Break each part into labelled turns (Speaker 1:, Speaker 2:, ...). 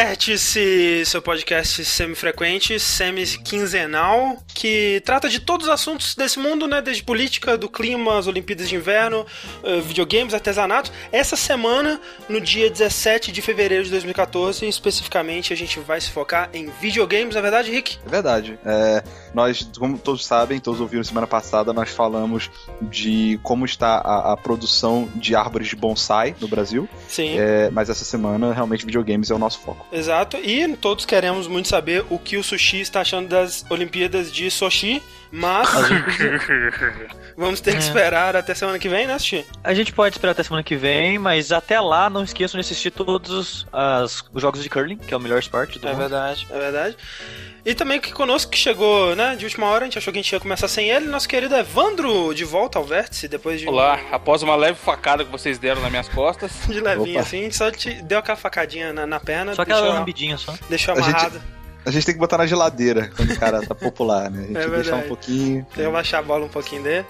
Speaker 1: Vértice, seu podcast semi-frequente, semi-quinzenal, que trata de todos os assuntos desse mundo, né? Desde política, do clima, as Olimpíadas de Inverno, videogames, artesanato. Essa semana, no dia 17 de fevereiro de 2014, especificamente, a gente vai se focar em videogames, não é verdade, Rick?
Speaker 2: É verdade. Nós, como todos sabem, todos ouviram semana passada, nós falamos de como está a produção de árvores de bonsai no Brasil.
Speaker 1: Sim.
Speaker 2: Mas essa semana, realmente, videogames é o nosso foco.
Speaker 1: Exato. E todos queremos muito saber o que o Sushi está achando das Olimpíadas de Sochi, mas vamos ter que esperar até semana que vem, né, Sushi?
Speaker 3: A gente pode esperar até semana que vem, mas até lá não esqueçam de assistir todos os jogos de curling, que é o melhor esporte do mundo.
Speaker 1: É verdade. E também que conosco, que chegou, né, de última hora, a gente achou que a gente ia começar sem ele, nosso querido Evandro, de volta ao Vértice, depois de...
Speaker 4: Olá, após uma leve facada que vocês deram nas minhas costas.
Speaker 1: De levinho, assim, só te deu aquela facadinha na perna.
Speaker 3: Só aquela lambidinha só.
Speaker 1: Deixou amarrado.
Speaker 2: A gente tem que botar na geladeira quando o cara tá popular, né? A gente deixar um pouquinho...
Speaker 1: Tem que baixar a bola um pouquinho dele.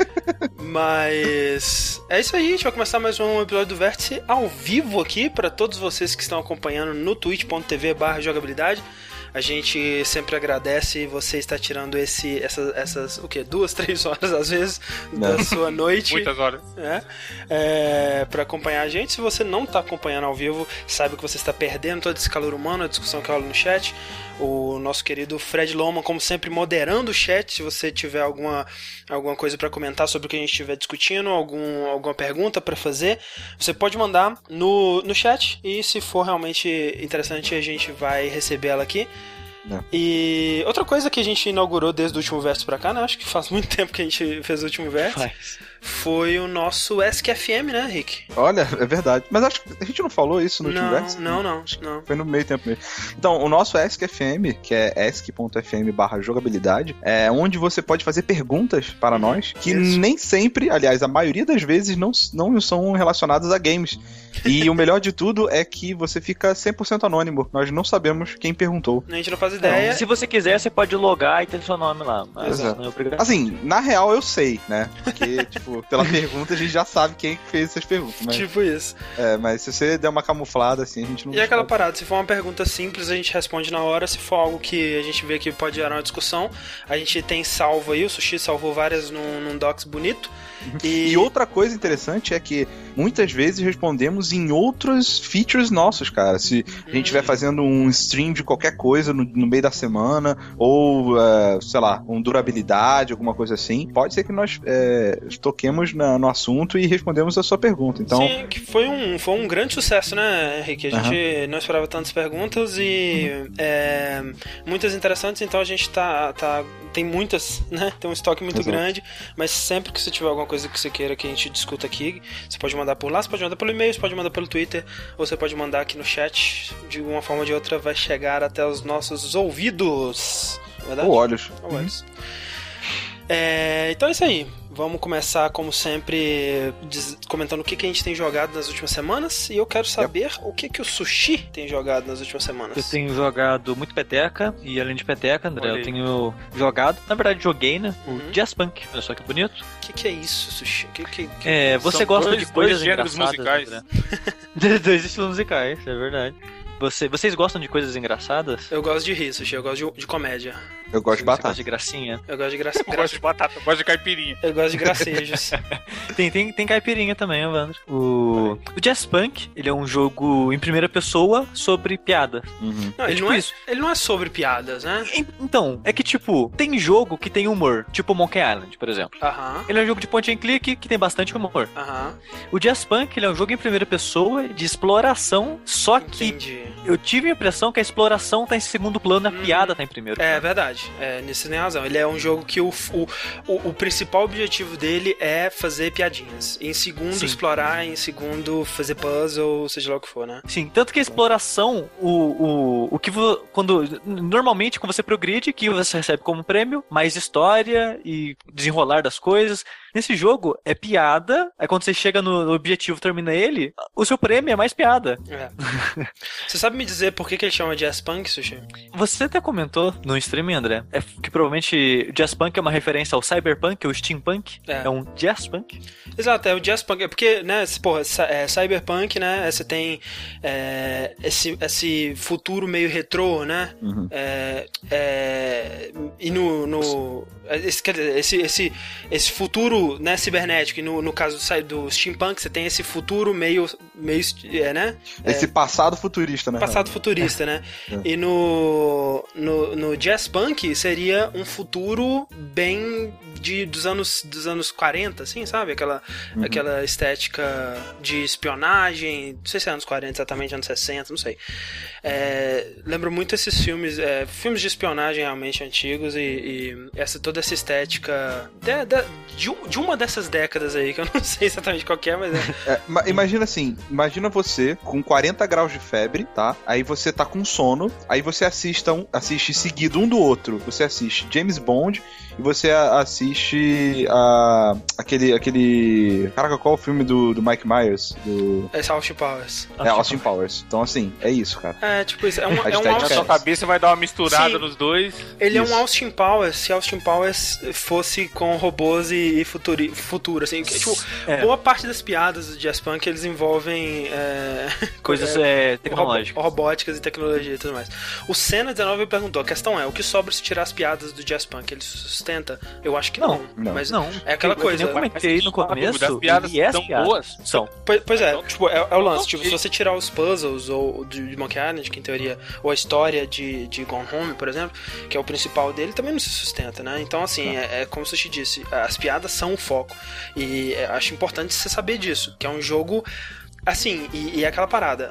Speaker 1: Mas é isso aí, a gente vai começar mais um episódio do Vértice ao vivo aqui, para todos vocês que estão acompanhando no twitch.tv/jogabilidade. A gente sempre agradece você estar tirando essas o quê? 2, 3 horas às vezes da sua noite.
Speaker 4: Muitas horas.
Speaker 1: Pra acompanhar a gente. Se você não está acompanhando ao vivo, saiba que você está perdendo todo esse calor humano, a discussão que rola no chat. O nosso querido Fred Loma, como sempre, moderando o chat. Se você tiver alguma coisa para comentar sobre o que a gente estiver discutindo, alguma pergunta para fazer, você pode mandar no chat, e se for realmente interessante, a gente vai receber ela aqui. E outra coisa que a gente inaugurou desde o último verso pra cá, né? Acho que faz muito tempo que a gente fez o último verso. Foi o nosso ESC-FM, né, Rick?
Speaker 2: Olha, é verdade. Mas acho que a gente não falou isso no último verso?
Speaker 1: Não.
Speaker 2: Foi no meio tempo mesmo. Então, o nosso ESC-FM, que é esc.fm/jogabilidade, é onde você pode fazer perguntas para nós, que nem sempre, aliás, a maioria das vezes não são relacionadas a games. E o melhor de tudo é que você fica 100% anônimo. Nós não sabemos quem perguntou.
Speaker 1: A gente não faz ideia.
Speaker 3: Se você quiser, você pode logar e ter seu nome lá.
Speaker 2: Exato. Assim, na real eu sei, né? Porque, tipo, pela pergunta a gente já sabe quem fez essas perguntas. Mas...
Speaker 1: Tipo isso.
Speaker 2: Mas se você der uma camuflada, assim, a gente não...
Speaker 1: E aquela parada, se for uma pergunta simples, a gente responde na hora. Se for algo que a gente vê que pode gerar uma discussão, a gente tem salvo aí, o Sushi salvou várias num docs bonito.
Speaker 2: E outra coisa interessante é que muitas vezes respondemos em outros features nossos, cara. Se a gente estiver fazendo um stream de qualquer coisa no meio da semana, ou, sei lá, durabilidade, alguma coisa assim, pode ser que nós toquemos no assunto e respondemos a sua pergunta. Então... Sim,
Speaker 1: que foi um grande sucesso, né, Henrique? A gente não esperava tantas perguntas e muitas interessantes, então a gente tem muitas, né? Tem um estoque muito grande, mas sempre que você tiver alguma coisa que você queira que a gente discuta aqui, você pode mandar por lá, você pode mandar pelo e-mail, você pode mandar pelo Twitter, ou você pode mandar aqui no chat. De uma forma ou de outra vai chegar até os nossos ouvidos. Verdade?
Speaker 2: Ou olhos.
Speaker 1: Então é isso aí. Vamos começar, como sempre, comentando o que a gente tem jogado nas últimas semanas. E eu quero saber o que o Sushi tem jogado nas últimas semanas.
Speaker 3: Eu tenho jogado muito peteca. E além de peteca, André, eu tenho jogado, na verdade joguei, né? O Jazzpunk. Olha só que bonito.
Speaker 1: O que é isso, Sushi?
Speaker 3: Você gosta de coisas
Speaker 4: gêneros musicais.
Speaker 3: Dois estilos musicais, é verdade. Vocês gostam de coisas engraçadas?
Speaker 1: Eu gosto de rir, Sushi. Eu gosto de comédia.
Speaker 2: Eu gosto de batata.
Speaker 3: Você gosta de gracinha?
Speaker 1: Eu gosto de gracinha.
Speaker 4: Eu gosto de batata, eu gosto de caipirinha.
Speaker 1: Eu gosto de gracejos.
Speaker 3: tem caipirinha também, Evandro. O Jazzpunk, ele é um jogo em primeira pessoa sobre piada.
Speaker 1: Não, ele não é sobre piadas, né?
Speaker 3: Então, é que tipo, tem jogo que tem humor, tipo Monkey Island, por exemplo. Ele é um jogo de point and click que tem bastante humor. O Jazzpunk, ele é um jogo em primeira pessoa de exploração, só que eu tive a impressão que a exploração tá em segundo plano e a piada tá em primeiro plano.
Speaker 1: É verdade. Nisso você tem razão. Ele é um jogo que o principal objetivo dele é fazer piadinhas. Em segundo, explorar. Em segundo, fazer puzzle, seja lá o que for, né?
Speaker 3: Sim, tanto que a exploração, normalmente quando você progride, que você recebe como prêmio, mais história e desenrolar das coisas. Nesse jogo, é piada, aí quando você chega no objetivo, termina ele, o seu prêmio é mais piada.
Speaker 1: Você sabe me dizer por que ele chama Jazz Punk, Sushi?
Speaker 3: Você até comentou no streaming, André, que provavelmente Jazz Punk é uma referência ao Cyberpunk, ou Steampunk. É um Jazz Punk.
Speaker 1: Exato, é o Jazz Punk. É porque, né, porra, Cyberpunk, né, você tem esse futuro meio retrô, né? E esse futuro, né, cibernético, e no caso do Steampunk, você tem esse futuro meio né?
Speaker 2: Esse passado futurista, né?
Speaker 1: Passado futurista, né? E no Jazz Punk seria um futuro bem dos anos 40, assim, sabe? Aquela estética de espionagem, não sei se é anos 40 exatamente, anos 60, não sei. Lembro muito esses filmes de espionagem realmente antigos e toda essa estética de uma dessas décadas aí, que eu não sei exatamente qual que é, mas
Speaker 2: imagina assim, imagina você com 40 graus de febre, tá? Aí você tá com sono, aí você assiste seguido um do outro, você assiste James Bond e você assiste aquele... Caraca, qual é o filme do Mike Myers?
Speaker 1: Austin Powers.
Speaker 2: Austin Powers. Então, assim, é isso, cara.
Speaker 1: Tipo isso.
Speaker 4: Na sua cabeça vai dar uma misturada nos dois.
Speaker 1: Ele é um Austin Powers, se Austin Powers fosse com robôs e futuro, assim. Tipo, boa parte das piadas do Jazz Punk, eles envolvem
Speaker 3: coisas tecnológicas.
Speaker 1: Robóticas e tecnologia e tudo mais. O Senna19 perguntou, a questão é, o que sobra se tirar as piadas do Jazz Punk? Ele sustenta? Eu acho que não. Mas não. É aquela coisa.
Speaker 3: Eu comentei no começo,
Speaker 4: as piadas são boas.
Speaker 3: São.
Speaker 1: Pois é, tipo, é o lance. Tipo, se você tirar os puzzles ou de Monkey Island, que em teoria, ou a história de Gone Home, por exemplo, que é o principal dele, também não se sustenta, né? Então, assim, como você te disse, as piadas são o foco. E acho importante você saber disso, que é um jogo... Assim, e aquela parada,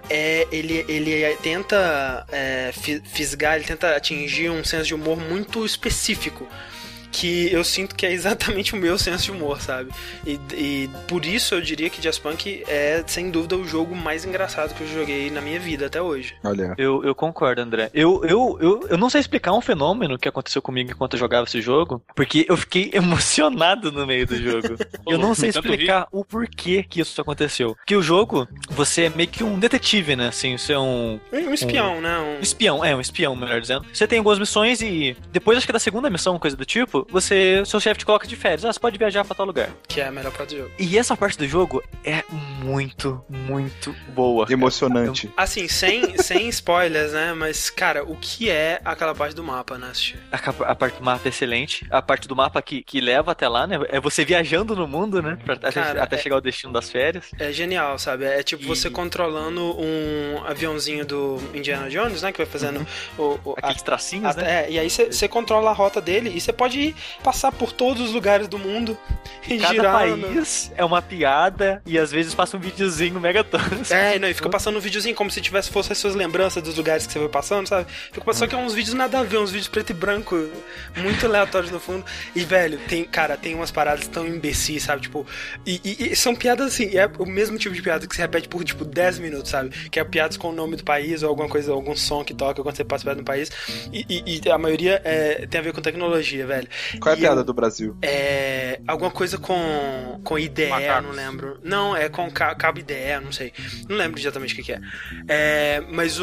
Speaker 1: ele tenta fisgar, ele tenta atingir um senso de humor muito específico, que eu sinto que é exatamente o meu senso de humor, sabe? E por isso eu diria que Jazz Punk é, sem dúvida, o jogo mais engraçado que eu joguei na minha vida até hoje.
Speaker 2: Olha.
Speaker 3: Eu concordo, André. Eu não sei explicar um fenômeno que aconteceu comigo enquanto eu jogava esse jogo, porque eu fiquei emocionado no meio do jogo. Eu não sei explicar o porquê que isso aconteceu. Porque o jogo, você é meio que um detetive, né? Assim, você é um
Speaker 1: espião, né?
Speaker 3: Um espião, melhor dizendo. Você tem algumas missões e depois, acho que da segunda missão, coisa do tipo, seu chefe te coloca de férias. Você pode viajar pra tal lugar.
Speaker 1: Que é a melhor parte do jogo.
Speaker 3: E essa parte do jogo é muito, muito boa.
Speaker 2: Emocionante.
Speaker 1: Assim, sem spoilers, né? Mas, cara, o que é aquela parte do mapa, né?
Speaker 3: A parte do mapa é excelente. A parte do mapa que leva até lá, né? É você viajando no mundo, né? Até chegar ao destino das férias.
Speaker 1: É genial, sabe? É tipo você controlando um aviãozinho do Indiana Jones, né? Que vai fazendo
Speaker 3: aqueles tracinhos, né?
Speaker 1: E aí você controla a rota dele e você pode passar por todos os lugares do mundo e
Speaker 3: cada
Speaker 1: girar.
Speaker 3: País é uma piada e às vezes passa um videozinho mega tosco.
Speaker 1: E fica passando um videozinho como se fosse as suas lembranças dos lugares que você vai passando, sabe? Só que é uns vídeos nada a ver, uns vídeos preto e branco, muito aleatórios no fundo. E, velho, tem umas paradas tão imbecis, sabe? Tipo, e são piadas assim, é o mesmo tipo de piada que se repete por, tipo, 10 minutos, sabe? Que é piadas com o nome do país ou alguma coisa, algum som que toca quando você passa perto do país. E a maioria tem a ver com tecnologia, velho.
Speaker 2: Qual é a piada do Brasil?
Speaker 1: Alguma coisa com IDE, não lembro. Não, é com cabo IDE, não sei. Não lembro exatamente o que é. Mas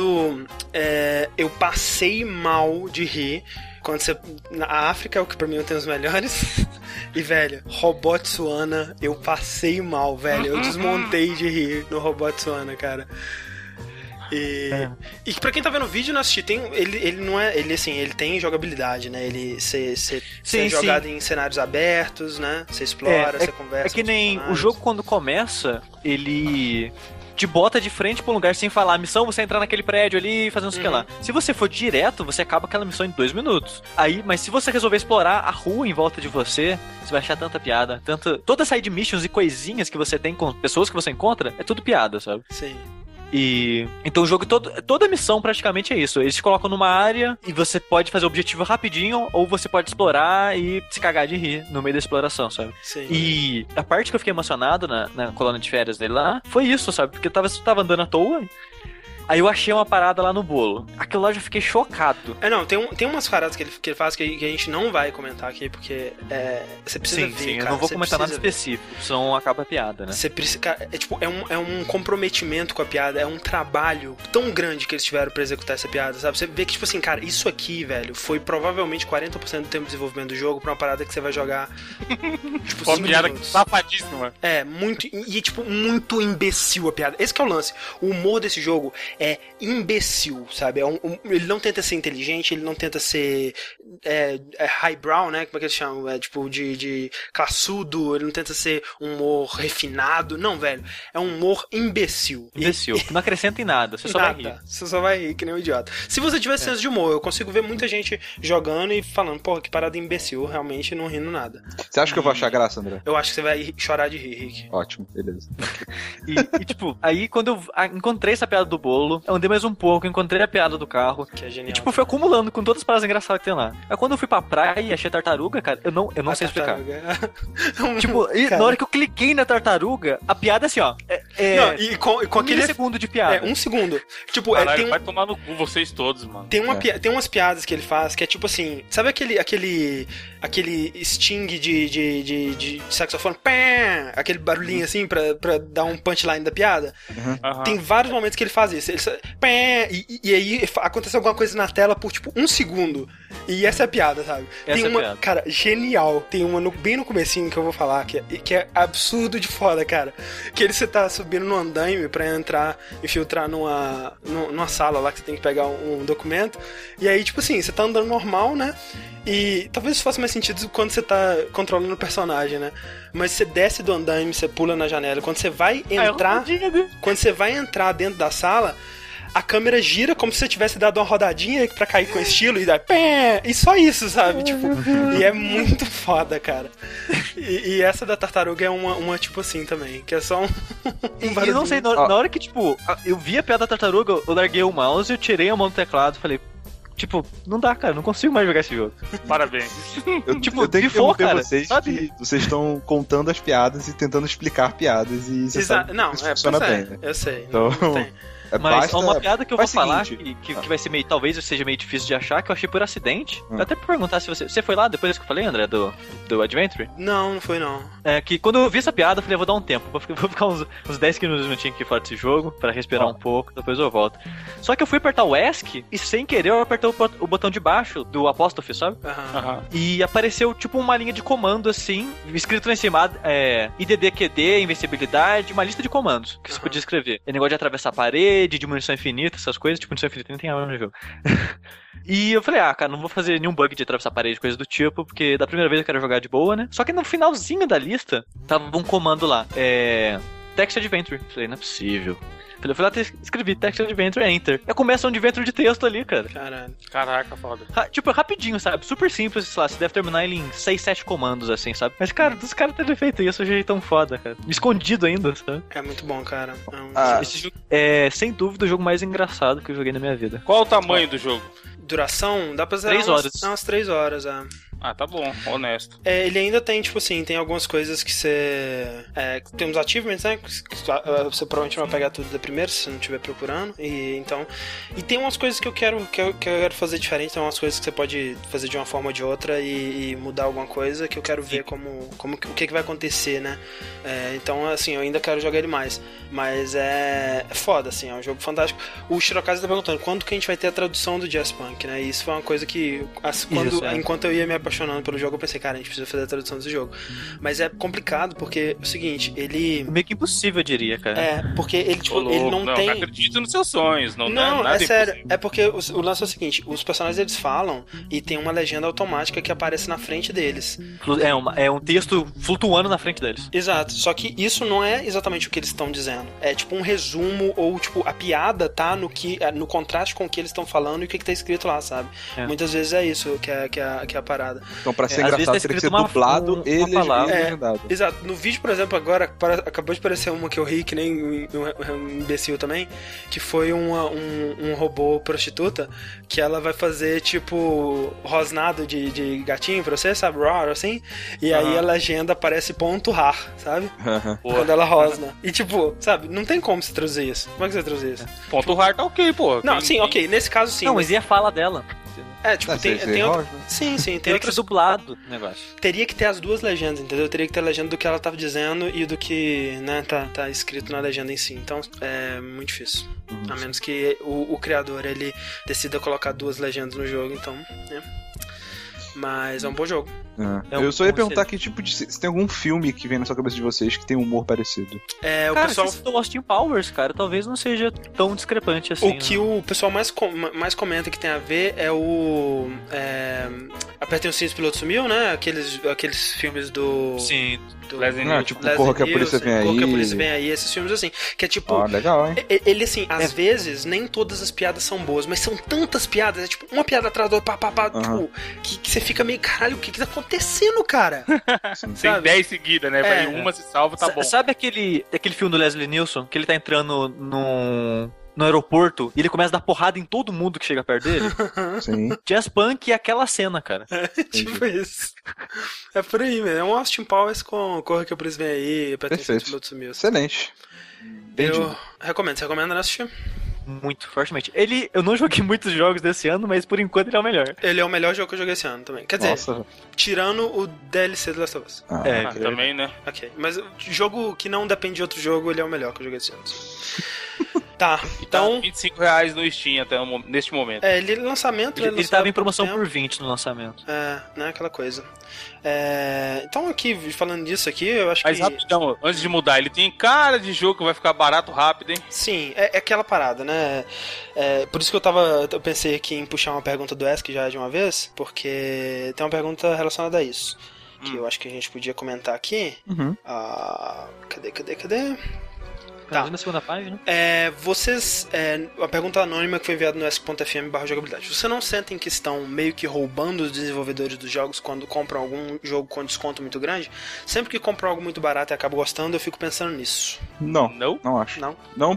Speaker 1: eu passei mal de rir quando você... Na África é o que pra mim tem os melhores. E, velho, Robotsuana, eu passei mal, velho. Eu desmontei de rir no Robotsuana, cara. E pra quem tá vendo o vídeo, não assistir, ele não é. Ele assim, ele tem jogabilidade, né? Ele é jogado em cenários abertos, né? Você explora, você conversa.
Speaker 3: É que nem o jogo quando começa, ele te bota de frente pra um lugar sem falar a missão, você entrar naquele prédio ali e fazer não sei o que lá. Se você for direto, você acaba aquela missão em 2 minutos. Mas se você resolver explorar a rua em volta de você vai achar tanta piada, toda side missions e coisinhas que você tem com pessoas que você encontra, é tudo piada, sabe?
Speaker 1: Sim.
Speaker 3: Então o jogo, toda missão praticamente é isso. Eles te colocam numa área e você pode fazer o objetivo rapidinho, ou você pode explorar e se cagar de rir no meio da exploração, sabe?
Speaker 1: Sim.
Speaker 3: E a parte que eu fiquei emocionado na colônia de férias dele lá foi isso, sabe? Porque eu tava andando à toa Aí eu achei uma parada lá no bolo. Aquilo lá eu já fiquei chocado.
Speaker 1: Não, tem umas paradas que ele faz que a gente não vai comentar aqui, porque você precisa ver,
Speaker 3: sim,
Speaker 1: cara.
Speaker 3: Eu não vou comentar nada específico, senão acaba a piada, né?
Speaker 1: Você precisa, cara, é um comprometimento com a piada, é um trabalho tão grande que eles tiveram pra executar essa piada, sabe? Você vê que, tipo assim, cara, isso aqui, velho, foi provavelmente 40% do tempo de desenvolvimento do jogo pra uma parada que você vai jogar, tipo,
Speaker 4: uma piada safadíssima.
Speaker 1: Muito, e tipo, muito imbecil a piada. Esse que é o lance. O humor desse jogo é imbecil, sabe? Ele não tenta ser inteligente, ele não tenta ser highbrow, né? Como é que eles chamam? Tipo, de classudo, ele não tenta ser um humor refinado. Não, velho. É um humor imbecil.
Speaker 3: Imbecil. Não acrescenta em nada, você só vai rir.
Speaker 1: Você só vai rir, que nem um idiota. Se você tiver senso de humor, eu consigo ver muita gente jogando e falando, porra, que parada imbecil, realmente não rindo nada.
Speaker 2: Você acha que eu vou achar graça, André?
Speaker 1: Eu acho que você vai chorar de rir, Rick.
Speaker 2: Ótimo, beleza.
Speaker 3: E tipo, aí quando eu encontrei essa piada do bolo, eu andei mais um pouco, encontrei a piada do carro.
Speaker 1: Que é genial.
Speaker 3: E tipo, fui acumulando com todas as paradas engraçadas que tem lá. Aí quando eu fui pra praia e achei a tartaruga, cara, eu não sei explicar. Tipo, na hora que eu cliquei na tartaruga, a piada é assim, ó.
Speaker 1: Não, e com aquele
Speaker 3: segundo de piada.
Speaker 1: 1 segundo. Tipo,
Speaker 4: caralho, vai tomar no cu vocês todos, mano.
Speaker 1: Tem umas piadas que ele faz que é tipo assim, sabe aquele sting de saxofone? Pá! Aquele barulhinho assim pra dar um punchline da piada. Tem vários momentos que ele faz isso. E aí acontece alguma coisa na tela por tipo 1 segundo. E essa é a piada, sabe? Tem uma, cara, genial. Tem uma bem no comecinho que eu vou falar que é absurdo de foda, cara. Que você tá subindo no andaime pra entrar, infiltrar numa sala lá que você tem que pegar um documento. E aí, tipo assim, você tá andando normal, né? E talvez isso faça mais sentido quando você tá controlando o personagem, né? Mas você desce do andaime, você pula na janela. Quando você vai entrar dentro da sala, a câmera gira como se você tivesse dado uma rodadinha pra cair com estilo e dá pé, e só isso, sabe? Tipo, e é muito foda, cara. E essa da tartaruga é uma tipo assim também, que é só um
Speaker 3: barulho. Eu não sei, na hora que, tipo, eu vi a piada da tartaruga, eu larguei o mouse, eu tirei a mão do teclado e falei, tipo, não dá, cara, não consigo mais jogar esse jogo.
Speaker 4: Parabéns.
Speaker 2: Eu tenho que interromper vocês, que vocês estão contando as piadas e tentando explicar piadas e você sabe que isso funciona bem, né?
Speaker 1: Eu sei,
Speaker 2: então...
Speaker 1: não tem.
Speaker 3: Mas uma piada que eu vou falar que vai ser meio, talvez seja meio difícil de achar, que eu achei por acidente. Até pra perguntar se você foi lá depois que eu falei, André, do Adventure?
Speaker 1: Não foi não.
Speaker 3: É que quando eu vi essa piada, eu falei, vou dar um tempo, vou ficar uns 10 minutinhos aqui fora desse jogo, pra respirar um pouco, depois eu volto. Só que eu fui apertar o ESC e sem querer eu apertei o botão de baixo do apóstrofe, sabe? E apareceu tipo uma linha de comando assim, escrito lá em cima, IDDQD, invencibilidade, uma lista de comandos que você podia escrever. É negócio de atravessar a parede, de munição infinita, essas coisas, tipo, munição infinita nem tem arma no jogo. E eu falei, cara, não vou fazer nenhum bug de atravessar a parede, coisa do tipo, porque da primeira vez eu quero jogar de boa, né? Só que no finalzinho da lista, tava um comando lá, Text Adventure. Falei, não é possível. Eu fui lá e escrevi Text Adventure Enter. E começa um adventure de texto ali, cara.
Speaker 1: Caralho.
Speaker 4: Caraca, foda.
Speaker 3: Tipo, rapidinho, sabe? Super simples, sei lá, você deve terminar ele em 6, 7 comandos, assim, sabe? Mas, cara, dos caras terem feito isso, eu achei tão foda, cara. Escondido ainda, sabe?
Speaker 1: É muito bom, cara.
Speaker 3: Esse jogo é, sem dúvida, o jogo mais engraçado que eu joguei na minha vida.
Speaker 4: Qual o tamanho do jogo?
Speaker 1: Duração? Dá pra zerar
Speaker 3: 3 horas.
Speaker 1: Umas 3 horas,
Speaker 4: tá bom, honesto.
Speaker 1: Ele ainda tem, tipo assim, tem algumas coisas que você... tem uns achievements, né? Você provavelmente vai pegar tudo da primeira, se você não estiver procurando. E tem umas coisas que eu quero fazer diferente, tem umas coisas que você pode fazer de uma forma ou de outra e mudar alguma coisa que eu quero ver o que vai acontecer, né? Então, assim, eu ainda quero jogar ele mais. Mas é foda, assim, é um jogo fantástico. O Shirokaze tá perguntando quando que a gente vai ter a tradução do Jazz Punk, né? E isso foi uma coisa que, enquanto eu ia me apaixonando pelo jogo, eu pensei, cara, a gente precisa fazer a tradução desse jogo. Mas é complicado, porque é o seguinte, ele...
Speaker 3: Meio que impossível, eu diria, cara.
Speaker 1: Porque ele, tipo, ele não tem...
Speaker 4: Não, acredito nos seus sonhos, não
Speaker 1: é
Speaker 4: nada
Speaker 1: sério, impossível. É porque o lance é o seguinte, os personagens, eles falam e tem uma legenda automática que aparece na frente deles.
Speaker 3: É um texto flutuando na frente deles.
Speaker 1: Exato, só que isso não é exatamente o que eles estão dizendo. É tipo um resumo, ou tipo, a piada tá no contraste com o que eles estão falando e o que tá escrito lá, sabe? Muitas vezes é isso que é a parada.
Speaker 2: Então, pra ser engraçado, teria que ser dublado e legendado.
Speaker 1: Exato. No vídeo, por exemplo, agora, acabou de aparecer uma que eu ri, que nem um imbecil também, que foi um robô prostituta, que ela vai fazer, tipo, rosnado de gatinho pra você, sabe? Raw, assim. E aí a legenda aparece ponto rar, sabe? Quando ela rosna. E, tipo, sabe? Não tem como se traduzir isso. Como é que você traduz isso?
Speaker 4: Ponto rar tá ok, pô.
Speaker 1: Não, sim, ok. Nesse caso, sim.
Speaker 3: Não, mas e a fala dela?
Speaker 1: Tipo, tem outro... Sim, tem
Speaker 3: teria que ser dublado o negócio.
Speaker 1: Teria que ter as duas legendas, entendeu? Teria que ter a legenda do que ela tava dizendo e do que, né, tá escrito na legenda em si. Então, é muito difícil. A menos que o criador, ele decida colocar duas legendas no jogo, então, né? Mas é um bom jogo.
Speaker 2: Eu só ia perguntar que tipo de... se tem algum filme que vem na sua cabeça de vocês que tem um humor parecido.
Speaker 3: O pessoal... se citou Austin Powers, cara, talvez não seja tão discrepante assim.
Speaker 1: O que o pessoal mais comenta que tem a ver é o... Apertem os cintos, o piloto sumiu, né? Aqueles filmes do...
Speaker 3: Sim.
Speaker 2: Tipo, Corra que a Polícia Vem Aí.
Speaker 1: Corra que a Polícia Vem Aí, esses filmes assim. Que é tipo...
Speaker 2: legal, hein?
Speaker 1: Ele, assim, às vezes, nem todas as piadas são boas, mas são tantas piadas, é tipo, uma piada atrás da outra, tipo, que você fica meio, caralho, o que tá acontecendo, cara?
Speaker 4: Tem 10 seguidas, né? Vai uma se salva, tá bom.
Speaker 3: Sabe aquele filme do Leslie Nielsen, que ele tá entrando no aeroporto e ele começa a dar porrada em todo mundo que chega perto dele?
Speaker 2: Sim.
Speaker 3: Jazz Punk e aquela cena, cara.
Speaker 1: Tipo isso. É por aí, mesmo. É um Austin Powers com Corra que a Polícia Vem Aí,
Speaker 2: Perfeito. Excelente.
Speaker 1: Eu recomendo. Você recomenda, né, assistir?
Speaker 3: Muito, fortemente. Eu não joguei muitos jogos desse ano, mas por enquanto ele é o melhor.
Speaker 1: Ele é o melhor jogo que eu joguei esse ano também. Quer dizer, tirando o DLC do Last of Us.
Speaker 4: Também, né?
Speaker 1: Ok, mas jogo que não depende de outro jogo, ele é o melhor que eu joguei esse ano. Tá, então...
Speaker 4: R$25 no Steam até neste momento.
Speaker 1: Ele lançamento...
Speaker 3: Ele tava em promoção por 20 no lançamento.
Speaker 1: Né, aquela coisa. Então aqui, falando disso aqui, eu acho
Speaker 4: Mas rapidão, antes de mudar, ele tem cara de jogo que vai ficar barato rápido, hein?
Speaker 1: Sim, é aquela parada, né? Por isso que eu pensei aqui em puxar uma pergunta do Ask já de uma vez, porque tem uma pergunta relacionada a isso, que eu acho que a gente podia comentar aqui. Cadê?
Speaker 3: Tá. Na segunda página.
Speaker 1: A pergunta anônima que foi enviada no ask.fm/jogabilidade. Você não sentem que estão meio que roubando os desenvolvedores dos jogos quando compram algum jogo com desconto muito grande? Sempre que compram algo muito barato e acabo gostando, eu fico pensando nisso.
Speaker 2: Não acho. Não,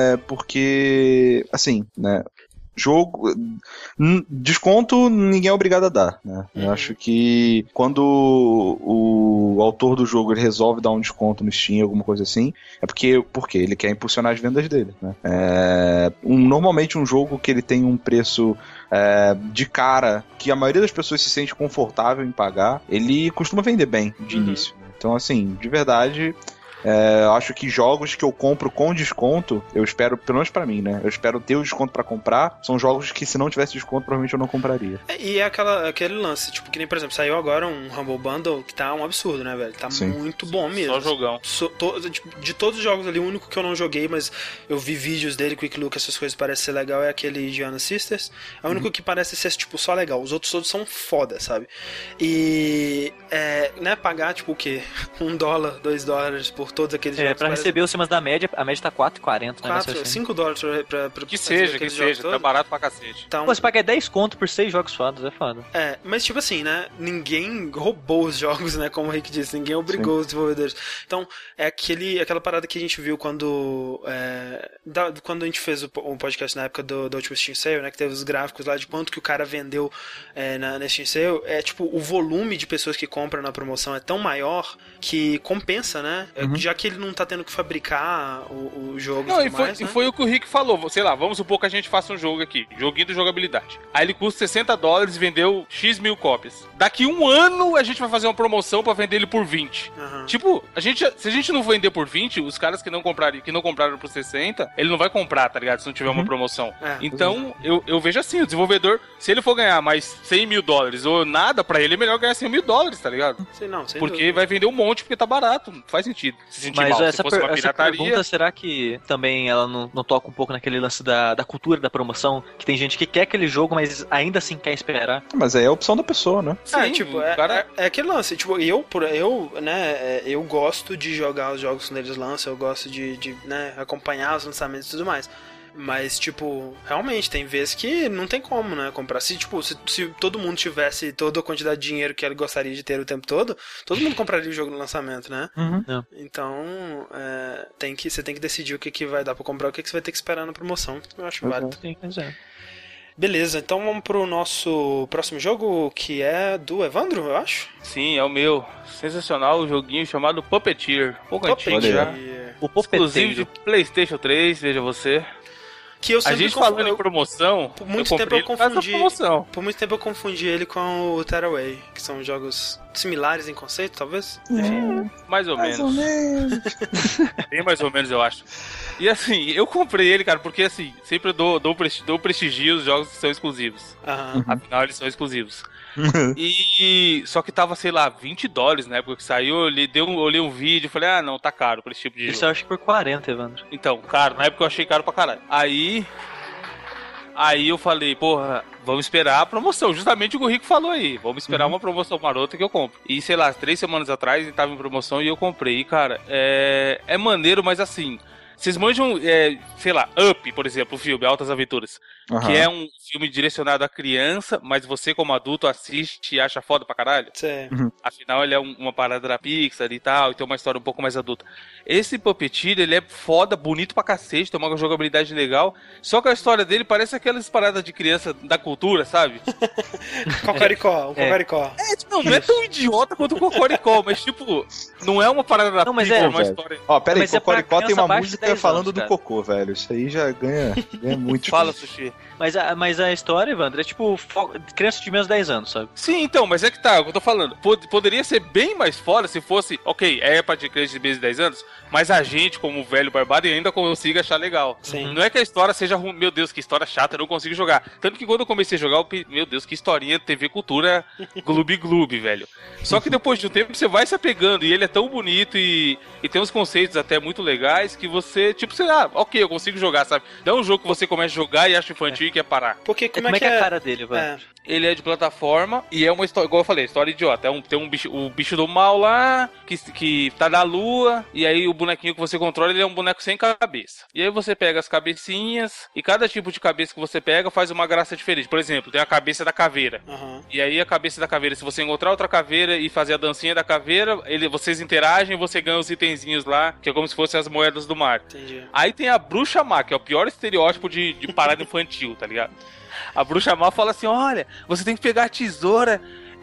Speaker 2: porque, assim, né... Jogo... Desconto ninguém é obrigado a dar, né? Eu acho que quando o autor do jogo ele resolve dar um desconto no Steam, alguma coisa assim, é porque ele quer impulsionar as vendas dele, né? Normalmente um jogo que ele tem um preço de cara que a maioria das pessoas se sente confortável em pagar, ele costuma vender bem de início. Então, assim, de verdade... Eu acho que jogos que eu compro com desconto, eu espero, pelo menos pra mim, né? Eu espero ter o desconto pra comprar. São jogos que, se não tivesse desconto, provavelmente eu não compraria.
Speaker 1: E é aquele lance, tipo, que nem, por exemplo, saiu agora um Humble Bundle que tá um absurdo, né, velho? Tá muito bom mesmo.
Speaker 4: Só jogão.
Speaker 1: De todos os jogos ali, o único que eu não joguei, mas eu vi vídeos dele, Quick Look, essas coisas, parece ser legal, é aquele Gianna Sisters. É o único que parece ser, tipo, só legal. Os outros todos são foda, sabe? E, né, pagar, tipo, o quê? $1, $2 por todos aqueles jogos.
Speaker 3: Pra receber os cimas da média, a média tá $4,40, né?
Speaker 1: $5 pra
Speaker 4: que seja, tá barato pra cacete.
Speaker 1: Então,
Speaker 3: você paga 10 conto por 6 jogos fodas, é foda.
Speaker 1: Mas tipo assim, né? Ninguém roubou os jogos, né? Como o Rick disse, ninguém obrigou os desenvolvedores. Então, é aquela parada que a gente viu quando a gente fez o podcast na época do último Steam Sale, né? Que teve os gráficos lá de quanto que o cara vendeu na Steam Sale. Tipo, o volume de pessoas que compram na promoção é tão maior que compensa, né? Já que ele não tá tendo que fabricar o jogo.
Speaker 4: Não, e foi o que o Rick falou. Sei lá, vamos supor que a gente faça um jogo aqui, joguinho de jogabilidade. Aí ele custa $60 e vendeu X mil cópias. Daqui um ano a gente vai fazer uma promoção pra vender ele por 20. Tipo, se a gente não vender por 20, os caras que não compraram por 60, ele não vai comprar, tá ligado? Se não tiver uma promoção. Então, eu vejo assim, o desenvolvedor, se ele for ganhar mais $100 mil ou nada, pra ele é melhor ganhar $100 mil, tá ligado?
Speaker 1: Sei não, sem
Speaker 4: porque
Speaker 1: dúvida.
Speaker 4: Vai vender um monte porque tá barato. Não faz sentido se sentir
Speaker 3: mas
Speaker 4: mal.
Speaker 3: essa,
Speaker 4: se fosse uma pirataria...
Speaker 3: pergunta, será que também ela não toca um pouco naquele lance da cultura da promoção? Que tem gente que quer aquele jogo, mas ainda assim quer esperar.
Speaker 2: Mas aí é a opção da pessoa, né?
Speaker 1: Sim, tipo, é aquele lance. Tipo, eu gosto de jogar os jogos quando eles lançam, eu gosto de né, acompanhar os lançamentos e tudo mais. Mas, tipo, realmente, tem vezes que não tem como, né, comprar. Se todo mundo tivesse toda a quantidade de dinheiro que ele gostaria de ter o tempo todo mundo compraria o jogo no lançamento, né? Então, você tem que decidir o que vai dar pra comprar, o que você vai ter que esperar na promoção. Eu acho válido.
Speaker 3: Sim,
Speaker 1: Beleza, então vamos pro nosso próximo jogo, que é do Evandro, eu acho?
Speaker 4: Sim, é o meu. Sensacional, um joguinho chamado Puppeteer. Pouco antigo já.
Speaker 3: O Puppeteer.
Speaker 4: Exclusivo de PlayStation 3, veja você.
Speaker 1: Que eu
Speaker 4: a gente falando em promoção,
Speaker 1: por muito tempo eu confundi ele com o Tearaway, que são jogos similares em conceito, talvez?
Speaker 4: Mais ou menos. Bem mais ou menos, eu acho. E assim, eu comprei ele, cara, porque assim, sempre dou prestigio os jogos que são exclusivos. Afinal, eles são exclusivos. E só que tava, sei lá, $20 na época que saiu. Eu olhei um vídeo e falei, não, tá caro pra esse tipo de jogo.
Speaker 3: Isso eu acho que por 40, Evandro.
Speaker 4: Então, caro, na época eu achei caro pra caralho. Aí eu falei, porra, vamos esperar a promoção. Justamente o que o Rico falou aí. Vamos esperar uma promoção marota que eu compro. E sei lá, 3 semanas atrás ele tava em promoção e eu comprei. E cara, é maneiro, mas assim, vocês manjam, sei lá, Up, por exemplo, o filme Altas Aventuras. Que é um filme direcionado à criança, mas você como adulto assiste e acha foda pra caralho.
Speaker 1: Sim.
Speaker 4: Afinal, ele é uma parada da Pixar e tal, e tem uma história um pouco mais adulta. Esse Puppeteer, ele é foda, bonito pra cacete, tem uma jogabilidade legal, só que a história dele parece aquelas paradas de criança da cultura, sabe?
Speaker 1: Cocoricó,
Speaker 4: Não é tão idiota quanto o Cocoricó, mas tipo, não é uma parada da
Speaker 2: Pixar,
Speaker 4: uma história...
Speaker 2: Ó, pera aí, Cocoricó tem uma música falando do cocô, velho. Isso aí já ganha muito.
Speaker 4: Fala, Sushi.
Speaker 3: Mas a história, Evandro, é tipo criança de menos de 10 anos, sabe?
Speaker 4: Sim, então, mas é que tá, o que eu tô falando. Poderia ser bem mais foda se fosse, ok, é pra de criança de menos de 10 anos, mas a gente, como velho barbado, ainda consiga achar legal.
Speaker 1: Sim.
Speaker 4: Não é que a história seja ruim, meu Deus, que história chata, eu não consigo jogar. Tanto que quando eu comecei a jogar, meu Deus, que historinha, TV Cultura, gloob, velho. Só que depois de um tempo você vai se apegando, e ele é tão bonito e tem uns conceitos até muito legais que você, tipo, sei lá, ok, eu consigo jogar, sabe? Não é um jogo que você começa a jogar e acha infantil e quer parar.
Speaker 1: Porque como
Speaker 3: é que é a cara dele, velho?
Speaker 4: Ele é de plataforma e é uma história, igual eu falei, história idiota. Tem o bicho do mal lá, que tá na lua, e aí o bonequinho que você controla, ele é um boneco sem cabeça. E aí você pega as cabecinhas, e cada tipo de cabeça que você pega faz uma graça diferente. Por exemplo, tem a cabeça da caveira. E aí a cabeça da caveira, se você encontrar outra caveira e fazer a dancinha da caveira, vocês interagem e você ganha os itenzinhos lá, que é como se fossem as moedas do mar.
Speaker 1: Entendi.
Speaker 4: Aí tem a bruxa má, que é o pior estereótipo de parada infantil, tá ligado? A bruxa má fala assim, olha, você tem que pegar a tesoura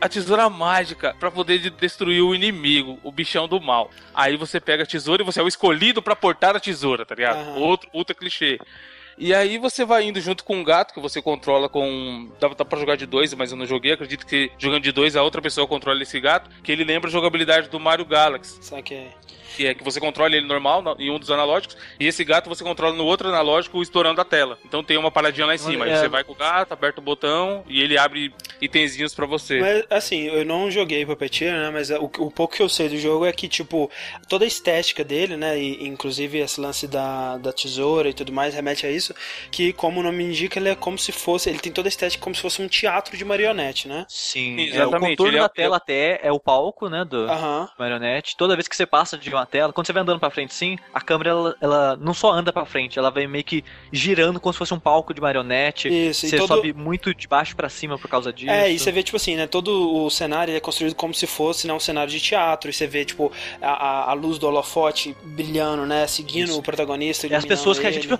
Speaker 4: mágica pra poder destruir o inimigo, o bichão do mal. Aí você pega a tesoura e você é o escolhido pra portar a tesoura, tá ligado? Outro puta clichê. E aí você vai indo junto com um gato que você controla com... Dá pra jogar de 2, mas eu não joguei. Acredito que jogando de 2 a outra pessoa controla esse gato, que ele lembra a jogabilidade do Mario Galaxy.
Speaker 1: Saquei.
Speaker 4: Que é que você controla ele normal em um dos analógicos, e esse gato você controla no outro analógico estourando a tela. Então tem uma paradinha lá em cima. Aí você vai com o gato, aperta o botão e ele abre itenzinhos pra você.
Speaker 1: Mas assim, eu não joguei Puppeteer, né? Mas o pouco que eu sei do jogo é que, tipo, toda a estética dele, né? E inclusive esse lance da tesoura e tudo mais remete a isso. Que, como o nome indica, ele é como se fosse. Ele tem toda a estética como se fosse um teatro de marionete, né?
Speaker 3: Sim, exatamente. O contorno da tela até é o palco, né? Do marionete. Toda vez que você passa de uma tela, quando você vai andando pra frente sim, a câmera ela não só anda pra frente, ela vai meio que girando como se fosse um palco de marionete.
Speaker 1: Isso,
Speaker 3: você sobe muito de baixo pra cima por causa disso.
Speaker 1: E você vê, tipo assim, né, todo o cenário é construído como se fosse, né, um cenário de teatro, e você vê, tipo, a luz do holofote brilhando, né, seguindo o protagonista.
Speaker 3: E as pessoas que a gente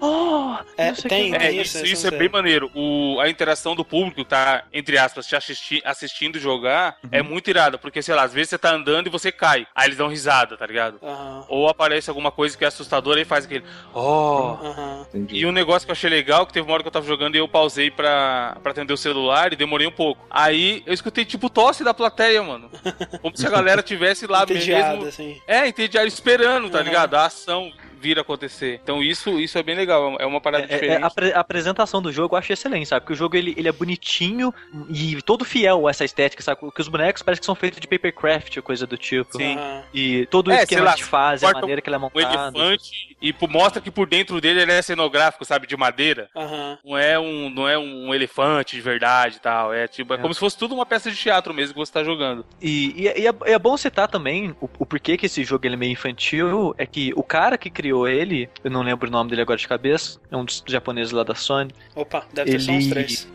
Speaker 4: isso é bem maneiro. A interação do público tá, entre aspas, te assistindo jogar é muito irada, porque, sei lá, às vezes você tá andando e você cai, aí eles dão risada, tá ligado? Ou aparece alguma coisa que é assustadora e faz aquele E um negócio que eu achei legal, que teve uma hora que eu tava jogando e eu pausei pra atender o celular e demorei um pouco. Aí eu escutei tipo tosse da plateia, mano. Como se a galera tivesse lá mesmo.
Speaker 1: Assim.
Speaker 4: Entediado, esperando, tá ligado? A ação vir a acontecer. Então isso é bem legal, é uma parada diferente.
Speaker 3: A apresentação do jogo eu achei excelente, sabe? Porque o jogo ele é bonitinho e todo fiel a essa estética, sabe? Porque os bonecos parecem que são feitos de papercraft ou coisa do tipo.
Speaker 4: Sim.
Speaker 3: E todo o esquema de fase, a maneira que ele é montado.
Speaker 4: Um elefante e mostra que por dentro dele ele é cenográfico, sabe? De madeira. Não é um elefante de verdade e tal. É como se fosse tudo uma peça de teatro mesmo que você tá jogando.
Speaker 3: E é bom citar também o porquê que esse jogo ele é meio infantil, é que o cara que criou criou ele, eu não lembro o nome dele agora de cabeça, é um dos japoneses lá da Sony.
Speaker 1: Opa, deve ter só uns 3.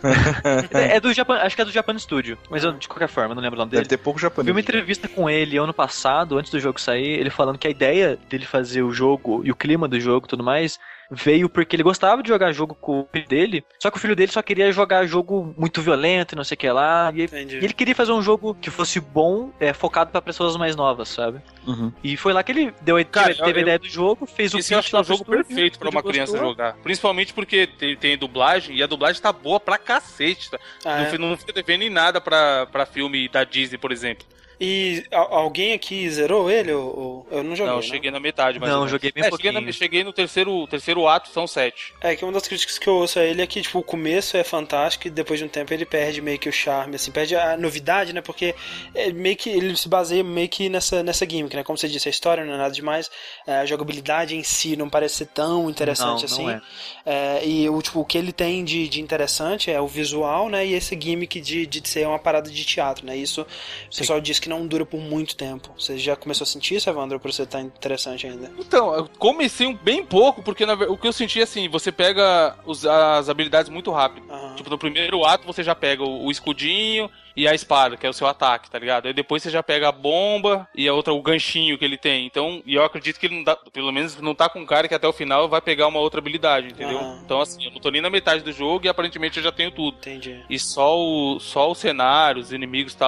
Speaker 3: É do Japan, acho que é do Japan Studio, mas eu, de qualquer forma, não lembro o nome dele.
Speaker 2: Deve ter pouco japonês.
Speaker 3: Vi uma entrevista com ele ano passado, antes do jogo sair, ele falando que a ideia dele fazer o jogo e o clima do jogo e tudo mais veio porque ele gostava de jogar jogo com o filho dele, só que o filho dele só queria jogar jogo muito violento e não sei o que lá, e ele queria fazer um jogo que fosse bom, focado pra pessoas mais novas, sabe?
Speaker 2: Uhum.
Speaker 3: E foi lá que ele teve a ideia do jogo, fez o pitch lá
Speaker 4: pro jogo perfeito pra uma criança jogar. Principalmente porque tem dublagem, e a dublagem tá boa pra cacete. Tá? Não fica devendo em nada pra filme da Disney, por exemplo.
Speaker 1: E alguém aqui zerou ele? Ou eu não joguei.
Speaker 4: Não, cheguei na metade, mas.
Speaker 3: Não, joguei bem pouquinho.
Speaker 4: Cheguei no terceiro ato, são 7.
Speaker 1: É que uma das críticas que eu ouço a ele é que, tipo, o começo é fantástico e depois de um tempo ele perde meio que o charme, assim, perde a novidade, né? Porque meio que ele se baseia meio que nessa gimmick, né? Como você disse, a história não é nada demais, a jogabilidade em si não parece ser tão interessante assim.
Speaker 3: Não
Speaker 1: e o que ele tem de interessante é o visual, né? E esse gimmick de ser uma parada de teatro, né? Isso o pessoal diz que não dura por muito tempo. Você já começou a sentir isso, Evandro, ou pra você tá interessante ainda?
Speaker 4: Então, eu comecei bem pouco, porque o que eu senti assim, você pega as habilidades muito rápido. Tipo, no primeiro ato você já pega o escudinho e a espada, que é o seu ataque, tá ligado? Aí depois você já pega a bomba e a outra, o ganchinho que ele tem. Então, e eu acredito que ele não dá, pelo menos não tá com um cara que até o final vai pegar uma outra habilidade, entendeu? Então, assim, eu não tô nem na metade do jogo e aparentemente eu já tenho tudo.
Speaker 1: Entendi.
Speaker 4: E só o cenário, os inimigos e tal,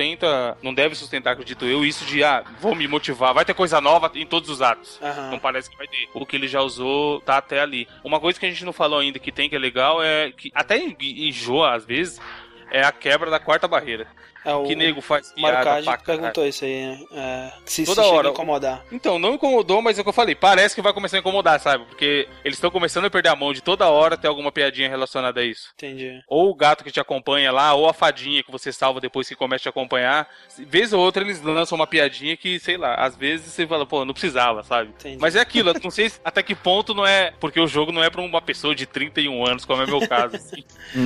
Speaker 4: não deve sustentar, acredito eu, isso de, vou me motivar, vai ter coisa nova em todos os atos. Não parece que vai ter. O que ele já usou tá até ali. Uma coisa que a gente não falou ainda que que é legal é que até enjoa às vezes, é a quebra da quarta barreira. Que nego faz piada.
Speaker 1: Mario Kart perguntou isso aí, né? Se
Speaker 4: toda hora
Speaker 1: incomodar.
Speaker 4: Então, não incomodou, mas é o que eu falei. Parece que vai começar a incomodar, sabe? Porque eles estão começando a perder a mão de toda hora ter alguma piadinha relacionada a isso.
Speaker 1: Entendi.
Speaker 4: Ou o gato que te acompanha lá, ou a fadinha que você salva depois que começa a te acompanhar. Vez ou outra eles lançam uma piadinha que, sei lá, às vezes você fala, pô, não precisava, sabe?
Speaker 1: Entendi.
Speaker 4: Mas é aquilo, eu não sei até que ponto não é... Porque o jogo não é pra uma pessoa de 31 anos, como é meu caso, assim.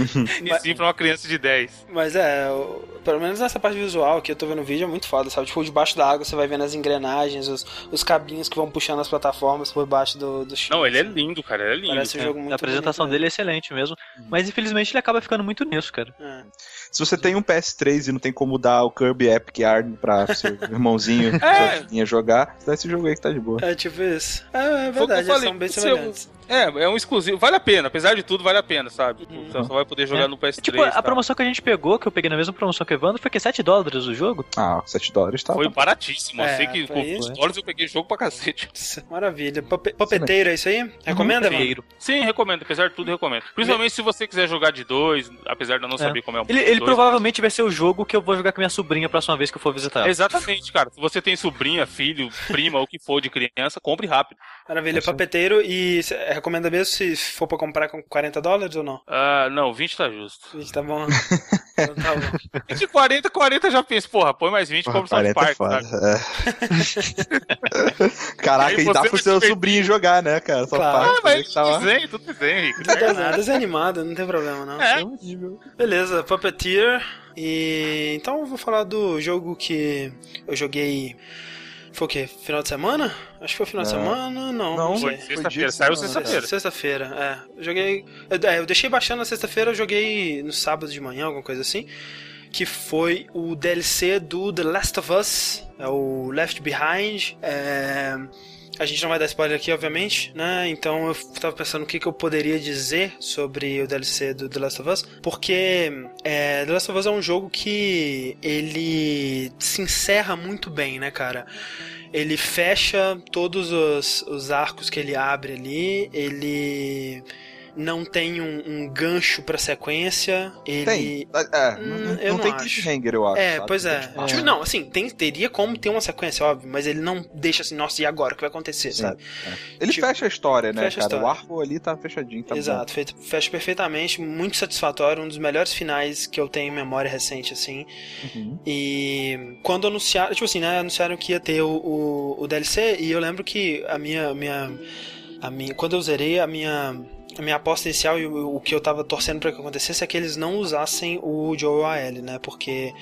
Speaker 4: E sim pra uma criança de 10.
Speaker 1: Mas pelo menos nessa parte visual que eu tô vendo o vídeo é muito foda, sabe? Tipo, debaixo da água você vai vendo as engrenagens, os cabinhos que vão puxando as plataformas por baixo do chão.
Speaker 4: Não, ele é lindo, cara, ele é lindo.
Speaker 1: Parece um jogo muito
Speaker 3: A apresentação
Speaker 1: bonito,
Speaker 3: dele é excelente mesmo, mas infelizmente ele acaba ficando muito nisso, cara.
Speaker 2: Se você tem um PS3 e não tem como dar o Kirby Epic Yarn pra seu irmãozinho sua filhinha jogar, dá esse jogo aí que tá de boa.
Speaker 1: É tipo isso. É verdade, eles são bem semelhantes.
Speaker 4: É um exclusivo. Vale a pena, apesar de tudo, vale a pena, sabe? Você só vai poder jogar no PS3.
Speaker 3: Tipo, a promoção que a gente pegou, que eu peguei na mesma promoção que o Evandro, foi que $7 o jogo.
Speaker 2: $7 tá.
Speaker 4: Foi baratíssimo. Eu sei que com $2 eu peguei jogo pra cacete.
Speaker 1: Maravilha. Papeteiro, é isso aí? Recomenda, Evandro?
Speaker 4: Sim, recomendo. Apesar de tudo, recomendo. Principalmente se você quiser jogar de 2, apesar de eu não saber como é o
Speaker 3: Ele provavelmente vai ser o jogo que eu vou jogar com minha sobrinha a próxima vez que eu for visitar ela.
Speaker 4: Exatamente, cara. Se você tem sobrinha, filho, prima, ou o que for de criança, compre rápido.
Speaker 1: Maravilha, papeteiro. E recomenda mesmo se for pra comprar com $40 ou não?
Speaker 4: Não, 20 tá justo.
Speaker 1: 20 tá bom. Então tá bom.
Speaker 4: 20, 40 já penso, porra, põe mais 20 como South Park, sabe?
Speaker 2: Caraca, e dá pro seu sobrinho jogar, né, cara? South Park.
Speaker 4: Mas tudo desenho, Rico.
Speaker 1: Desenho animado, não tem problema, não.
Speaker 2: É horrível.
Speaker 1: Beleza, Puppeteer. E então eu vou falar do jogo que eu joguei. Foi o quê? Final de semana? Acho que foi final de semana. Não
Speaker 4: foi sexta-feira. Saiu sexta-feira.
Speaker 1: Sexta-feira, Eu joguei. Eu deixei baixando na sexta-feira, eu joguei no sábado de manhã, alguma coisa assim. Que foi o DLC do The Last of Us. É o Left Behind. A gente não vai dar spoiler aqui, obviamente, né? Então eu tava pensando o que eu poderia dizer sobre o DLC do The Last of Us, porque The Last of Us é um jogo que ele se encerra muito bem, né, cara? Ele fecha todos os arcos que ele abre ali, ele não tem um gancho pra sequência. Ele...
Speaker 2: Tem. Não tem cliffhanger, eu acho.
Speaker 1: Pois é. Tipo, não, assim, teria como ter uma sequência, óbvio, mas ele não deixa assim, nossa, e agora? O que vai acontecer, sabe?
Speaker 2: Ele fecha a história, né, cara? O arco ali tá fechadinho, tá
Speaker 1: Exato,
Speaker 2: bom.
Speaker 1: Fecha perfeitamente, muito satisfatório, um dos melhores finais que eu tenho em memória recente, assim. E quando anunciaram, tipo assim, né, anunciaram que ia ter o DLC, e eu lembro que a minha quando eu zerei, a minha aposta inicial e o que eu tava torcendo pra que acontecesse é que eles não usassem o Joel A.L., né? Porque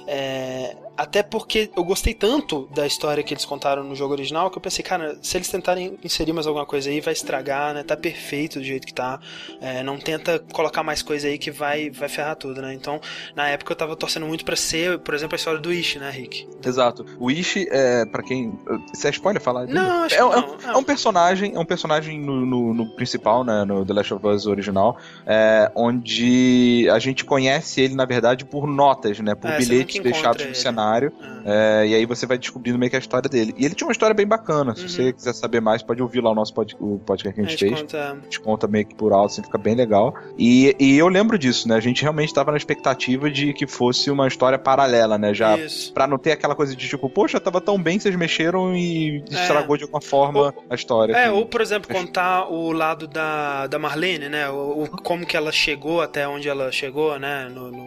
Speaker 1: Até porque eu gostei tanto da história que eles contaram no jogo original que eu pensei, cara, se eles tentarem inserir mais alguma coisa aí, vai estragar, né? Tá perfeito do jeito que tá. Não tenta colocar mais coisa aí que vai ferrar tudo, né? Então, na época eu tava torcendo muito pra ser, por exemplo, a história do Ishi, né, Rick?
Speaker 2: Exato. O Ishi, pra quem... Você é spoiler falar?
Speaker 1: Não, acho que não.
Speaker 2: É um personagem no principal, né, no The Last of Us original, onde a gente conhece ele, na verdade, por notas, né, por bilhetes deixados no cenário. E aí você vai descobrindo meio que a história dele. E ele tinha uma história bem bacana. Se você quiser saber mais, pode ouvir lá o nosso podcast que a gente fez. A gente conta meio que por alto, assim, fica bem legal. E eu lembro disso, né? A gente realmente estava na expectativa de que fosse uma história paralela, né? Já pra não ter aquela coisa de tipo, poxa, tava tão bem, vocês mexeram e estragou de alguma forma a história.
Speaker 1: Ou, por exemplo, contar o lado da Marlene, né? Como que ela chegou até onde ela chegou, né?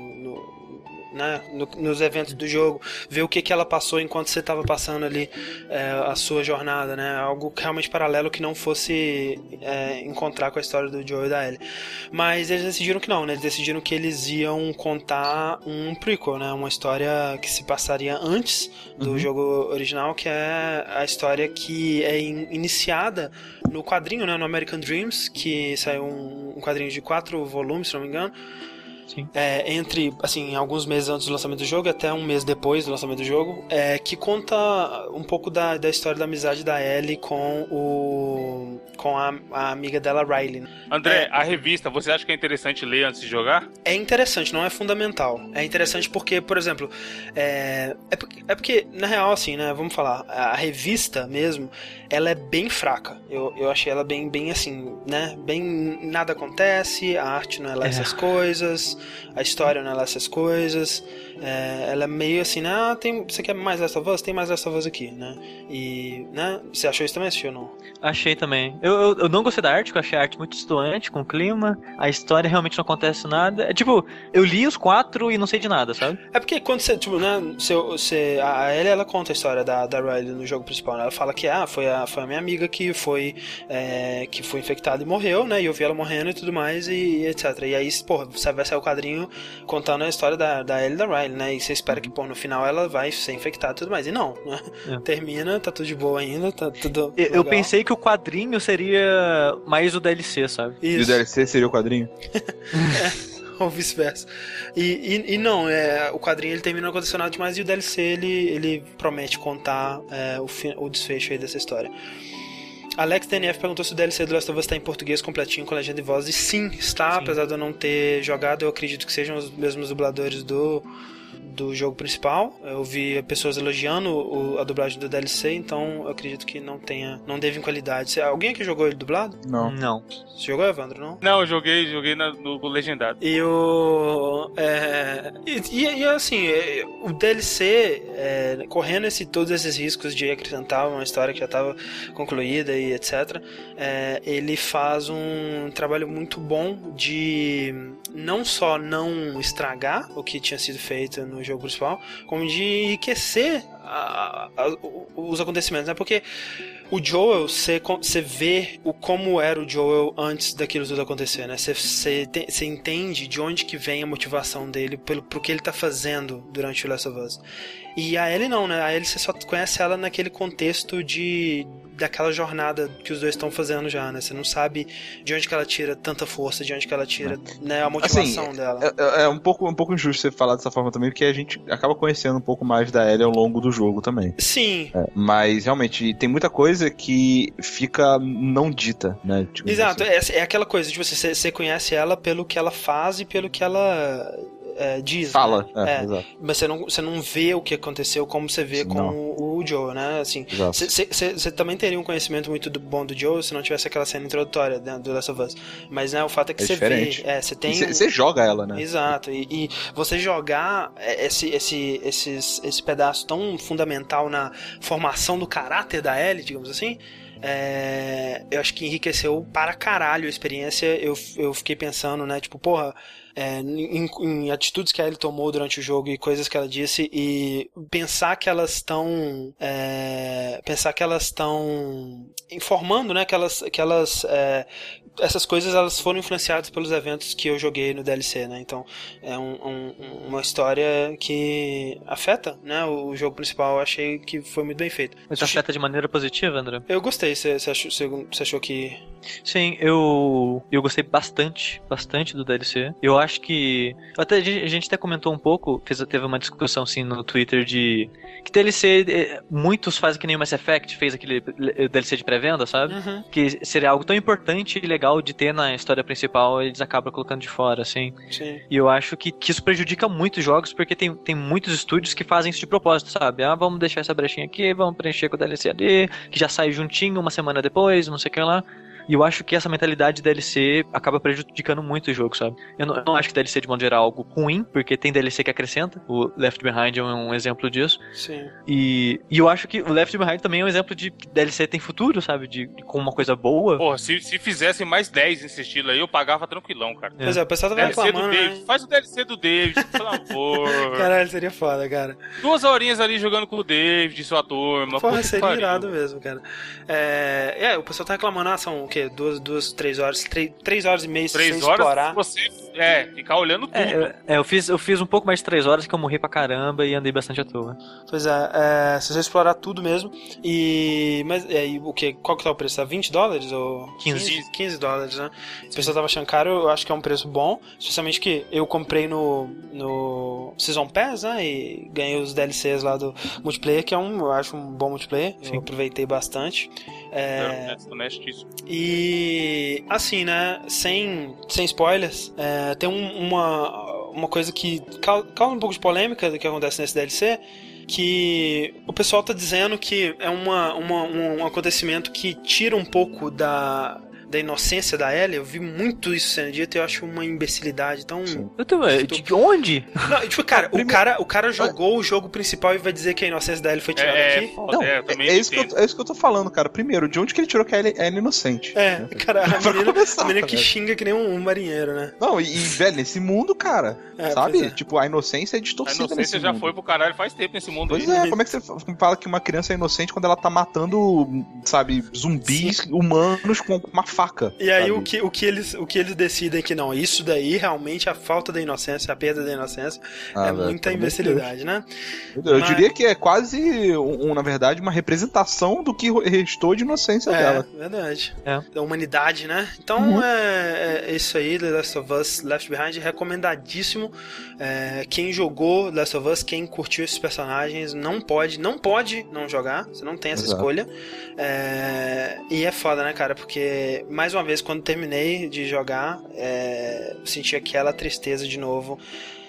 Speaker 1: Nos eventos do jogo, ver o que ela passou enquanto você estava passando ali a sua jornada, né? Algo realmente paralelo que não fosse encontrar com a história do Joel e da Ellie. Mas eles decidiram que não, né? Eles decidiram que eles iam contar um prequel, né? Uma história que se passaria antes do jogo original, que é a história que é iniciada no quadrinho, né? No American Dreams, que saiu um quadrinho de 4 volumes, se não me engano.
Speaker 3: Sim.
Speaker 1: Entre, assim, alguns meses antes do lançamento do jogo e até um mês depois do lançamento do jogo, que conta um pouco da história da amizade da Ellie com a amiga dela, Riley.
Speaker 4: André, a revista, você acha que é interessante ler antes de jogar?
Speaker 1: É interessante, não é fundamental. É interessante porque, por exemplo, porque, na real, assim, né, vamos falar, a revista mesmo, ela é bem fraca. Eu achei ela bem assim, né, bem nada acontece, a arte não é lá essas coisas, a história não é lá essas coisas, ela é meio assim, né, você quer mais Last of Us? Tem mais Last of Us aqui, né, e, né, você achou isso também, assistiu ou não?
Speaker 3: Achei também. Eu não gostei da arte, eu achei a arte muito distoante, com o clima, a história realmente não acontece nada, eu li os 4 e não sei de nada, sabe?
Speaker 1: É porque quando você, tipo, né, a Ellie, ela conta a história da Riley no jogo principal, né? Ela fala que, foi a minha amiga que foi infectada e morreu, né, e eu vi ela morrendo e tudo mais, e etc. E aí, porra, você vai sair o quadrinho contando a história da Ellie e da Riley, né, e você espera que, no final ela vai ser infectada e tudo mais, e não, né? Termina, tá tudo de boa ainda, tá tudo
Speaker 3: eu pensei que o quadrinho seria mais o DLC, sabe?
Speaker 2: Isso. E o DLC seria o quadrinho?
Speaker 1: Ou vice-versa. E não, o quadrinho ele termina acontecendo nada demais, e o DLC ele promete contar o desfecho aí dessa história. Alex DNF perguntou se o DLC do Last of Us está em português completinho com legenda e voz, e sim, está, apesar de eu não ter jogado, eu acredito que sejam os mesmos dubladores do jogo principal. Eu vi pessoas elogiando a dublagem do DLC, então eu acredito que não deve em qualidade. Alguém aqui jogou ele dublado?
Speaker 3: Não.
Speaker 1: Você jogou, Evandro, não?
Speaker 4: Não, eu joguei no legendado.
Speaker 1: E assim, o DLC, correndo todos esses riscos de acrescentar uma história que já estava concluída e etc., ele faz um trabalho muito bom de não só não estragar o que tinha sido feito no jogo principal, como de enriquecer os acontecimentos, né? Porque o Joel, você vê como era o Joel antes daquilo tudo acontecer, né? Você entende de onde que vem a motivação dele pro que ele tá fazendo durante o Last of Us. E a Ellie não, né? A Ellie você só conhece ela naquele contexto daquela jornada que os dois estão fazendo já, né? Você não sabe de onde que ela tira tanta força, de onde que ela tira, né, a motivação dela.
Speaker 2: É um pouco injusto você falar dessa forma também, porque a gente acaba conhecendo um pouco mais da Ellie ao longo do jogo também.
Speaker 1: Sim.
Speaker 2: Mas, realmente, tem muita coisa que fica não dita, né? Tipo,
Speaker 1: exato, assim. É aquela coisa, tipo, você conhece ela pelo que ela faz e pelo que ela diz,
Speaker 2: fala,
Speaker 1: né?
Speaker 2: Exato.
Speaker 1: Mas você não vê o que aconteceu como você vê com o Joe, né? Assim, você também teria um conhecimento muito bom do Joe se não tivesse aquela cena introdutória, né, do Last of Us. Mas, né, o fato é que você vê, você tem...
Speaker 2: Você joga ela, né?
Speaker 1: Exato, e você jogar esse pedaço tão fundamental na formação do caráter da Ellie, digamos assim, eu acho que enriqueceu para caralho a experiência. Eu fiquei pensando, né, tipo, porra, em atitudes que a Ellie tomou durante o jogo e coisas que ela disse, e pensar que elas estão informando, né, que essas coisas elas foram influenciadas pelos eventos que eu joguei no DLC, né? Então é uma história que afeta, né, o jogo principal. Eu achei que foi muito bem feito.
Speaker 3: Mas afeta de maneira positiva, André?
Speaker 1: Eu gostei. Você achou que...
Speaker 3: Sim, eu gostei bastante do DLC. Eu acho que... a gente até comentou um pouco, teve uma discussão assim no Twitter de que DLC, muitos fazem que nem o Mass Effect fez aquele DLC de pré-venda, sabe?
Speaker 1: Uhum.
Speaker 3: Que seria algo tão importante e legal de ter na história principal, eles acabam colocando de fora, assim.
Speaker 1: Sim.
Speaker 3: E eu acho que isso prejudica muito os jogos, porque tem muitos estúdios que fazem isso de propósito, sabe? Vamos deixar essa brechinha aqui, vamos preencher com o DLC ali, que já sai juntinho uma semana depois, não sei o que lá. E eu acho que essa mentalidade de DLC acaba prejudicando muito o jogo, sabe? Eu não acho que DLC de modo geral é algo ruim, porque tem DLC que acrescenta. O Left Behind é um exemplo disso.
Speaker 1: Sim.
Speaker 3: E eu acho que o Left Behind também é um exemplo de que DLC tem futuro, sabe? De com uma coisa boa.
Speaker 4: Porra, se fizessem mais 10 nesse estilo aí, eu pagava tranquilão, cara.
Speaker 1: Pois é, o pessoal tava reclamando, né?
Speaker 4: Faz o DLC do David, pelo amor.
Speaker 1: Caralho, seria foda, cara.
Speaker 4: 2 horinhas ali jogando com o David, sua turma.
Speaker 1: Porra, seria irado mesmo, cara. O pessoal tá reclamando, são o quê? 3 horas, 3 horas e meia sem explorar.
Speaker 4: Você ficar olhando tudo.
Speaker 3: Eu fiz um pouco mais de 3 horas que eu morri pra caramba e andei bastante à toa.
Speaker 1: Pois se você explorar tudo mesmo. Mas o que? Qual que tá o preço? Tá $20 ou 15 dólares, né? Se a pessoa tava achando caro, eu acho que é um preço bom, especialmente que eu comprei no Season Pass, né? E ganhei os DLCs lá do multiplayer, que eu acho um bom multiplayer. Sim. Eu aproveitei bastante. E assim, né, sem spoilers, tem uma coisa que causa um pouco de polêmica do que acontece nesse DLC, que o pessoal tá dizendo que é um acontecimento que tira um pouco da inocência da Ellie. Eu vi muito isso sendo dito e eu acho uma imbecilidade tão...
Speaker 3: Eu também. De onde?
Speaker 1: Não, tipo, cara, o cara jogou o jogo principal e vai dizer que a inocência da Ellie foi tirada aqui?
Speaker 2: Não, é isso que eu tô falando, cara. Primeiro, de onde que ele tirou que a Ellie é inocente?
Speaker 1: Cara, a menina que xinga que nem um marinheiro, né?
Speaker 2: Não, velho, nesse mundo, cara, sabe? Tipo, a inocência é distorcida.
Speaker 4: A inocência já foi pro caralho faz tempo nesse mundo.
Speaker 2: Pois como é que você fala que uma criança é inocente quando ela tá matando, sabe, zumbis humanos com uma faca?
Speaker 1: E aí o que eles decidem que não, isso daí realmente a falta da inocência, a perda da inocência muita imbecilidade, né?
Speaker 2: Eu diria que é quase, na verdade, uma representação do que restou de inocência dela.
Speaker 1: Verdade. Da humanidade, né? Então é isso aí, The Last of Us Left Behind, recomendadíssimo. Quem jogou The Last of Us, quem curtiu esses personagens, não pode não jogar, você não tem essa escolha. E é foda, né, cara? Porque mais uma vez, quando terminei de jogar, senti aquela tristeza de novo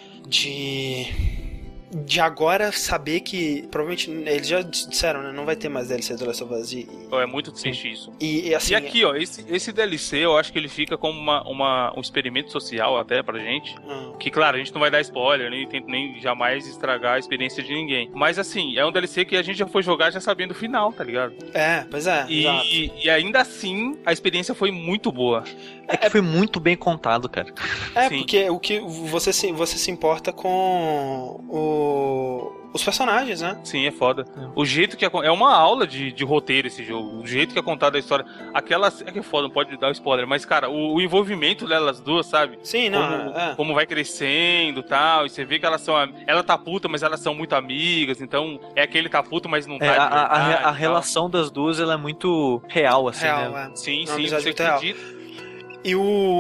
Speaker 1: de agora saber que provavelmente eles já disseram, né, não vai ter mais DLC do Last of Us.
Speaker 4: É muito triste isso.
Speaker 1: E assim,
Speaker 4: aqui, ó, esse DLC eu acho que ele fica como um experimento social até pra gente. Que, claro, a gente não vai dar spoiler, nem jamais estragar a experiência de ninguém. Mas assim, é um DLC que a gente já foi jogar já sabendo o final, tá ligado?
Speaker 1: Pois é.
Speaker 4: E ainda assim, a experiência foi muito boa.
Speaker 3: É que foi muito bem contado, cara.
Speaker 1: Sim. Porque o que você se importa com os personagens, né?
Speaker 4: Sim, é foda. O jeito que é uma aula de roteiro esse jogo. O jeito que é contada a história. É que é foda, não pode dar spoiler, mas, cara, o envolvimento delas duas, sabe?
Speaker 1: Sim,
Speaker 4: como vai crescendo e tal. E você vê que elas são. Ela tá puta, mas elas são muito amigas. Então, é aquele tá puto, mas não tá.
Speaker 3: A relação das duas, ela é muito real, assim, né?
Speaker 4: Sim, você acredita.
Speaker 1: E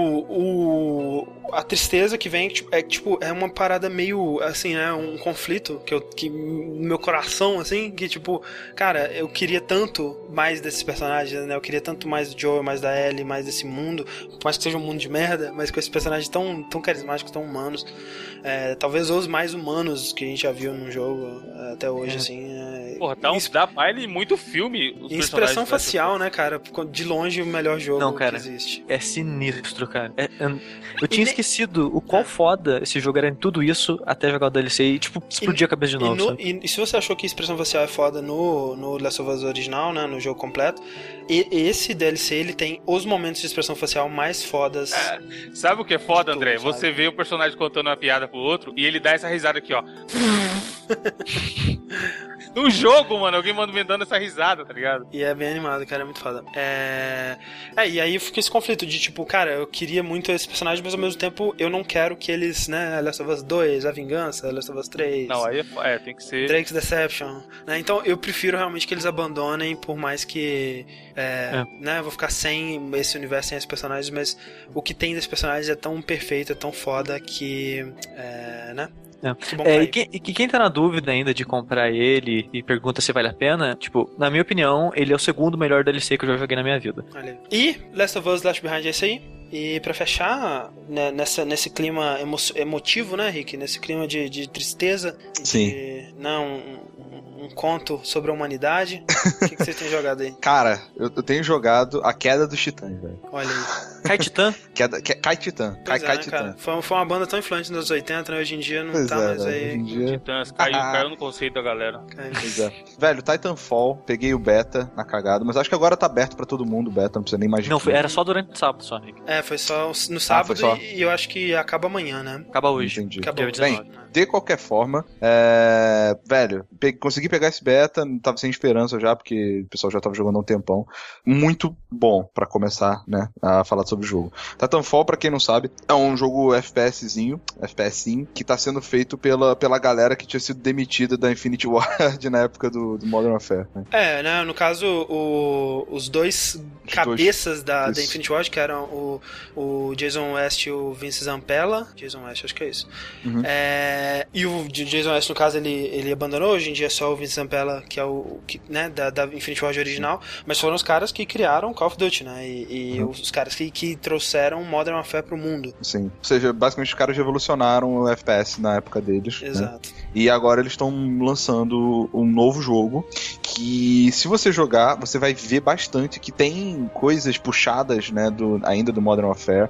Speaker 1: a tristeza que vem é uma parada meio assim, né, um conflito que no meu coração, assim, que tipo, cara, eu queria tanto mais desses personagens, né, eu queria tanto mais do Joel, mais da Ellie, mais desse mundo, por mais que seja um mundo de merda, mas com esses personagens tão carismáticos, tão humanos, talvez os mais humanos que a gente já viu num jogo até hoje, assim.
Speaker 4: Porra, dá baile muito filme.
Speaker 1: Expressão facial, né, cara, de longe o melhor jogo
Speaker 3: que
Speaker 1: existe.
Speaker 3: É sinistro, cara. Eu tinha esquecido o qual foda esse jogo era em tudo isso até jogar o DLC e, tipo, explodir a cabeça de novo.
Speaker 1: E se você achou que a expressão facial é foda no Last of Us original, né, no jogo completo, esse DLC, ele tem os momentos de expressão facial mais fodas.
Speaker 4: Sabe o que é foda, André? Sabe? Você vê o personagem contando uma piada pro outro e ele dá essa risada aqui, ó. No jogo, mano, alguém me dando essa risada, tá ligado?
Speaker 1: E é bem animado, cara, é muito foda. E aí fica esse conflito de, tipo, cara, eu queria muito esse personagem, mas ao mesmo tempo eu não quero que eles, né, Last of Us 2, A Vingança, Last of Us 3...
Speaker 4: Não, aí tem que ser...
Speaker 1: Drake's Deception, né? Então eu prefiro realmente que eles abandonem, por mais que, né, eu vou ficar sem esse universo, sem esses personagens, mas o que tem desses personagens é tão perfeito, é tão foda que, né...
Speaker 3: E quem tá na dúvida ainda de comprar ele e pergunta se vale a pena, tipo, na minha opinião, ele é o segundo melhor DLC que eu já joguei na minha vida.
Speaker 1: E Last of Us Left Behind é isso aí. E pra fechar, né, nesse clima emotivo, né, Rick? Nesse clima de tristeza.
Speaker 2: Sim.
Speaker 1: Um conto sobre a humanidade. O que você tem jogado aí?
Speaker 2: Cara, eu tenho jogado A Queda dos Titãs, velho.
Speaker 1: Olha aí.
Speaker 3: Kai Titã?
Speaker 2: Kai Titã. Kai Titã.
Speaker 1: Foi uma banda tão influente nos anos 80, né? Hoje em dia não
Speaker 2: pois
Speaker 1: tá mais aí.
Speaker 2: Hoje em dia...
Speaker 4: Titãs, caiu no conceito da galera.
Speaker 2: Pois é. Velho, Titanfall, peguei o beta na cagada, mas acho que agora tá aberto pra todo mundo o beta, não precisa nem mais...
Speaker 3: Não, era só durante o sábado, só, Rick.
Speaker 1: Foi só no sábado e eu acho que acaba amanhã, né?
Speaker 3: Acaba hoje.
Speaker 2: Entendi.
Speaker 1: Acabou.
Speaker 2: Bem, de qualquer forma, velho, consegui pegar esse beta, tava sem esperança já, porque o pessoal já tava jogando há um tempão. Muito bom pra começar, né, a falar sobre o jogo. Titanfall, pra quem não sabe, é um jogo FPSzinho, que tá sendo feito pela galera que tinha sido demitida da Infinity Ward na época do Modern Warfare. Né?
Speaker 1: Né, no caso, os dois cabeças da Infinity Ward, que eram o Jason West e o Vince Zampella. Jason West, acho que é isso.
Speaker 2: Uhum.
Speaker 1: E o Jason West, no caso, ele abandonou. Hoje em dia é só o Vince Zampella, que é o né, da Infinity Ward original. Mas foram os caras que criaram Call of Duty, né? E os caras que trouxeram Modern Warfare pro mundo.
Speaker 2: Sim. Ou seja, basicamente os caras revolucionaram o FPS na época deles.
Speaker 1: Exato.
Speaker 2: Né? E agora eles estão lançando um novo jogo que, se você jogar, você vai ver bastante que tem coisas puxadas, né, ainda do Modern Warfare.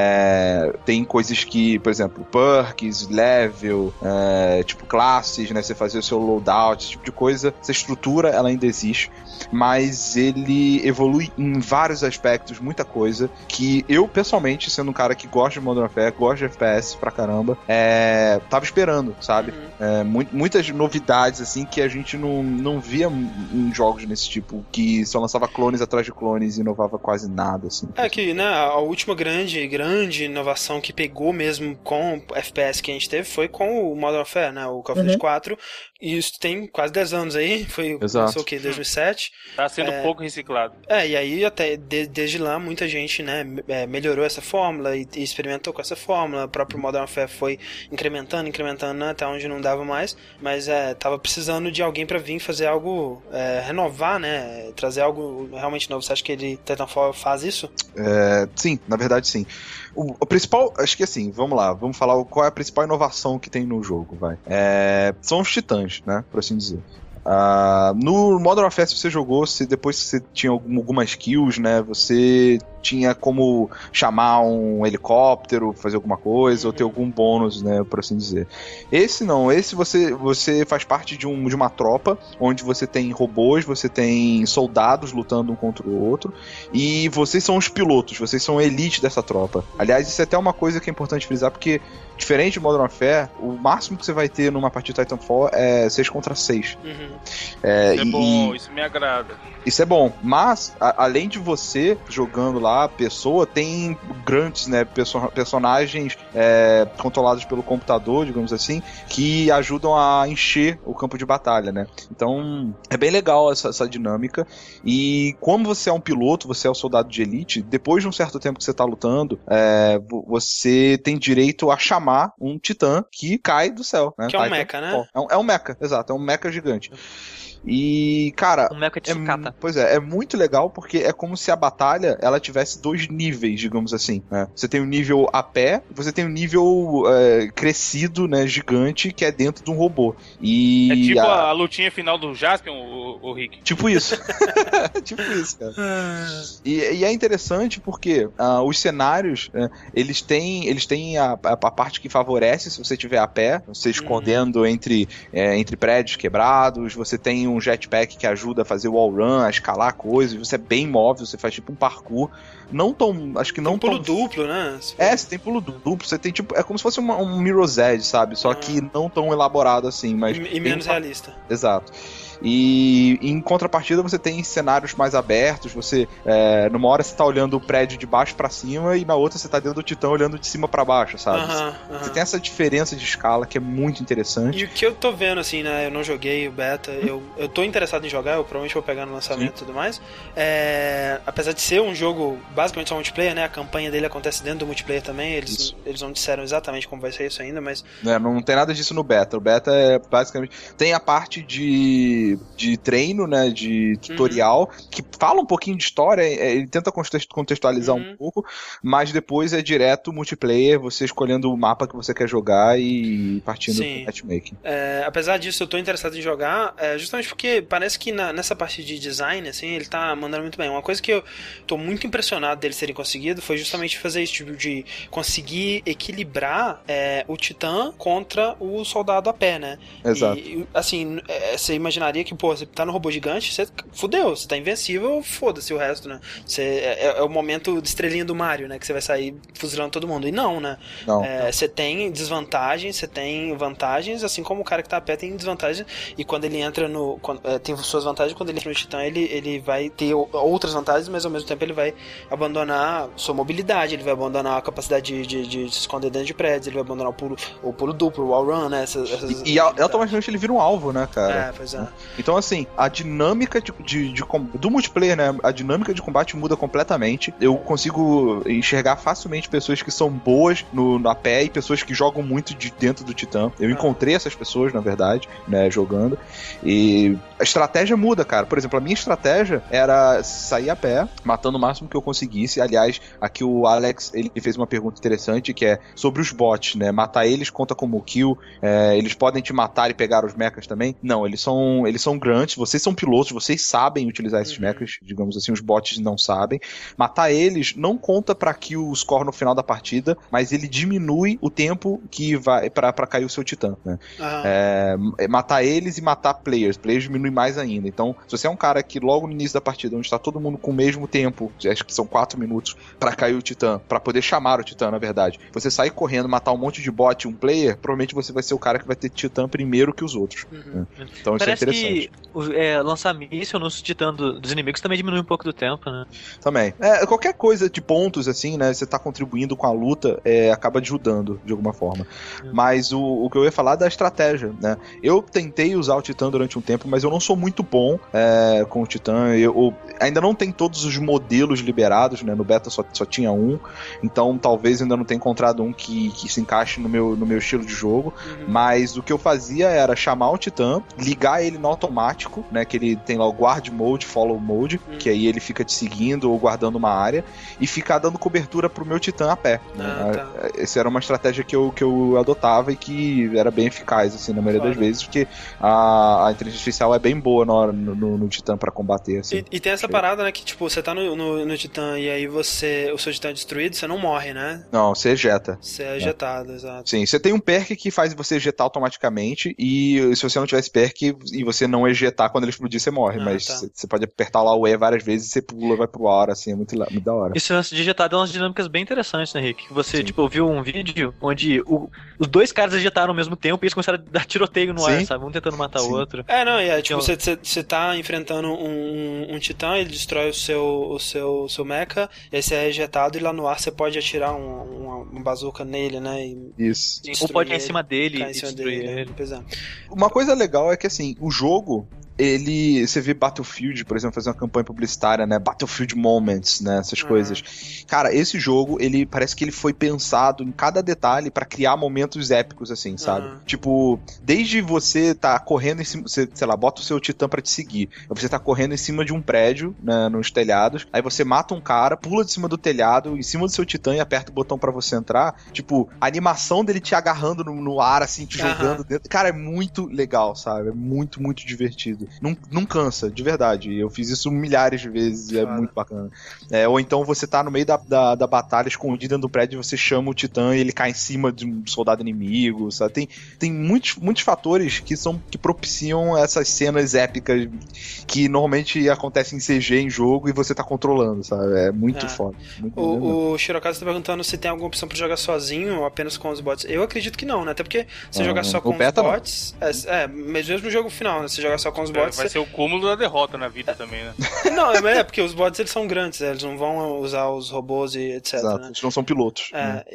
Speaker 2: Tem coisas que, por exemplo, perks, level, tipo classes, né, você fazer o seu loadout, esse tipo de coisa. Essa estrutura, ela ainda existe, mas ele evolui em vários aspectos, muita coisa, que eu, pessoalmente, sendo um cara que gosta de Modern Warfare, gosta de FPS pra caramba, tava esperando, sabe? Muitas novidades, assim, que a gente não via em jogos nesse tipo, que só lançava clones atrás de clones e inovava quase nada, assim.
Speaker 1: Que, né, a última grande inovação que pegou mesmo com o FPS que a gente teve foi com o Modern Warfare, né, o Call of Duty 4, e isso tem quase 10 anos aí, começou o quê? 2007.
Speaker 4: Tá sendo pouco reciclado.
Speaker 1: E aí até desde lá muita gente, né, melhorou essa fórmula e experimentou com essa fórmula. O próprio Modern Warfare foi incrementando, né, até onde não dava mais, mas tava precisando de alguém pra vir fazer algo, renovar, né, trazer algo realmente novo. Você acha que Titanfall faz isso?
Speaker 2: Sim, na verdade sim. O principal, acho que assim, vamos falar qual é a principal inovação que tem no jogo, vai. São os titãs, né, por assim dizer. No Modern Warfare, se você jogou, depois que você tinha algumas kills, né, você tinha como chamar um helicóptero, fazer alguma coisa, ou ter algum bônus, né, por assim dizer. Esse não, você faz parte de uma tropa, onde você tem robôs, você tem soldados lutando um contra o outro, e vocês são os pilotos, vocês são a elite dessa tropa. Aliás, isso é até uma coisa que é importante frisar, porque diferente de Modern Warfare, o máximo que você vai ter numa partida de Titanfall é 6 contra 6.
Speaker 4: Isso é bom, isso me agrada.
Speaker 2: Isso é bom, mas além de você jogando lá, a pessoa tem grandes, né, personagens controlados pelo computador, digamos assim, que ajudam a encher o campo de batalha, né? Então é bem legal essa dinâmica. E como você é um piloto, você é um soldado de elite, depois de um certo tempo que você tá lutando, você tem direito a chamar um titã que cai do céu, né?
Speaker 1: Que é um mecha, né?
Speaker 2: É um mecha, exato, é um mecha gigante. E, cara,
Speaker 3: um mecha de sucata.
Speaker 2: Pois é muito legal porque é como se a batalha ela tivesse 2 níveis, digamos assim, né? Você tem um nível a pé, você tem um nível crescido, né, gigante, que é dentro de um robô. E
Speaker 4: é tipo a lutinha final do Jaspion, o Rick.
Speaker 2: Tipo isso. Tipo isso, cara. E é interessante porque os cenários, eles têm a parte que favorece se você estiver a pé, você escondendo entre prédios quebrados, você tem um jetpack que ajuda a fazer wall run, a escalar coisas, você é bem móvel, você faz tipo um parkour. Acho que não
Speaker 1: tem pulo duplo, né?
Speaker 2: Você tem pulo duplo, você tem tipo, é como se fosse um Mirror's Edge, sabe? Só que não tão elaborado assim, mas...
Speaker 1: E menos realista.
Speaker 2: Exato. E em contrapartida você tem cenários mais abertos, você numa hora você tá olhando o prédio de baixo pra cima e na outra você tá dentro do Titã olhando de cima pra baixo, sabe? Você tem essa diferença de escala que é muito interessante.
Speaker 1: E o que eu tô vendo, assim, né, eu não joguei o beta, eu tô interessado em jogar, eu provavelmente vou pegar no lançamento e tudo mais, apesar de ser um jogo basicamente só multiplayer, né, a campanha dele acontece dentro do multiplayer também, eles não disseram exatamente como vai ser isso ainda, mas...
Speaker 2: Não tem nada disso no beta, o beta é basicamente... Tem a parte de treino, né, de tutorial, que fala um pouquinho de história, ele tenta contextualizar um pouco, mas depois é direto multiplayer, você escolhendo o mapa que você quer jogar e partindo pro matchmaking.
Speaker 1: Apesar disso, eu tô interessado em jogar, justamente porque parece que nessa parte de design, assim, ele tá mandando muito bem. Uma coisa que eu tô muito impressionado deles terem conseguido foi justamente fazer isso, tipo, de conseguir equilibrar o Titã contra o soldado a pé, né?
Speaker 2: Exato.
Speaker 1: E, assim, você imaginaria que, pô, você tá no robô gigante, você fudeu, você tá invencível, foda-se o resto, né? É o momento de estrelinha do Mario, né? Que você vai sair fuzilando todo mundo. E não, né? Você tem desvantagens, você tem vantagens, assim como o cara que tá a pé tem desvantagens, e quando ele entra tem suas vantagens, quando ele entra no Titã, ele vai ter outras vantagens, mas ao mesmo tempo ele vai abandonar sua mobilidade, ele vai abandonar a capacidade de se esconder dentro de prédios, ele vai abandonar o pulo duplo, o wall run, né?
Speaker 2: E automaticamente ele vira um alvo, né, cara?
Speaker 1: Pois é.
Speaker 2: Então, assim, a dinâmica do multiplayer, né? A dinâmica de combate muda completamente. Eu consigo enxergar facilmente pessoas que são boas a pé e pessoas que jogam muito de dentro do Titã. Eu encontrei essas pessoas, na verdade, né, jogando. E a estratégia muda, cara. Por exemplo, a minha estratégia era sair a pé, matando o máximo que eu conseguisse. Aliás, aqui o Alex, ele fez uma pergunta interessante, que é sobre os bots, né? Matar eles conta como kill. Eles podem te matar e pegar os mechas também? Não, eles são grunts, vocês são pilotos, vocês sabem utilizar esses mechas, digamos assim, os bots não sabem. Matar eles não conta pra kill o score no final da partida, mas ele diminui o tempo que vai pra cair o seu Titã, né? Matar eles e matar players diminui mais ainda. Então, se você é um cara que logo no início da partida, onde está todo mundo com o mesmo tempo, acho que são 4 minutos pra cair o Titã, pra poder chamar o Titã, na verdade, você sair correndo, matar um monte de bot e um player, provavelmente você vai ser o cara que vai ter Titã primeiro que os outros. Né? Então isso
Speaker 3: parece
Speaker 2: é interessante.
Speaker 3: Que lançar míssil no Titã dos inimigos também diminui um pouco do tempo, né?
Speaker 2: Também. Qualquer coisa de pontos, assim, né? Você tá contribuindo com a luta, acaba ajudando de alguma forma. Mas o que eu ia falar é da estratégia, né? Eu tentei usar o Titã durante um tempo, mas eu não sou muito bom com o Titã. Eu ainda não tem todos os modelos liberados, né? No beta só tinha um. Então talvez ainda não tenha encontrado um que se encaixe no meu estilo de jogo. Mas o que eu fazia era chamar o Titã, ligar ele no automático, né? Que ele tem lá o guard mode, follow mode, que aí ele fica te seguindo ou guardando uma área, e ficar dando cobertura pro meu Titã a pé. Né? Essa era uma estratégia que eu adotava e que era bem eficaz, assim, na maioria das vezes, porque a inteligência artificial é bem boa no Titã pra combater, assim.
Speaker 1: E tem essa parada, né, que tipo, você tá no Titã e aí o seu Titã é destruído, você não morre, né?
Speaker 2: Não, você ejeta.
Speaker 1: Você é ejetado, exato.
Speaker 2: Sim, você tem um perk que faz você ejetar automaticamente, e se você não tiver esse perk e você não ejetar quando ele explodir, você morre, mas você pode apertar lá o E várias vezes e você pula, vai pro ar, assim, é muito da hora.
Speaker 3: Isso de ejetar dá umas dinâmicas bem interessantes, né, Rick? Que você, tipo, viu um vídeo onde os dois caras ejetaram ao mesmo tempo e eles começaram a dar tiroteio no ar, sabe? Um tentando matar o outro.
Speaker 1: Tipo, você tá enfrentando um Titã, ele destrói o seu mecha, e aí você é ejetado e lá no ar você pode atirar uma bazuca nele, né?
Speaker 2: Isso.
Speaker 3: Ou pode ir em cima dele e destruir ele.
Speaker 2: Uma coisa legal é que, assim, o jogo, você vê Battlefield, por exemplo, fazer uma campanha publicitária, né, Battlefield Moments, né, essas coisas. Cara, esse jogo, ele parece que ele foi pensado em cada detalhe pra criar momentos épicos, assim, sabe? Tipo, desde você tá correndo em cima, você, sei lá, bota o seu Titã pra te seguir, você tá correndo em cima de um prédio, né, nos telhados, aí você mata um cara, pula de cima do telhado, em cima do seu Titã e aperta o botão pra você entrar, tipo, a animação dele te agarrando no ar, assim, te jogando dentro, cara, é muito legal, sabe? É muito, muito divertido. sabe? Não cansa, de verdade. Eu fiz isso milhares de vezes e é muito bacana. Ou então você tá no meio da batalha, escondido dentro do prédio, e você chama o Titã e ele cai em cima de um soldado inimigo, sabe? Tem muitos fatores que propiciam essas cenas épicas que normalmente acontecem em CG em jogo e você tá controlando, sabe? É muito foda.
Speaker 1: O Shirokazu tá perguntando se tem alguma opção pra jogar sozinho ou apenas com os bots. Eu acredito que não, né? Até porque se jogar só com os bots... mesmo no jogo final, né? Se jogar só com os bots...
Speaker 4: Vai ser o cúmulo da derrota na vida também, né?
Speaker 1: Não, porque os bots eles são grandes, eles não vão usar os robôs e etc.
Speaker 2: Exato,
Speaker 1: né?
Speaker 2: eles não são pilotos.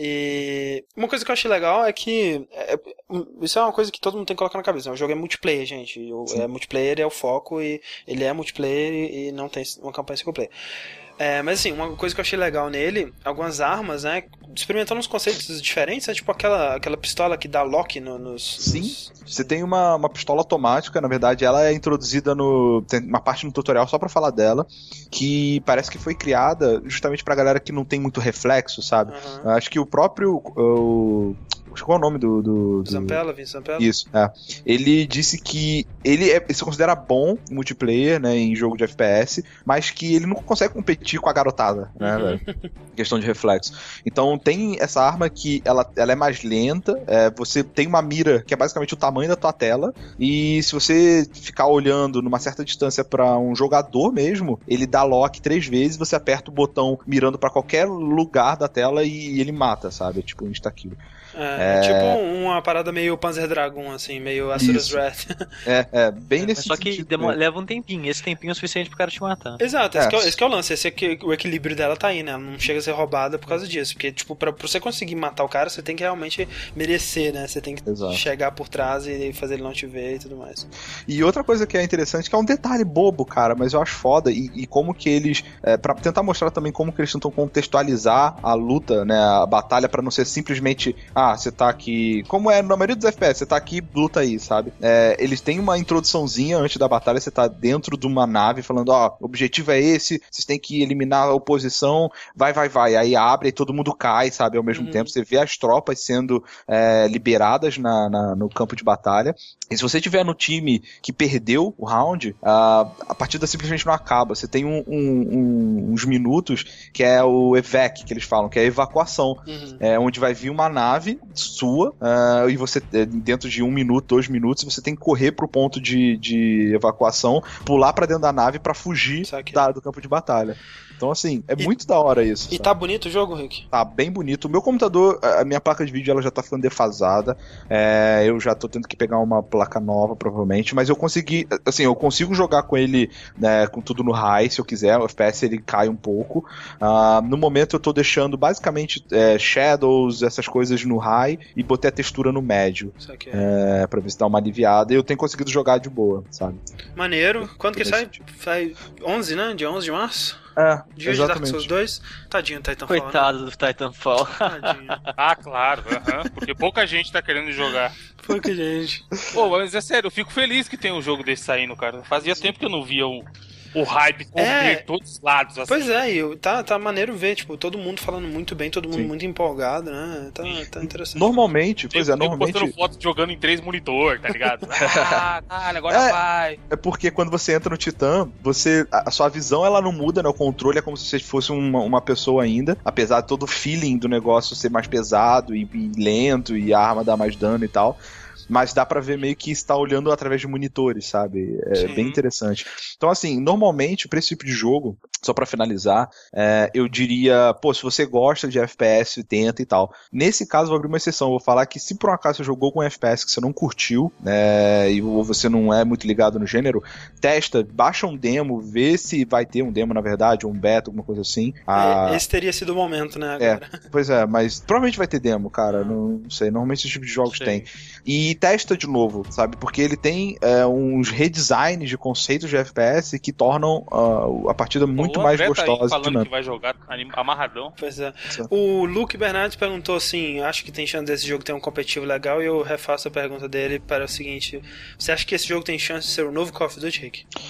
Speaker 1: E uma coisa que eu achei legal é que isso é uma coisa que todo mundo tem que colocar na cabeça. O jogo é multiplayer, gente. Multiplayer é o foco e ele é multiplayer e não tem uma campanha single player. Mas assim, uma coisa que eu achei legal nele, algumas armas, né, experimentando uns conceitos diferentes, tipo aquela pistola que dá lock nos...
Speaker 2: Você tem uma pistola automática, na verdade ela é introduzida tem uma parte no tutorial só pra falar dela, que parece que foi criada justamente pra galera que não tem muito reflexo, sabe? Acho que o próprio... Qual é o nome do...
Speaker 1: Zampella, Vince Zampella?
Speaker 2: Isso, Ele disse que ele se considera bom em multiplayer, né, em jogo de FPS, mas que ele não consegue competir com a garotada, né, velho? Questão de reflexo. Então tem essa arma que ela é mais lenta, você tem uma mira que é basicamente o tamanho da tua tela, e se você ficar olhando numa certa distância pra um jogador mesmo, ele dá lock 3 vezes, você aperta o botão mirando pra qualquer lugar da tela e ele mata, sabe? Tipo um insta-kill.
Speaker 1: Tipo uma parada meio Panzer Dragon, assim, meio Asura's Wrath.
Speaker 2: Bem nesse
Speaker 3: sentido. Só que leva um tempinho, esse tempinho é o suficiente pro cara te matar.
Speaker 1: Exato, esse que é o lance, o equilíbrio dela tá aí, né? Ela não chega a ser roubada por causa disso, porque, tipo, pra você conseguir matar o cara, você tem que realmente merecer, né? Você tem que chegar por trás e fazer ele não te ver e tudo mais.
Speaker 2: E outra coisa que é interessante, que é um detalhe bobo, cara, mas eu acho foda, e como que eles, pra tentar mostrar também como que eles tentam contextualizar a luta, né, a batalha, pra não ser simplesmente, você tá aqui, como é na maioria dos FPS, você tá aqui, luta aí, sabe? Eles têm uma introduçãozinha antes da batalha, você tá dentro de uma nave falando, o objetivo é esse, vocês têm que eliminar a oposição, vai, aí abre e todo mundo cai, sabe? Ao mesmo tempo, você vê as tropas sendo liberadas no campo de batalha, e se você tiver no time que perdeu o round, a partida simplesmente não acaba, você tem uns minutos que é o evac, que eles falam, que é a evacuação, onde vai vir uma nave sua, e você, dentro de 1 minuto, 2 minutos, você tem que correr pro ponto de evacuação, pular pra dentro da nave pra fugir do campo de batalha. Então, assim, muito da hora isso.
Speaker 1: E tá bonito o jogo, Rick?
Speaker 2: Tá bem bonito. O meu computador, a minha placa de vídeo, ela já tá ficando defasada. Eu já tô tendo que pegar uma placa nova, provavelmente. Mas eu consigo jogar com ele, né, com tudo no high, se eu quiser. O FPS, ele cai um pouco. No momento, eu tô deixando, basicamente, shadows, essas coisas no high, e botei a textura no médio. Pra ver se dá uma aliviada. E eu tenho conseguido jogar de boa, sabe?
Speaker 1: Maneiro. Quando que sai? Sai 11, né? Dia 11 de março? Dia de Dark Souls 2. Tadinho do Titanfall.
Speaker 3: Coitado, né? Do Titanfall.
Speaker 1: Tadinho.
Speaker 4: Claro. Porque pouca gente tá querendo jogar.
Speaker 1: Pouca gente.
Speaker 4: Pô, mas é sério, eu fico feliz que tem um jogo desse saindo, cara. Fazia tempo que eu não via o hype cobrir todos os lados. Assim.
Speaker 1: Pois é, tá maneiro ver, tipo, todo mundo falando muito bem, todo mundo muito empolgado, né? Tá interessante.
Speaker 2: Normalmente,
Speaker 4: postando foto jogando em 3 monitor, tá ligado? Agora vai.
Speaker 2: É porque quando você entra no Titã, a sua visão, ela não muda, né? O controle é como se você fosse uma pessoa ainda, apesar de todo o feeling do negócio ser mais pesado e lento, e a arma dar mais dano e tal. Mas dá pra ver meio que está olhando através de monitores, sabe? Bem interessante. Então, assim, normalmente, pra esse tipo de jogo, só pra finalizar, eu diria, se você gosta de FPS, tenta e tal. Nesse caso, eu vou abrir uma exceção. Eu vou falar que se por um acaso você jogou com FPS que você não curtiu, ou você não é muito ligado no gênero, testa, baixa um demo, vê se vai ter um demo, na verdade, ou um beta, alguma coisa assim.
Speaker 1: Esse teria sido o momento, né? Agora.
Speaker 2: Pois é, mas provavelmente vai ter demo, cara. Não sei, normalmente esse tipo de jogos tem. E testa de novo, sabe? Porque ele tem uns redesigns de conceitos de FPS que tornam a partida muito mais gostosa.
Speaker 4: Falando que vai jogar amarradão.
Speaker 1: Pois é. O Luke Bernardes perguntou assim, acho que tem chance desse jogo ter um competitivo legal, e eu refaço a pergunta dele para o seguinte: você acha que esse jogo tem chance de ser o novo Call of Duty, Rick?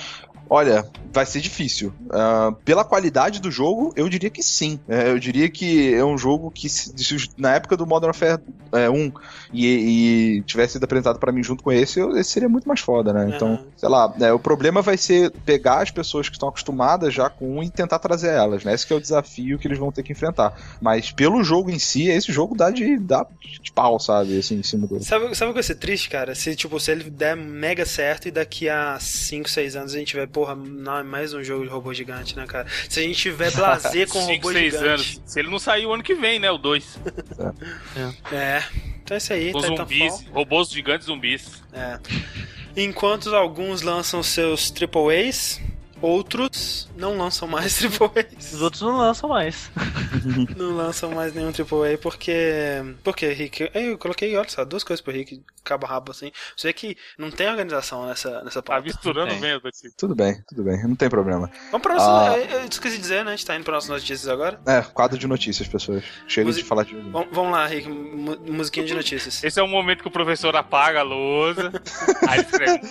Speaker 2: Olha, vai ser difícil. Pela qualidade do jogo, eu diria que sim. Eu diria que é um jogo que, na época do Modern Warfare 1 e tivesse sido apresentado pra mim junto com esse seria muito mais foda, né? Então, sei lá, o problema vai ser pegar as pessoas que estão acostumadas já com e tentar trazer elas, né? Esse que é o desafio que eles vão ter que enfrentar. Mas pelo jogo em si, esse jogo dá de pau, sabe? Assim, em cima do...
Speaker 1: Sabe o que vai ser triste, cara? Se ele der mega certo e daqui a 5, 6 anos a gente vai, mais um jogo de robô gigante, né, cara? Se a gente tiver blazer com robô
Speaker 4: 5, 6
Speaker 1: gigante...
Speaker 4: anos. Se ele não sair o ano que vem, né? O 2.
Speaker 1: Então é isso aí.
Speaker 4: Os zumbis, robôs gigantes zumbis.
Speaker 1: Enquanto alguns lançam seus AAAs, outros não lançam mais AAAs.
Speaker 3: Os outros não lançam mais.
Speaker 1: Não lançam mais nenhum AAA porque, Rick, eu coloquei, olha só, 2 coisas pro Rick, cabo a rabo assim. Você vê que não tem organização nessa pauta.
Speaker 4: Tá misturando mesmo aqui.
Speaker 2: Tudo bem, não tem problema.
Speaker 1: Vamos pra nossa, eu esqueci de dizer, né? A gente tá indo pra nossas notícias agora.
Speaker 2: Quadro de notícias, pessoas. Chega de falar de jogo.
Speaker 1: Vamos lá, Rick, musiquinha de notícias.
Speaker 4: Esse é o momento que o professor apaga a lousa, aí escreve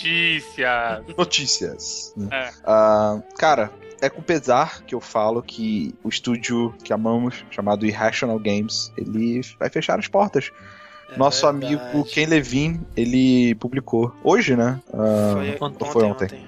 Speaker 4: notícias.
Speaker 2: Cara, é com pesar que eu falo que o estúdio que amamos, chamado Irrational Games, ele vai fechar as portas. Nosso amigo Ken Levine, ele publicou hoje, né? Foi ontem.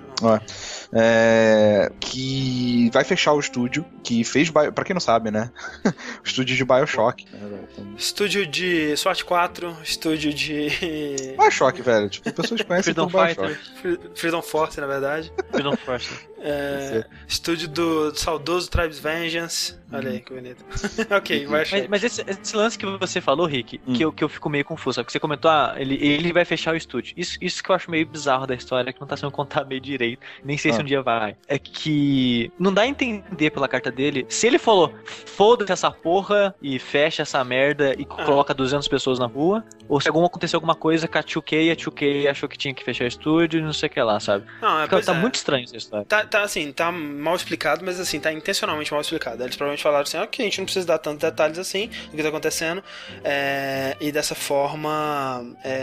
Speaker 2: Que vai fechar o estúdio que fez, pra quem não sabe, né? O estúdio de BioShock.
Speaker 1: Estúdio de SWAT 4, estúdio de...
Speaker 2: BioShock, velho. Tipo, pessoas conhecem
Speaker 3: Freedom Fighter.
Speaker 1: Freedom Force, na verdade.
Speaker 3: Freedom Force.
Speaker 1: Estúdio do saudoso Tribes Vengeance. Olha aí, que bonito. Ok, vai achar.
Speaker 3: Mas esse lance que você falou, Rick, que eu fico meio confuso, porque você comentou, ele vai fechar o estúdio. Isso que eu acho meio bizarro da história, que não tá sendo contado meio direito, nem sei se um dia vai. É que não dá a entender pela carta dele, se ele falou, foda-se essa porra e fecha essa merda e coloca 200 pessoas na rua, ou se aconteceu alguma coisa com a 2K, a 2K achou que tinha que fechar o estúdio e não sei o que lá, sabe? Tá muito estranho essa história.
Speaker 1: Tá mal explicado, mas assim, tá intencionalmente mal explicado. Eles provavelmente falaram assim, ok, a gente não precisa dar tantos detalhes assim do que tá acontecendo, e dessa forma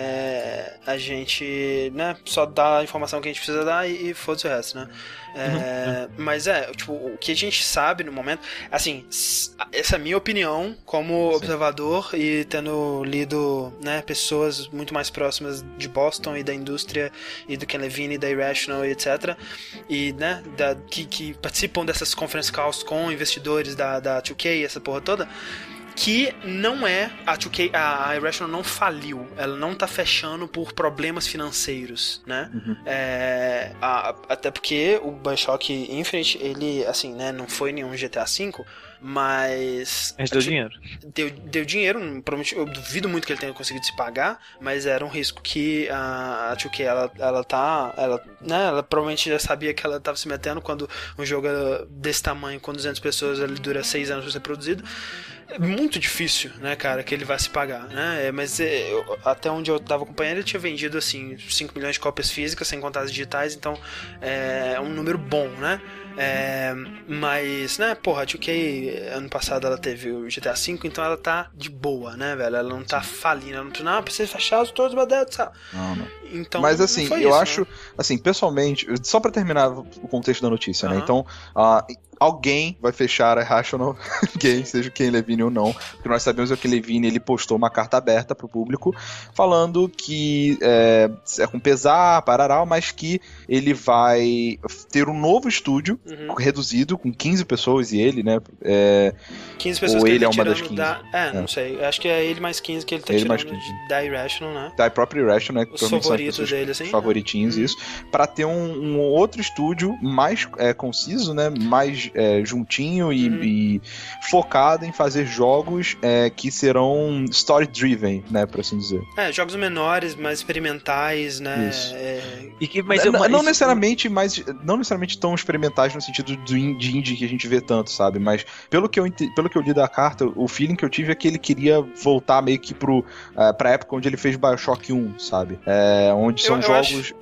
Speaker 1: a gente, né, só dá a informação que a gente precisa dar e foda-se o resto, né? Mas tipo, o que a gente sabe no momento, assim, essa é a minha opinião como observador e tendo lido, né, pessoas muito mais próximas de Boston e da indústria e do Ken Levine e da Irrational e etc, e, né, que participam dessas conference calls com investidores da 2K, essa porra toda, que não é a 2K, a Irrational não faliu, ela não tá fechando por problemas financeiros, né? Até porque o BioShock Infinite, ele, assim, né, não foi nenhum GTA V, mas
Speaker 3: deu dinheiro.
Speaker 1: Deu dinheiro, provavelmente, eu duvido muito que ele tenha conseguido se pagar, mas era um risco que a 2K, ela provavelmente já sabia que ela estava se metendo quando um jogo desse tamanho, com 200 pessoas, ele dura 6 anos para ser produzido. É muito difícil, né, cara, que ele vai se pagar, né? Mas até onde eu tava acompanhando, ele tinha vendido, assim, 5 milhões de cópias físicas, sem contar as digitais, então é um número bom, né? Mas, né, porra, a 2K, ano passado ela teve o GTA V, então ela tá de boa, né, velho? Ela não tá falindo, ela não precisa fechar todos, meu Deus do céu.
Speaker 2: Não.
Speaker 1: Então,
Speaker 2: mas assim, eu
Speaker 1: isso,
Speaker 2: acho,
Speaker 1: né?
Speaker 2: assim, pessoalmente, só pra terminar o contexto da notícia, né? Então, alguém vai fechar a Irrational Games, seja o Ken Levine ou não, porque nós sabemos que o Ken Levine, ele postou uma carta aberta pro público, falando que é com pesar, parará, mas que ele vai ter um novo estúdio, reduzido, com 15 pessoas e ele, né?
Speaker 1: 15 pessoas
Speaker 2: ou
Speaker 1: que
Speaker 2: ele
Speaker 1: tá
Speaker 2: é uma das
Speaker 1: tirando
Speaker 2: 15.
Speaker 1: Não sei, acho que é ele mais 15 que ele tá tirando da Irrational, né?
Speaker 2: Da própria Irrational, né?
Speaker 1: Os favoritos dele, assim.
Speaker 2: Favoritinhos, isso. Pra ter um outro estúdio mais conciso, né? Mais juntinho e focado em fazer jogos que serão story-driven, né? Por assim dizer.
Speaker 1: Jogos menores, mais experimentais, né?
Speaker 2: Isso.
Speaker 1: Não
Speaker 2: necessariamente tão experimentais no sentido de indie que a gente vê tanto, sabe? Mas pelo que eu li da carta, o feeling que eu tive é que ele queria voltar meio que pra época onde ele fez BioShock 1, sabe? Onde são jogos...
Speaker 1: Eu acho que até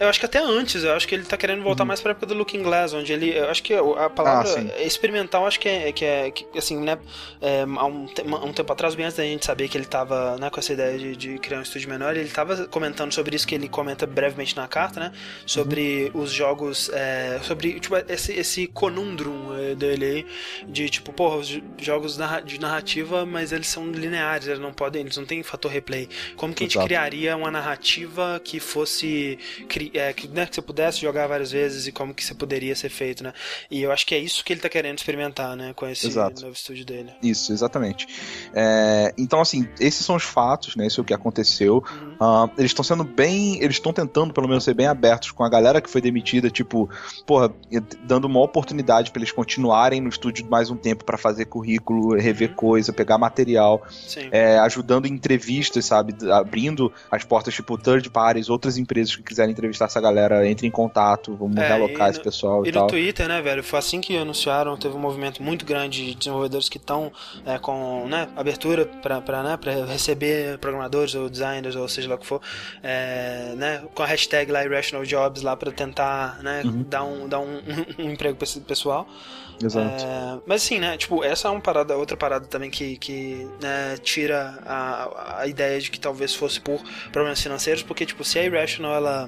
Speaker 1: antes, eu acho que ele tá querendo voltar mais pra época do Looking Glass, onde ele, eu acho que a palavra experimental, acho que assim, né, há um tempo atrás, bem antes da gente saber que ele tava, né, com essa ideia de criar um estúdio menor, ele tava comentando sobre isso, que ele comenta brevemente na carta, né, sobre os jogos, sobre, tipo, esse conundrum dele aí, de, tipo, porra, os jogos de narrativa, mas eles são lineares, eles não têm fator replay. Como que a gente criaria uma narrativa que fosse, que você pudesse jogar várias vezes, e como que isso poderia ser feito, né? E eu acho que é isso que ele tá querendo experimentar, né, com esse novo estúdio dele.
Speaker 2: Isso, exatamente. Então, assim, esses são os fatos, né? Isso é o que aconteceu. Eles estão tentando, pelo menos, ser bem abertos com a galera que foi demitida, tipo, porra, dando uma oportunidade pra eles continuarem no estúdio mais um tempo pra fazer currículo, rever coisa, pegar material, ajudando em entrevistas, sabe? Abrindo as portas, tipo, third parties, outras empresas que quiserem entrevistar essa galera, entre em contato, vamos realocar esse pessoal e tal.
Speaker 1: E no Twitter, né, velho, foi assim que anunciaram, teve um movimento muito grande de desenvolvedores que estão com, né, abertura pra receber programadores ou designers, ou seja lá o que for, né, com a hashtag lá, Irrational Jobs, lá pra tentar, né, dar um emprego pra esse pessoal.
Speaker 2: Exato.
Speaker 1: Mas assim, né, tipo, essa é outra parada também que né, tira a ideia de que talvez fosse por problemas financeiros, porque, tipo, se a Irrational,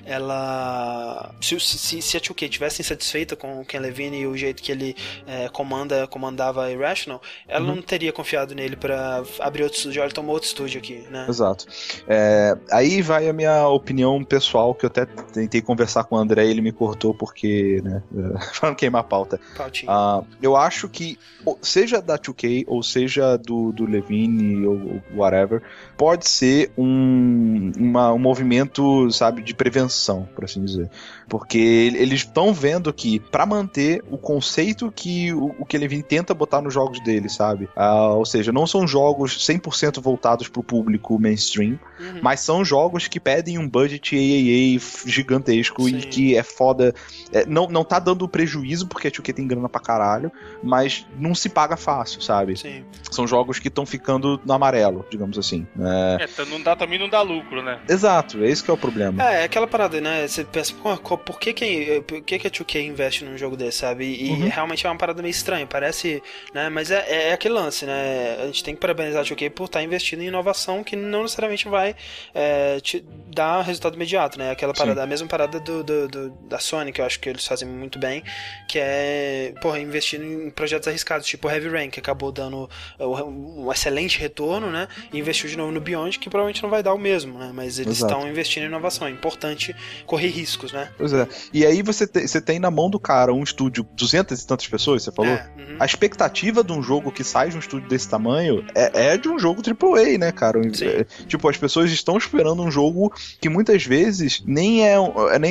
Speaker 1: se a 2K tivesse insatisfeita com o Ken Levine e o jeito que ele comandava a Irrational, ela não teria confiado nele pra abrir outro estúdio. Ele tomou outro estúdio aqui, né?
Speaker 2: Exato. Aí vai a minha opinião pessoal, que eu até tentei conversar com o André e ele me cortou porque, né, pra não queimar a pauta. Eu acho que, seja da 2K ou seja do Levine ou whatever, pode ser um movimento, sabe, de prevenção, por assim dizer. Porque eles estão vendo que, pra manter o conceito que o que Levine tenta botar nos jogos dele, sabe? Ou seja, não são jogos 100% voltados pro público mainstream, mas são jogos que pedem um budget AAA gigantesco. Sim. E que é foda. Não tá dando prejuízo, porque a 2K tem grana pra caralho, mas não se paga fácil, sabe? Sim. São jogos que estão ficando no amarelo, digamos assim.
Speaker 4: Também não dá lucro, né?
Speaker 2: Exato, é esse que é o problema.
Speaker 1: É aquela parada, né? Você pensa, por que a 2K investe num jogo desse, sabe? E realmente é uma parada meio estranha, parece, né? Mas é aquele lance, né? A gente tem que parabenizar a 2K por estar investindo em inovação que não necessariamente vai te dar resultado imediato, né? Aquela parada, a mesma parada da Sony, que eu acho que eles fazem muito bem, que é, investindo em projetos arriscados, tipo o Heavy Rain, que acabou dando um excelente retorno, né? E investiu de novo no Beyond, que provavelmente não vai dar o mesmo, né? Mas eles estão investindo em inovação. É importante correr riscos, né?
Speaker 2: Pois é. E aí você tem na mão do cara um estúdio, 200 e tantas pessoas, você falou? A expectativa de um jogo que sai de um estúdio desse tamanho é de um jogo AAA, né, cara? Tipo, as pessoas estão esperando um jogo que muitas vezes nem é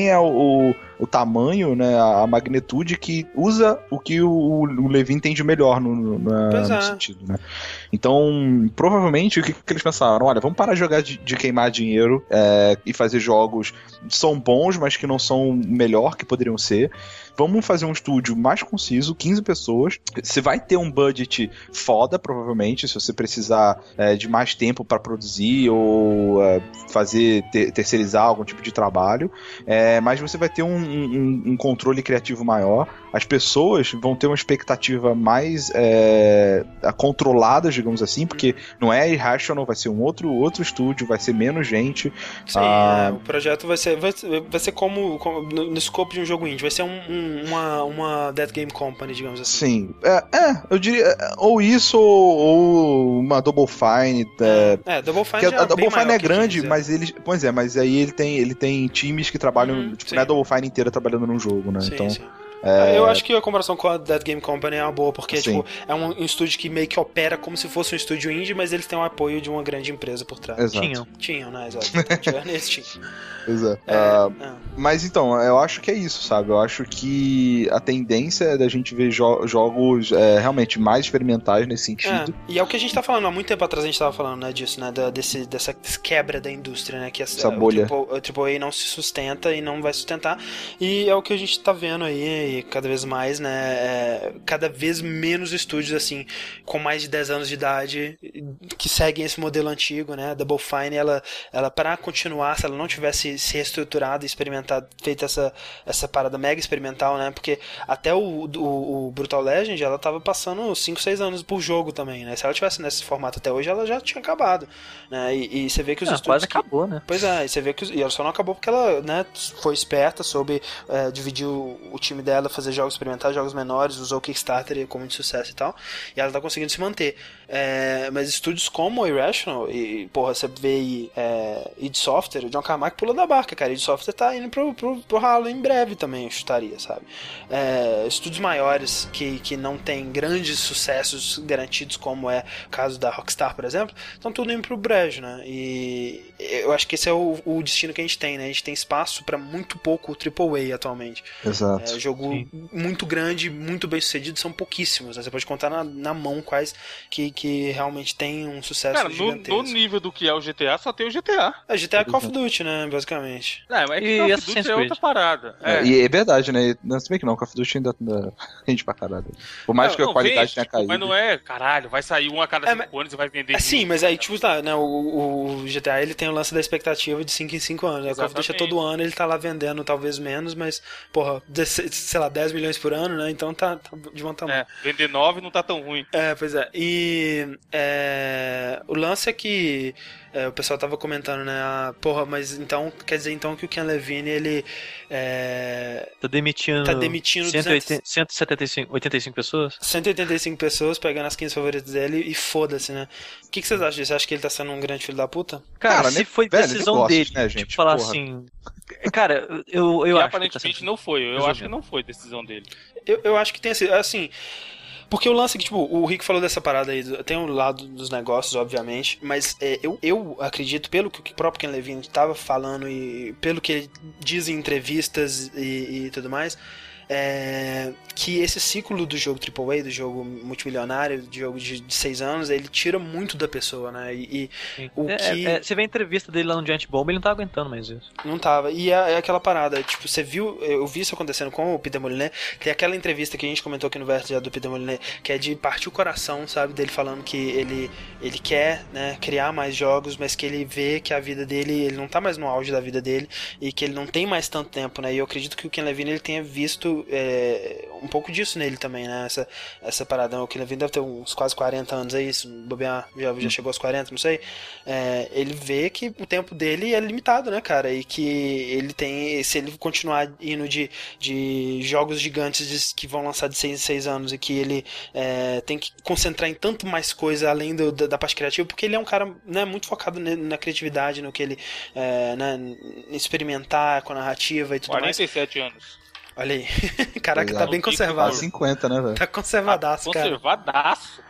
Speaker 2: o tamanho, né, a magnitude que usa o que o Levine tem de melhor no sentido, né? Então, provavelmente, o que eles pensaram? Olha, vamos parar de jogar de queimar dinheiro e fazer jogos que são bons, mas que não são melhor que poderiam ser. Vamos fazer um estúdio mais conciso, 15 pessoas. Você vai ter um budget foda, provavelmente, se você precisar de mais tempo para produzir ou terceirizar algum tipo de trabalho. Mas você vai ter um controle criativo maior. As pessoas vão ter uma expectativa mais controlada, digamos assim, porque não é Irrational, vai ser um outro estúdio, vai ser menos gente.
Speaker 1: Sim, o projeto vai ser como no escopo de um jogo indie, vai ser uma Dead Game Company, digamos assim.
Speaker 2: Sim, eu diria ou isso ou uma Double Fine.
Speaker 1: Double Fine
Speaker 2: a Double Fine é grande, mas mas aí ele tem times que trabalham, tipo, não é a Double Fine inteira trabalhando num jogo, né?
Speaker 1: Sim,
Speaker 2: então
Speaker 1: sim. Eu acho que a comparação com a Dead Game Company é uma boa, porque tipo, é um estúdio que meio que opera como se fosse um estúdio indie, mas eles têm o apoio de uma grande empresa por trás.
Speaker 2: Exato.
Speaker 1: Tinham, né? Exato. Nesse time.
Speaker 2: Exato. Mas então, eu acho que é isso, sabe? Eu acho que a tendência é da gente ver jogos realmente mais experimentais nesse sentido.
Speaker 1: E é o que a gente tá falando, há muito tempo atrás a gente tava falando, né, disso, né? Dessa quebra da indústria, né? Que
Speaker 2: essa bolha.
Speaker 1: O AAA não se sustenta e não vai sustentar. E é o que a gente tá vendo aí, cada vez mais, né? Cada vez menos estúdios, assim, com mais de 10 anos de idade, que seguem esse modelo antigo, né? A Double Fine, ela para continuar, se ela não tivesse se reestruturado e feito essa parada mega experimental, né? Porque até o Brutal Legend, ela tava passando 5, 6 anos por jogo também, né? Se ela tivesse nesse formato até hoje, ela já tinha acabado, né? E você vê que os estúdios...
Speaker 3: quase acabou, né?
Speaker 1: Pois é, e você vê que e ela só não acabou porque ela, né, foi esperta, soube dividir o time dela, fazer jogos experimentais, jogos menores, usou o Kickstarter como de sucesso e tal, e ela tá conseguindo se manter. Mas estúdios como o Irrational, e porra, você vê aí id Software, o John Carmack pula da barca, cara. id Software tá indo pro ralo em breve também, eu chutaria, sabe? Estúdios maiores que não tem grandes sucessos garantidos, como é o caso da Rockstar, por exemplo, estão tudo indo pro brejo, né? E eu acho que esse é o destino que a gente tem, né? A gente tem espaço pra muito pouco AAA atualmente.
Speaker 2: Exato.
Speaker 1: Jogo muito grande, muito bem sucedido, são pouquíssimos, né? Você pode contar na mão quais que realmente tem um sucesso gigantesco.
Speaker 4: No nível do que é o GTA, só tem o GTA.
Speaker 1: GTA é Call of Duty, né? Basicamente.
Speaker 4: Mas que Call of Duty é outra parada.
Speaker 2: E é verdade, né? Não, se bem que não, Call of Duty ainda rende pra caralho. Por mais que a qualidade tenha caído.
Speaker 4: Mas não é, caralho, vai sair um a cada 5 anos e vai vender.
Speaker 1: Sim, mas aí, tipo, tá, né? O GTA, ele tem o lance da expectativa de 5 em 5 anos. Né? O Call of Duty é todo ano, ele tá lá vendendo talvez menos, mas, porra, sei lá, 10 milhões por ano, né? Então tá de bom tamanho.
Speaker 4: Vender 9 não tá tão ruim.
Speaker 1: Pois é. E o lance é que o pessoal tava comentando, né? Porra, mas então quer dizer então que o Ken Levine, ele
Speaker 3: tá demitindo 185 pessoas?
Speaker 1: 185 pessoas, pegando as 15 favoritas dele e foda-se, né? O que vocês acham disso? Você acha que ele tá sendo um grande filho da puta?
Speaker 3: Cara, se foi decisão dele,
Speaker 2: né, gente?
Speaker 3: Tipo, falar assim... Cara, eu acho
Speaker 4: aparentemente que não foi. Eu acho que não foi decisão dele.
Speaker 1: Eu acho que tem assim... Porque o lance é que, tipo, o Rick falou dessa parada aí, tem um lado dos negócios, obviamente, mas eu acredito, pelo que o próprio Ken Levine estava falando e pelo que ele diz em entrevistas e tudo mais, que esse ciclo do jogo AAA, do jogo multimilionário, do jogo de 6 anos, ele tira muito da pessoa, né?
Speaker 3: Você vê a entrevista dele lá no Giant Bomb, ele não tá aguentando mais isso.
Speaker 1: Não tava. E é aquela parada, tipo, você viu, eu vi isso acontecendo com o Peter Molyneux, tem aquela entrevista que a gente comentou aqui no Vértice do Peter Molyneux, que é de partir o coração, sabe? Dele falando que ele quer, né, criar mais jogos, mas que ele vê que a vida dele, ele não tá mais no auge da vida dele, e que ele não tem mais tanto tempo, né? E eu acredito que o Ken Levine, ele tenha visto um pouco disso nele também, né? Essa parada. O Ken Levine deve ter uns quase 40 anos aí, se bobear, já chegou aos 40, não sei. Ele vê que o tempo dele é limitado, né, cara? E que ele tem, se ele continuar indo de jogos gigantes que vão lançar de 6 em 6 anos e que ele tem que concentrar em tanto mais coisa além da parte criativa, porque ele é um cara, né, muito focado na criatividade, no que ele né, experimentar com a narrativa e tudo
Speaker 4: 47
Speaker 1: mais.
Speaker 4: 47 anos.
Speaker 1: Olha aí. Caraca, tá bem conservado.
Speaker 2: 50, né, velho?
Speaker 1: Tá conservadaço, cara.
Speaker 4: Conservadaço.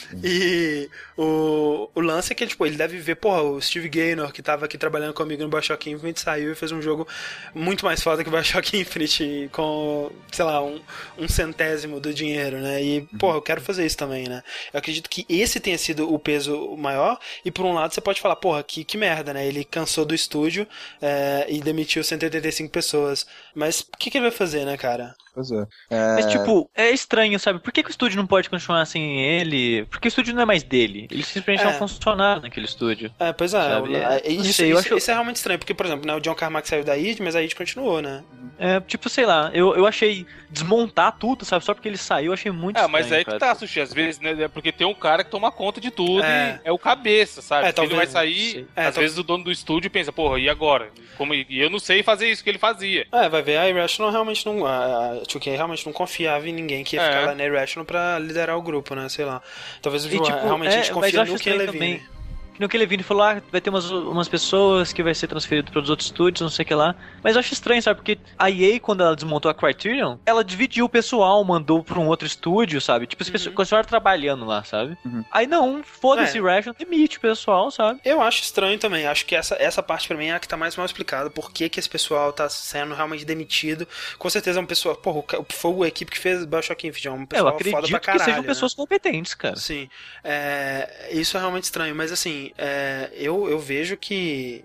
Speaker 1: E o lance é que, tipo, ele deve ver, porra, o Steve Gaynor, que tava aqui trabalhando comigo no Bioshock Infinite, saiu e fez um jogo muito mais foda que o Bioshock Infinite, com, sei lá, um centésimo do dinheiro, né? E, porra, eu quero fazer isso também, né? Eu acredito que esse tenha sido o peso maior, e por um lado você pode falar, porra, que merda, né? Ele cansou do estúdio e demitiu 185 pessoas. Mas o que ele vai fazer, né, cara?
Speaker 2: Pois é.
Speaker 3: Mas, tipo, é estranho, sabe? Por que o estúdio não pode continuar sem ele? Porque o estúdio não é mais dele. Ele simplesmente não funcionava naquele estúdio.
Speaker 1: Pois é. Isso é realmente estranho. Porque, por exemplo, né, o John Carmack saiu da id, mas a id continuou, né?
Speaker 3: Tipo, sei lá. Eu achei desmontar tudo, sabe? Só porque ele saiu, eu achei muito estranho.
Speaker 4: Mas aí que tá, Sushi. Às vezes, né? Porque tem um cara que toma conta de tudo e é o cabeça, sabe? Talvez, ele vai sair, às vezes o dono do estúdio pensa, porra, e agora? E eu não sei fazer isso que ele fazia.
Speaker 1: Vai ver, a Irrational realmente não... A 2K realmente não confiava em ninguém que ia ficar lá na Irrational pra liderar o grupo, né? Sei lá. Talvez realmente a gente confia no Ken Levine.
Speaker 3: No que ele vindo e falou, vai ter umas pessoas que vai ser transferido para os outros estúdios, não sei o que lá. Mas eu acho estranho, sabe? Porque a EA, quando ela desmontou a Criterion, ela dividiu o pessoal, mandou para um outro estúdio, sabe? Tipo, as pessoas continuaram trabalhando lá, sabe? Aí não, foda-se, Irrational, demite o pessoal, sabe?
Speaker 1: Eu acho estranho também. Acho que essa parte pra mim é a que tá mais mal explicada. Por que esse pessoal tá sendo realmente demitido? Com certeza é uma pessoa... Porra, foi a equipe que fez Bioshock Infinite, é um pessoal foda pra caralho.
Speaker 3: Que sejam pessoas competentes, cara.
Speaker 1: Sim. Isso é realmente estranho, mas assim... eu vejo que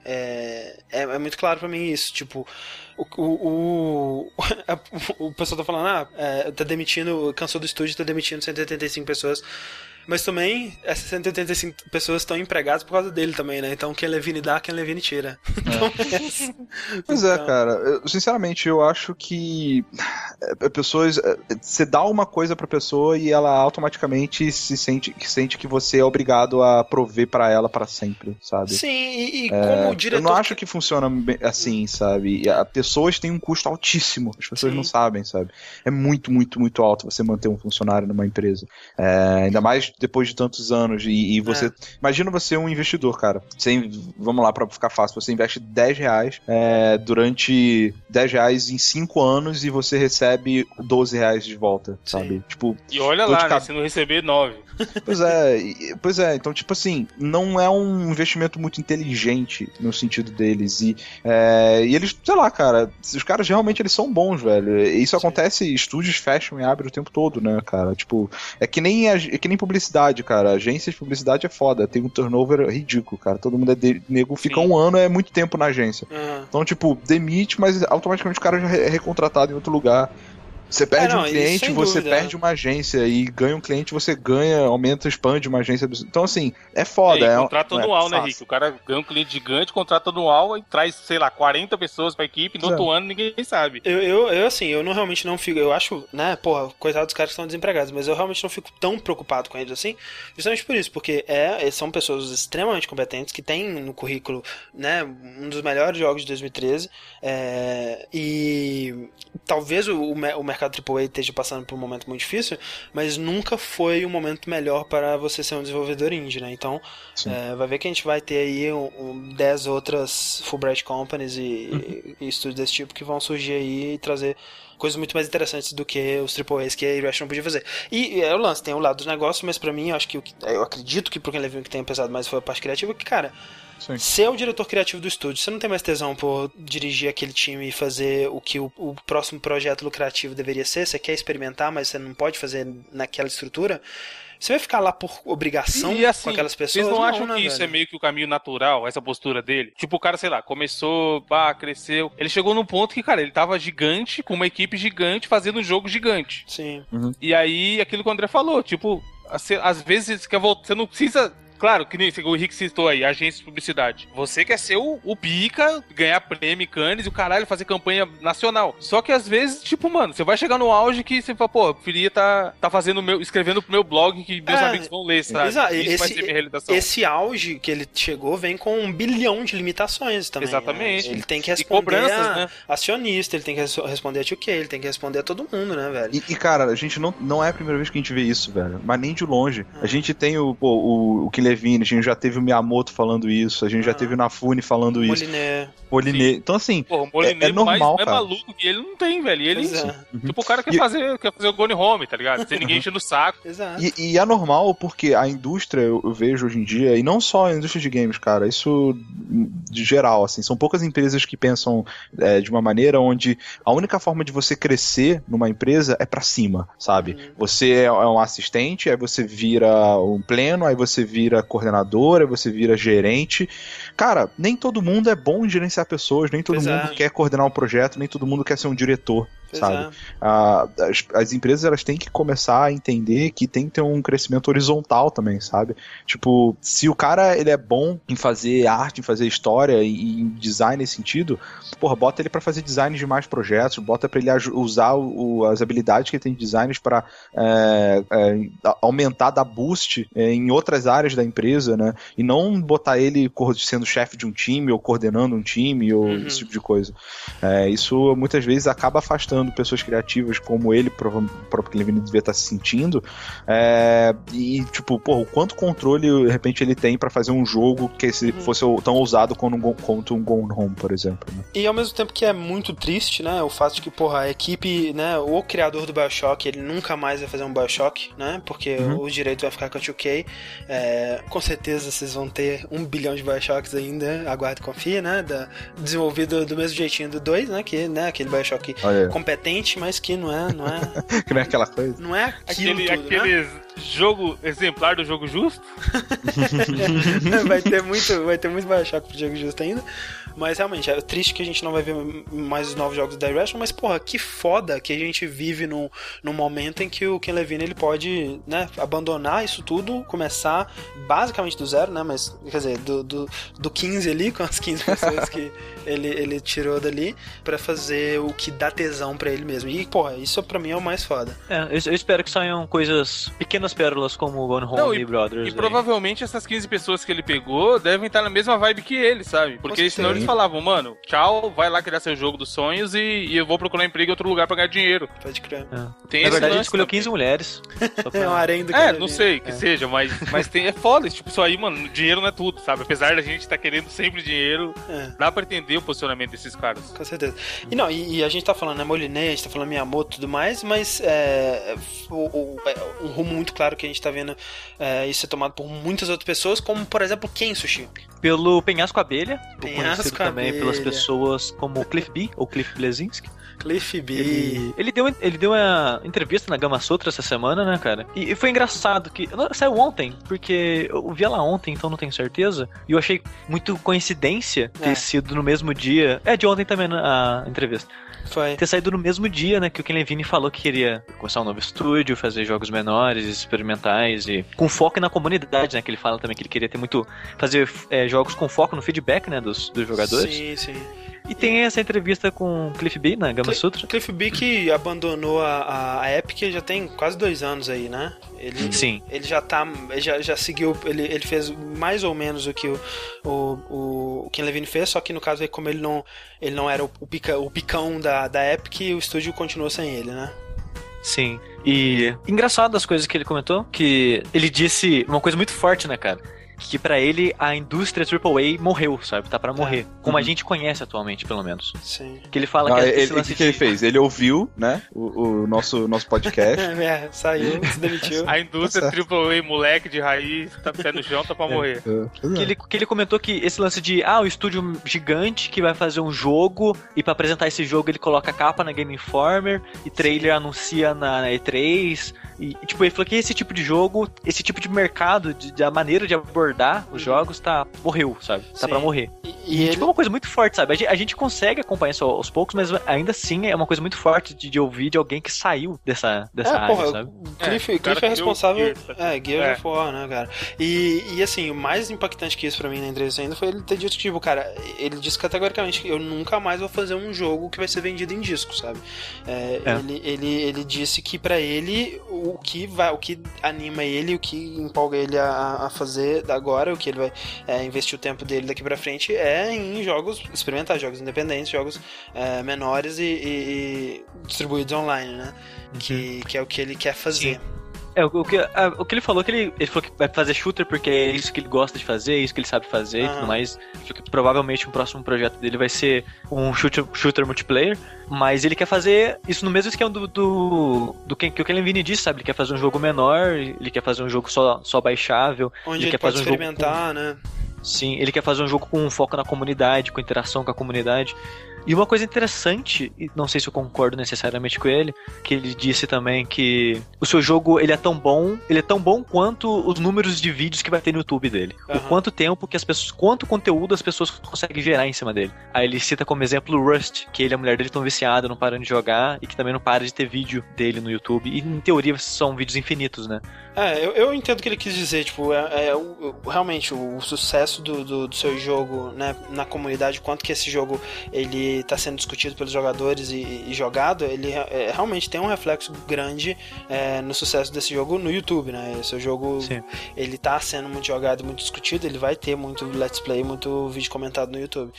Speaker 1: é muito claro pra mim isso, tipo, o pessoal tá falando, tá demitindo, cansou do estúdio, tá demitindo 185 pessoas. Mas também, essas 185 pessoas estão empregadas por causa dele também, né? Então, quem Levine dá, quem Levine tira. Então,
Speaker 2: Pois é, cara. Sinceramente, eu acho que pessoas... Você dá uma coisa pra pessoa e ela automaticamente sente que você é obrigado a prover pra ela pra sempre, sabe?
Speaker 1: Sim, e como diretor...
Speaker 2: Eu não acho que funciona assim, sabe? Pessoas têm um custo altíssimo. As pessoas não sabem, sabe? É muito, muito, muito alto você manter um funcionário numa empresa. Ainda mais depois de tantos anos. E você... Imagina você um investidor, cara. Vamos lá, pra ficar fácil. Você investe R$10 durante R$10 em 5 anos e você recebe R$12 de volta, sabe? Tipo,
Speaker 4: e olha lá, né? Se não receber 9.
Speaker 2: Pois é, então, tipo assim, não é um investimento muito inteligente no sentido deles. E eles, sei lá, cara, os caras realmente eles são bons, velho. Isso acontece, estúdios fecham e abrem o tempo todo, né, cara? Tipo, é que nem publicidade, cara. Agências de publicidade é foda, tem um turnover ridículo, cara. Todo mundo nego, fica um ano, é muito tempo na agência. Então, tipo, demite, mas automaticamente o cara já é recontratado em outro lugar. Você perde um cliente, você perde uma agência, e ganha um cliente, você ganha, aumenta, expande uma agência. Então, assim, é foda.
Speaker 4: Contrato anual, né, Rick? O cara ganha um cliente gigante, contrato anual e traz, sei lá, 40 pessoas pra equipe, no outro ano ninguém sabe.
Speaker 1: Eu realmente não fico, eu acho, né, porra, coitado dos caras que estão desempregados, mas eu realmente não fico tão preocupado com eles assim, justamente por isso, porque são pessoas extremamente competentes, que têm no currículo, né, um dos melhores jogos de 2013, e talvez o mercado AAA esteja passando por um momento muito difícil, mas nunca foi um momento melhor para você ser um desenvolvedor indie, né? Então, vai ver que a gente vai ter aí 10 outras Fulbright Companies e estúdios desse tipo que vão surgir aí e trazer coisas muito mais interessantes do que os AAAs que a Irrational podia fazer. E é o lance, tem o lado dos negócios, mas pra mim, eu acredito que pro quem levou que tenha pesado mais foi a parte criativa, que, cara, ser o diretor criativo do estúdio, você não tem mais tesão por dirigir aquele time e fazer o que o próximo projeto lucrativo deveria ser, você quer experimentar, mas você não pode fazer naquela estrutura, você vai ficar lá por obrigação
Speaker 4: assim,
Speaker 1: com aquelas pessoas?
Speaker 4: Vocês não acham que isso é meio que o caminho natural, essa postura dele? Tipo, o cara, sei lá, começou, cresceu. Ele chegou num ponto que, cara, ele tava gigante, com uma equipe gigante, fazendo um jogo gigante.
Speaker 1: Sim.
Speaker 4: E aí, aquilo que o André falou, tipo, às vezes você não precisa... Claro, que nem o Rick citou aí, agência de publicidade. Você quer ser o pica, ganhar prêmio, Cannes e o caralho, fazer campanha nacional. Só que às vezes, tipo, mano, você vai chegar no auge que você fala, pô, eu queria tá escrevendo pro meu blog que meus amigos vão ler, sabe?
Speaker 1: Exato.
Speaker 4: Isso vai ser minha realização.
Speaker 1: Esse auge que ele chegou vem com 1 bilhão de limitações também.
Speaker 4: Exatamente.
Speaker 1: Né? Ele tem que responder a acionista, ele tem que responder a 2K, ele tem que responder a todo mundo, né, velho?
Speaker 2: E cara, a gente não é a primeira vez que a gente vê isso, velho. Mas nem de longe. A gente tem o que Levine, a gente já teve o Miyamoto falando isso, a gente já teve o Nafune falando isso. Moliné. Então, assim,
Speaker 4: o Moliné
Speaker 2: é normal,
Speaker 4: mais maluco que ele não tem, velho. E ele, tipo, o cara quer fazer o Gone Home, tá ligado? Sem ninguém enchendo o saco.
Speaker 1: Exato.
Speaker 2: E é normal porque a indústria, eu vejo hoje em dia, e não só a indústria de games, cara, isso de geral, assim, são poucas empresas que pensam de uma maneira onde a única forma de você crescer numa empresa é pra cima, sabe? Você é um assistente, aí você vira um pleno, aí você vira coordenador, aí você vira gerente. Cara, nem todo mundo é bom em gerenciar pessoas, nem todo mundo quer coordenar um projeto, nem todo mundo quer ser um diretor, sabe? As empresas, elas têm que começar a entender que tem que ter um crescimento horizontal também, sabe? Tipo, se o cara, ele é bom em fazer arte, em fazer história e em design nesse sentido, porra, bota ele pra fazer design de mais projetos, bota pra ele usar as habilidades que ele tem de designers pra aumentar, dar boost em outras áreas da empresa, né? E não botar ele sendo chefe de um time, ou coordenando um time, ou esse tipo de coisa. Isso muitas vezes acaba afastando pessoas criativas como ele, o próprio Levine devia estar se sentindo, e tipo, porra, o quanto controle de repente ele tem pra fazer um jogo que fosse tão ousado quanto um Gone Home, por exemplo, né?
Speaker 1: E ao mesmo tempo que é muito triste, né, o fato de que, porra, a equipe, né, o criador do BioShock, ele nunca mais vai fazer um BioShock, né, porque o direito vai ficar com a 2K, com certeza vocês vão ter 1 bilhão de BioShocks ainda, aguarde e confia, né, desenvolvido do mesmo jeitinho do 2, né, que, né, aquele BioShock competente, mas que não é
Speaker 2: que não é aquela coisa,
Speaker 1: não é aquele né?
Speaker 4: Jogo exemplar do jogo justo.
Speaker 1: vai ter muito BioShock pro jogo justo ainda, Mas realmente, é triste que a gente não vai ver mais os novos jogos da Irrational, mas porra, que foda que a gente vive num momento em que o Ken Levine ele pode, né, abandonar isso tudo, começar basicamente do zero, né, mas, quer dizer, do 15 ali, com as 15 pessoas que ele tirou dali, pra fazer o que dá tesão pra ele mesmo. E, porra, isso pra mim é o mais foda.
Speaker 3: Eu espero que saiam coisas, pequenas pérolas como Gone Home e Brothers.
Speaker 4: E provavelmente essas 15 pessoas que ele pegou devem estar na mesma vibe que ele, sabe? Porque senão eles falavam, mano, tchau, vai lá criar seu jogo dos sonhos e eu vou procurar emprego em outro lugar pra ganhar dinheiro.
Speaker 1: Pode crer.
Speaker 3: Na verdade, a gente escolheu 15 mulheres.
Speaker 1: É um harém do
Speaker 4: não sei que seja, mas é foda. Tipo, isso aí, mano, dinheiro não é tudo, sabe? Apesar da gente estar querendo sempre dinheiro, dá pra entender o posicionamento desses caras.
Speaker 1: Com certeza. E a gente tá falando, né, Moliné, a gente tá falando Miyamoto e tudo mais, mas um rumo muito claro que a gente tá vendo isso ser tomado por muitas outras pessoas, como, por exemplo, quem, Sushi?
Speaker 3: Pelo Penhasco Abelha, conhecido também pelas pessoas como Cliff B, ou Cliff Blesinski.
Speaker 1: Cliff B.
Speaker 3: Ele deu uma entrevista na Gamasutra essa semana, né, cara? E foi engraçado que... Saiu ontem, porque eu vi ela ontem, então não tenho certeza. E eu achei muito coincidência ter sido no mesmo dia... de ontem também a entrevista.
Speaker 1: Foi.
Speaker 3: Ter saído no mesmo dia, né, que o Ken Levine falou que queria começar um novo estúdio, fazer jogos menores, experimentais e com foco na comunidade, né, que ele fala também que ele queria ter fazer jogos com foco no feedback, né, dos jogadores.
Speaker 1: Sim.
Speaker 3: E tem essa entrevista com o Cliff B na Gamasutra.
Speaker 1: Cliff B que abandonou a Epic já tem quase 2 anos aí, né?
Speaker 3: Sim.
Speaker 1: Ele já seguiu, ele fez mais ou menos o que o Ken Levine fez, só que no caso, como ele não era o picão da Epic, o estúdio continuou sem ele, né?
Speaker 3: Sim. E engraçado das coisas que ele comentou, que ele disse uma coisa muito forte, né, cara? Que pra ele a indústria AAA morreu, sabe? Tá pra morrer. Como a gente conhece atualmente, pelo menos.
Speaker 1: Sim.
Speaker 3: Que ele fala que
Speaker 2: ele fez? Ele ouviu, né? O nosso podcast.
Speaker 1: Saiu, se demitiu.
Speaker 4: A indústria AAA, moleque de raiz, tá pé no chão, tá pra morrer.
Speaker 3: Que ele comentou que esse lance de o estúdio gigante que vai fazer um jogo e pra apresentar esse jogo ele coloca capa na Game Informer e trailer anuncia na E3. E tipo, ele falou que esse tipo de jogo, esse tipo de mercado, a maneira de abordar os jogos morreu, sabe? Tá pra morrer. E tipo, é uma coisa muito forte, sabe? A gente consegue acompanhar isso aos poucos, mas ainda assim é uma coisa muito forte de ouvir de alguém que saiu dessa área, sabe?
Speaker 1: O Cliff é responsável... Gears of War, né, cara? E assim, o mais impactante que isso pra mim na entrevista ainda foi ele ter dito, tipo, cara, ele disse categoricamente que eu nunca mais vou fazer um jogo que vai ser vendido em disco, sabe? Ele disse que pra ele o que anima ele, o que empolga ele a fazer agora, o que ele vai investir o tempo dele daqui pra frente é em jogos, experimentar jogos independentes, jogos menores e distribuídos online, né? Que é o que ele quer fazer. Sim.
Speaker 3: O que ele falou que ele falou que vai fazer shooter porque é isso que ele gosta de fazer, é isso que ele sabe fazer e tudo mais. Que provavelmente o próximo projeto dele vai ser um shooter multiplayer, mas ele quer fazer isso no mesmo esquema do que o Ken Levine disse, sabe? Ele quer fazer um jogo menor, ele quer fazer um jogo só baixável.
Speaker 1: Onde ele
Speaker 3: quer
Speaker 1: pode
Speaker 3: fazer
Speaker 1: experimentar, né?
Speaker 3: Sim, ele quer fazer um jogo com foco na comunidade, com interação com a comunidade. E uma coisa interessante, e não sei se eu concordo necessariamente com ele, que ele disse também que o seu jogo ele é tão bom quanto os números de vídeos que vai ter no YouTube dele. O quanto tempo que quanto conteúdo as pessoas conseguem gerar em cima dele. Aí ele cita como exemplo o Rust, que ele e a mulher dele estão viciados, não param de jogar, e que também não para de ter vídeo dele no YouTube. E em teoria são vídeos infinitos, né?
Speaker 1: Eu entendo o que ele quis dizer, tipo, realmente o sucesso do seu jogo, né, na comunidade, quanto que esse jogo ele tá sendo discutido pelos jogadores e jogado, ele realmente tem um reflexo grande no sucesso desse jogo no YouTube, né? Esse jogo, sim, ele tá sendo muito jogado, muito discutido, ele vai ter muito let's play, muito vídeo comentado no YouTube.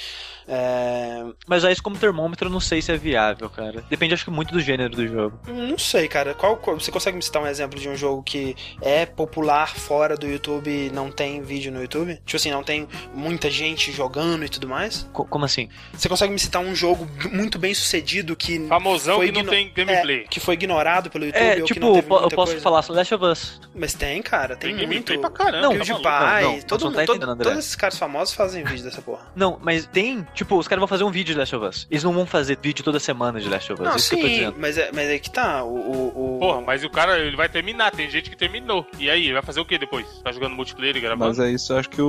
Speaker 3: Mas aí, como termômetro, eu não sei se é viável, cara. Depende, acho que, muito do gênero do jogo.
Speaker 1: Não sei, cara. Você consegue me citar um exemplo de um jogo que é popular fora do YouTube e não tem vídeo no YouTube? Tipo assim, não tem muita gente jogando e tudo mais?
Speaker 3: Como assim?
Speaker 1: Você consegue me citar um jogo muito bem sucedido que...
Speaker 4: famosão que não tem gameplay.
Speaker 1: Que foi ignorado pelo YouTube ou
Speaker 3: tipo,
Speaker 1: que não teve muita
Speaker 3: eu posso
Speaker 1: coisa?
Speaker 3: falar Last of Us.
Speaker 1: Mas tem, cara. Tem muito.
Speaker 4: Gameplay pra caramba.
Speaker 1: Não, PewDiePie, todos esses caras famosos fazem vídeo dessa porra.
Speaker 3: Não, mas tem... Tipo, os caras vão fazer um vídeo de Last of Us. Eles não vão fazer vídeo toda semana de Last of Us.
Speaker 1: Não,
Speaker 3: isso
Speaker 1: sim,
Speaker 3: que eu tô dizendo.
Speaker 1: mas é que tá.
Speaker 4: Porra, mas o cara, ele vai terminar. Tem gente que terminou. E aí, ele vai fazer o que depois? Tá jogando multiplayer e gravando?
Speaker 2: Mas é isso, eu acho que o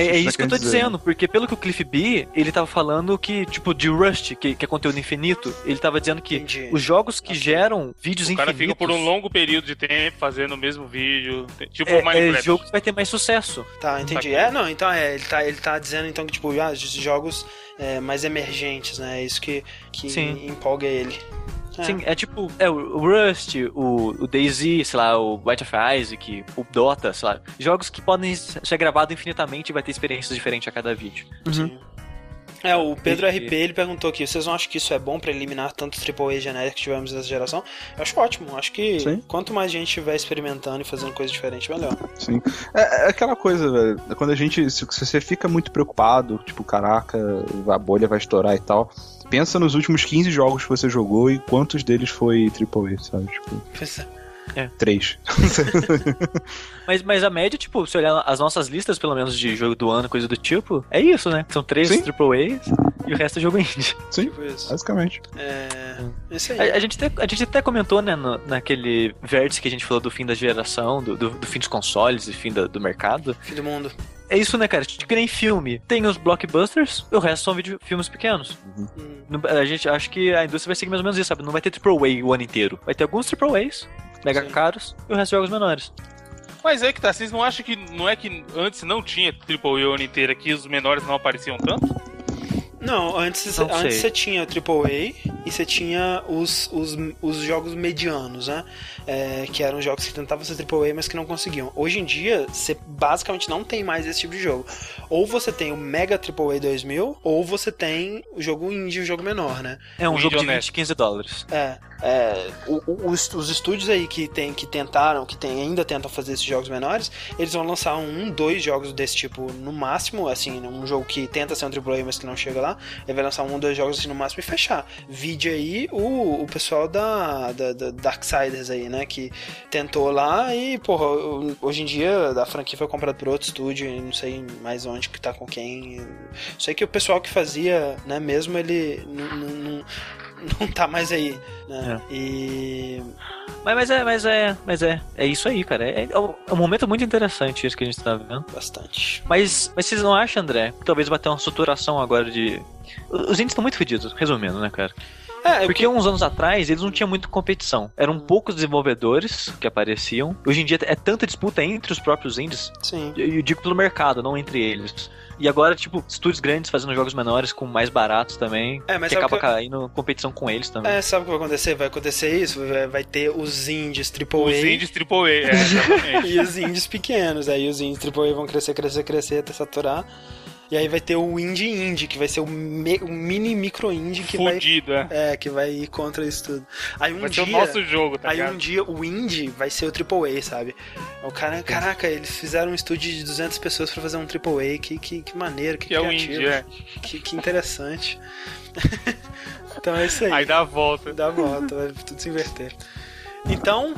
Speaker 3: É isso que eu tô dizendo, porque pelo que o Cliff B, ele tava falando que, tipo, de Rust, que é conteúdo infinito, ele tava dizendo que os jogos que geram vídeos infinitos... O cara
Speaker 4: fica por um longo período de tempo fazendo o mesmo vídeo, tipo o Minecraft.
Speaker 3: É jogo que vai ter mais sucesso.
Speaker 1: Tá, entendi. Então ele tá dizendo então que, tipo, jogos mais emergentes, né? É isso que empolga ele.
Speaker 3: Sim, é tipo, o Rust, o DayZ, sei lá, o White of Isaac, o Dota, sei lá, jogos que podem ser gravados infinitamente e vai ter experiências diferentes a cada vídeo.
Speaker 1: Sim. O Pedro RP, ele perguntou aqui, vocês não acham que isso é bom pra eliminar tantos AAA genéricos que tivemos nessa geração? Eu acho ótimo, acho que quanto mais gente estiver experimentando e fazendo coisa diferente, melhor.
Speaker 2: Sim. É aquela coisa, velho, quando se você fica muito preocupado, tipo, caraca, a bolha vai estourar e tal, pensa nos últimos 15 jogos que você jogou e quantos deles foi AAA, sabe? Tipo, 3.
Speaker 3: Mas a média, tipo, se olhar as nossas listas, pelo menos, de jogo do ano, coisa do tipo, é isso, né? São 3 AAAs e o resto é jogo indie.
Speaker 2: Sim, basicamente.
Speaker 1: Isso aí.
Speaker 3: A gente até comentou, né, naquele vértice que a gente falou do fim da geração, do fim dos consoles e fim do mercado.
Speaker 1: Fim do mundo.
Speaker 3: É isso, né, cara? Tipo, que nem filme. Tem os blockbusters, o resto são filmes pequenos. A gente acha que a indústria vai seguir mais ou menos isso, sabe? Não vai ter AAA o ano inteiro. Vai ter alguns AAAs, mega caros, e o resto jogos menores.
Speaker 4: Mas é que tá, vocês não acham que não é que antes não tinha AAA o ano inteiro, que os menores não apareciam tanto?
Speaker 1: Não, antes você tinha AAA e você tinha os jogos medianos, né? Que eram jogos que tentavam ser AAA, mas que não conseguiam. Hoje em dia, você basicamente não tem mais esse tipo de jogo. Ou você tem o Mega AAA 2000, ou você tem o jogo indie, o jogo menor, né?
Speaker 3: É um jogo de $20-15.
Speaker 1: Os estúdios aí que ainda tentam fazer esses jogos menores, eles vão lançar 2 jogos desse tipo no máximo, assim, um jogo que tenta ser um AAA, mas que não chega lá. Ele vai lançar 2 jogos assim no máximo e fechar. Vide aí o pessoal da Darksiders aí, né? Que tentou lá e, porra, hoje em dia a franquia foi comprada por outro estúdio, não sei mais onde que tá com quem. Sei que o pessoal que fazia, né, mesmo ele não tá mais aí, né?
Speaker 3: Mas é isso aí, cara. É um momento muito interessante isso que a gente tá vendo.
Speaker 1: Bastante.
Speaker 3: Mas vocês não acham, André, que talvez vai ter uma saturação agora de... Os indies estão muito fedidos, resumindo, né, cara? Porque uns anos atrás eles não tinham muita competição. Eram poucos desenvolvedores que apareciam. Hoje em dia é tanta disputa entre os próprios indies.
Speaker 1: Sim.
Speaker 3: Eu digo pelo mercado, não entre eles. E agora, tipo, estúdios grandes fazendo jogos menores com mais baratos também,
Speaker 1: mas
Speaker 3: que acaba caindo competição com eles também.
Speaker 1: Sabe o que vai acontecer? Vai acontecer isso, vai ter os indies AAA.
Speaker 4: Os indies AAA, exatamente.
Speaker 1: E os indies pequenos, aí os indies AAA vão crescer, até saturar. E aí vai ter o indie, que vai ser o mini micro indie que
Speaker 4: fudido,
Speaker 1: que vai ir contra isso tudo. Aí
Speaker 4: vai ser o nosso jogo, tá ligado?
Speaker 1: Aí um dia o indie vai ser o AAA, sabe? O cara, caraca, eles fizeram um estúdio de 200 pessoas pra fazer um AAA, que maneiro, que criativo.
Speaker 4: É o
Speaker 1: Que
Speaker 4: indie,
Speaker 1: interessante. Então é isso aí.
Speaker 4: Aí dá a volta.
Speaker 1: Vai tudo se inverter. Então,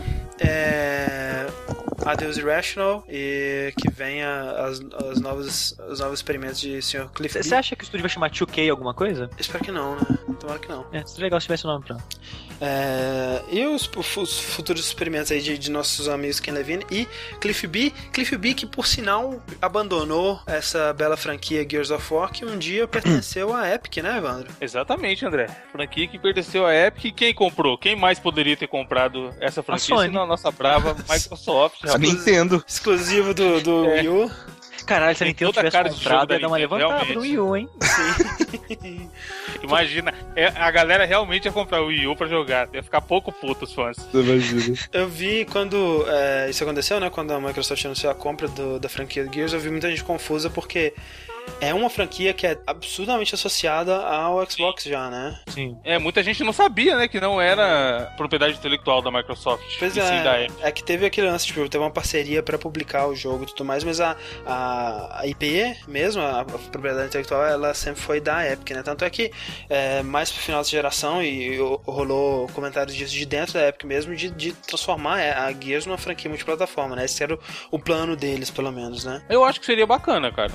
Speaker 1: adeus Irrational e que venha os novos experimentos de Sr. Cliff B.
Speaker 3: Você acha que o estúdio vai chamar 2K alguma coisa?
Speaker 1: Espero que não, né? Tomara que não.
Speaker 3: Seria legal se tivesse o nome pra...
Speaker 1: E os futuros experimentos aí de nossos amigos Ken Levine e Cliff B, que por sinal abandonou essa bela franquia Gears of War, que um dia pertenceu à Epic, né, Evandro?
Speaker 4: Exatamente, André. Franquia que pertenceu à Epic. Quem comprou? Quem mais poderia ter comprado essa franquia? Senão a nossa brava Microsoft.
Speaker 2: A Nintendo.
Speaker 1: Exclusivo do Wii U.
Speaker 3: Caralho, se a Nintendo tivesse comprado, ia dar uma levantada no Wii U, hein?
Speaker 1: Sim.
Speaker 4: Imagina, a galera realmente ia comprar o Wii U pra jogar. Ia ficar pouco puto os fãs.
Speaker 1: Eu vi quando isso aconteceu, né? Quando a Microsoft anunciou a compra da franquia Gears, eu vi muita gente confusa porque é uma franquia que é absurdamente associada ao Xbox já, né?
Speaker 3: Sim.
Speaker 4: Muita gente não sabia, né? Que não era propriedade intelectual da Microsoft.
Speaker 1: Pois é que teve aquele lance, tipo, teve uma parceria pra publicar o jogo e tudo mais, mas a IP mesmo, a propriedade intelectual, ela sempre foi da Epic, né? Tanto é que mais pro final dessa geração, e rolou comentários disso de dentro da Epic mesmo, de transformar a Gears numa franquia multiplataforma, né? Esse era o plano deles, pelo menos, né?
Speaker 4: Eu acho que seria bacana, cara.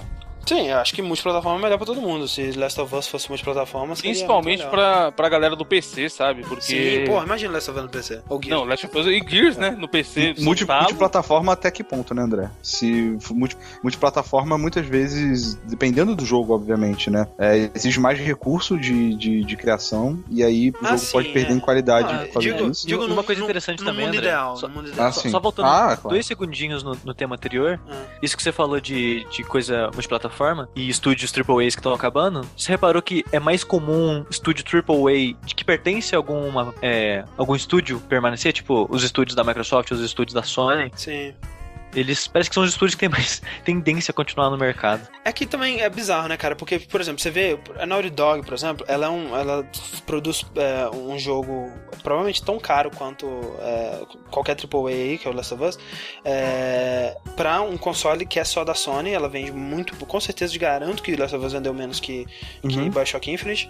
Speaker 1: Sim, eu acho que multiplataforma é melhor pra todo mundo. Se Last of Us fosse multiplataforma, seria
Speaker 4: principalmente pra galera do PC, sabe? Porque...
Speaker 1: Sim, pô, imagina Last of Us no PC.
Speaker 4: Ou Gears. Não, Last of Us e Gears, né? No PC.
Speaker 2: Multiplataforma até que ponto, né, André? Se multiplataforma, muitas vezes, dependendo do jogo, obviamente, né? Exige mais recurso de criação, e aí o jogo pode perder em qualidade por causa disso.
Speaker 3: Digo uma coisa interessante também,
Speaker 1: mundo
Speaker 3: André.
Speaker 1: Ideal,
Speaker 3: só,
Speaker 1: no mundo ideal.
Speaker 3: Só voltando 2 segundinhos no tema anterior, isso que você falou de coisa multiplataforma e estúdios AAAs que estão acabando, você reparou que é mais comum estúdio AAA de que pertence a algum estúdio permanecer, tipo os estúdios da Microsoft, os estúdios da Sony?
Speaker 1: Sim.
Speaker 3: Eles parece que são os estúdios que têm mais tendência a continuar no mercado.
Speaker 1: É que também é bizarro, né, cara? Porque, por exemplo, você vê a Naughty Dog, por exemplo, ela produz um jogo provavelmente tão caro quanto qualquer AAA aí, que é o Last of Us, pra um console que é só da Sony. Ela vende muito, com certeza garanto que Last of Us vendeu menos que Bioshock Infinite,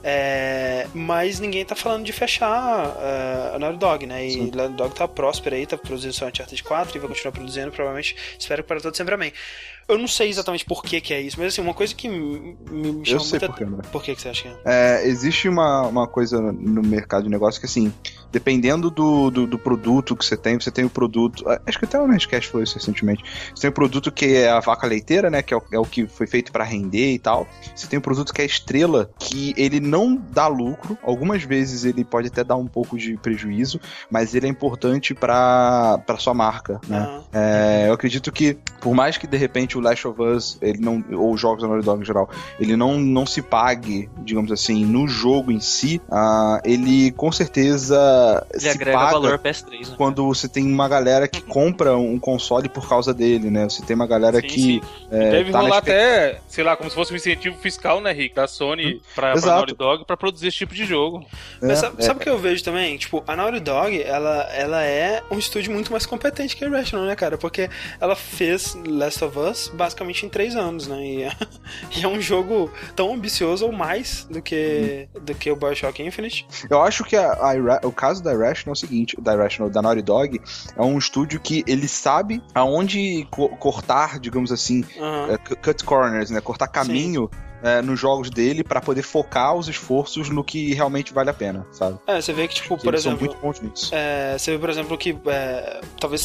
Speaker 1: mas ninguém tá falando de fechar a Naughty Dog, né? E a Naughty Dog tá próspera aí, tá produzindo seu Uncharted 4 e vai continuar produzindo, provavelmente, espero que para todo sempre amém. Eu não sei exatamente por que é isso, mas assim, uma coisa que me chama muita... Por que você acha que é?
Speaker 2: Existe uma coisa no mercado de negócio que, assim, dependendo do produto que você tem o produto... Acho que até o Nerdcast falou isso recentemente. Você tem o produto que é a vaca leiteira, né, que é o que foi feito pra render e tal. Você tem o produto que é a estrela, que ele não dá lucro. Algumas vezes ele pode até dar um pouco de prejuízo, mas ele é importante pra sua marca, né? Eu acredito que, por mais que de repente o Last of Us, ou os jogos da Naughty Dog em geral, ele não se pague, digamos assim, no jogo em si, ele com certeza
Speaker 3: ele
Speaker 2: se
Speaker 3: agrega
Speaker 2: paga
Speaker 3: valor PS3, né?
Speaker 2: Quando você tem uma galera que compra um console por causa dele, né? Você tem uma galera que...
Speaker 4: deve rolar até, sei lá, como se fosse um incentivo fiscal, né, Rick, da Sony pra Naughty Dog pra produzir esse tipo de jogo.
Speaker 1: Mas sabe o que eu vejo também? Tipo, a Naughty Dog, ela é um estúdio muito mais competente que a Irrational, né, cara? Porque ela fez Last of Us basicamente em 3 anos, né? E é um jogo tão ambicioso ou mais do que o Bioshock Infinite.
Speaker 2: Eu acho que o caso da Irrational é o seguinte, da Naughty Dog, é um estúdio que ele sabe aonde cortar, digamos assim, cut corners, né? Cortar caminho nos jogos dele pra poder focar os esforços no que realmente vale a pena, sabe?
Speaker 1: Você vê que, tipo, por exemplo...
Speaker 2: São muito bons nisso.
Speaker 1: Você vê, por exemplo, que talvez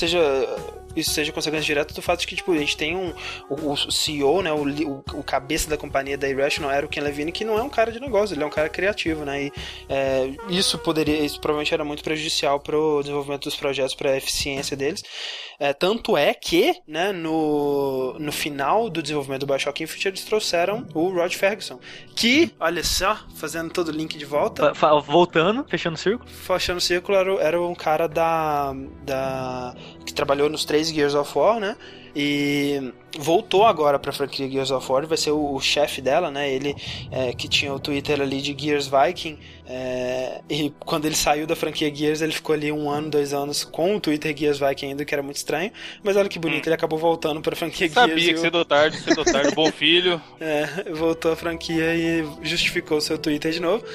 Speaker 1: isso seja consequência direta do fato de que, tipo, a gente tem o CEO, né, o cabeça da companhia da Irrational era o Ken Levine, que não é um cara de negócio, ele é um cara criativo, né, e isso provavelmente era muito prejudicial pro desenvolvimento dos projetos, pra eficiência deles. Tanto é que, né, no final do desenvolvimento do Bioshock Infinite, eles trouxeram o Rod Ferguson, que, olha só, fazendo todo o link de volta...
Speaker 3: Voltando, fechando o círculo?
Speaker 1: Fechando o círculo, era um cara que trabalhou nos 3 Gears of War, né? E voltou agora pra franquia Gears of War, vai ser o chefe dela, né? Ele que tinha o Twitter ali de Gears Viking, e quando ele saiu da franquia Gears, ele ficou ali 1 ano, 2 anos com o Twitter Gears Viking ainda, que era muito estranho, mas olha que bonito, ele acabou voltando pra franquia Gears.
Speaker 4: Sabia que cedo ou tarde, bom filho.
Speaker 1: Voltou à franquia e justificou seu Twitter de novo.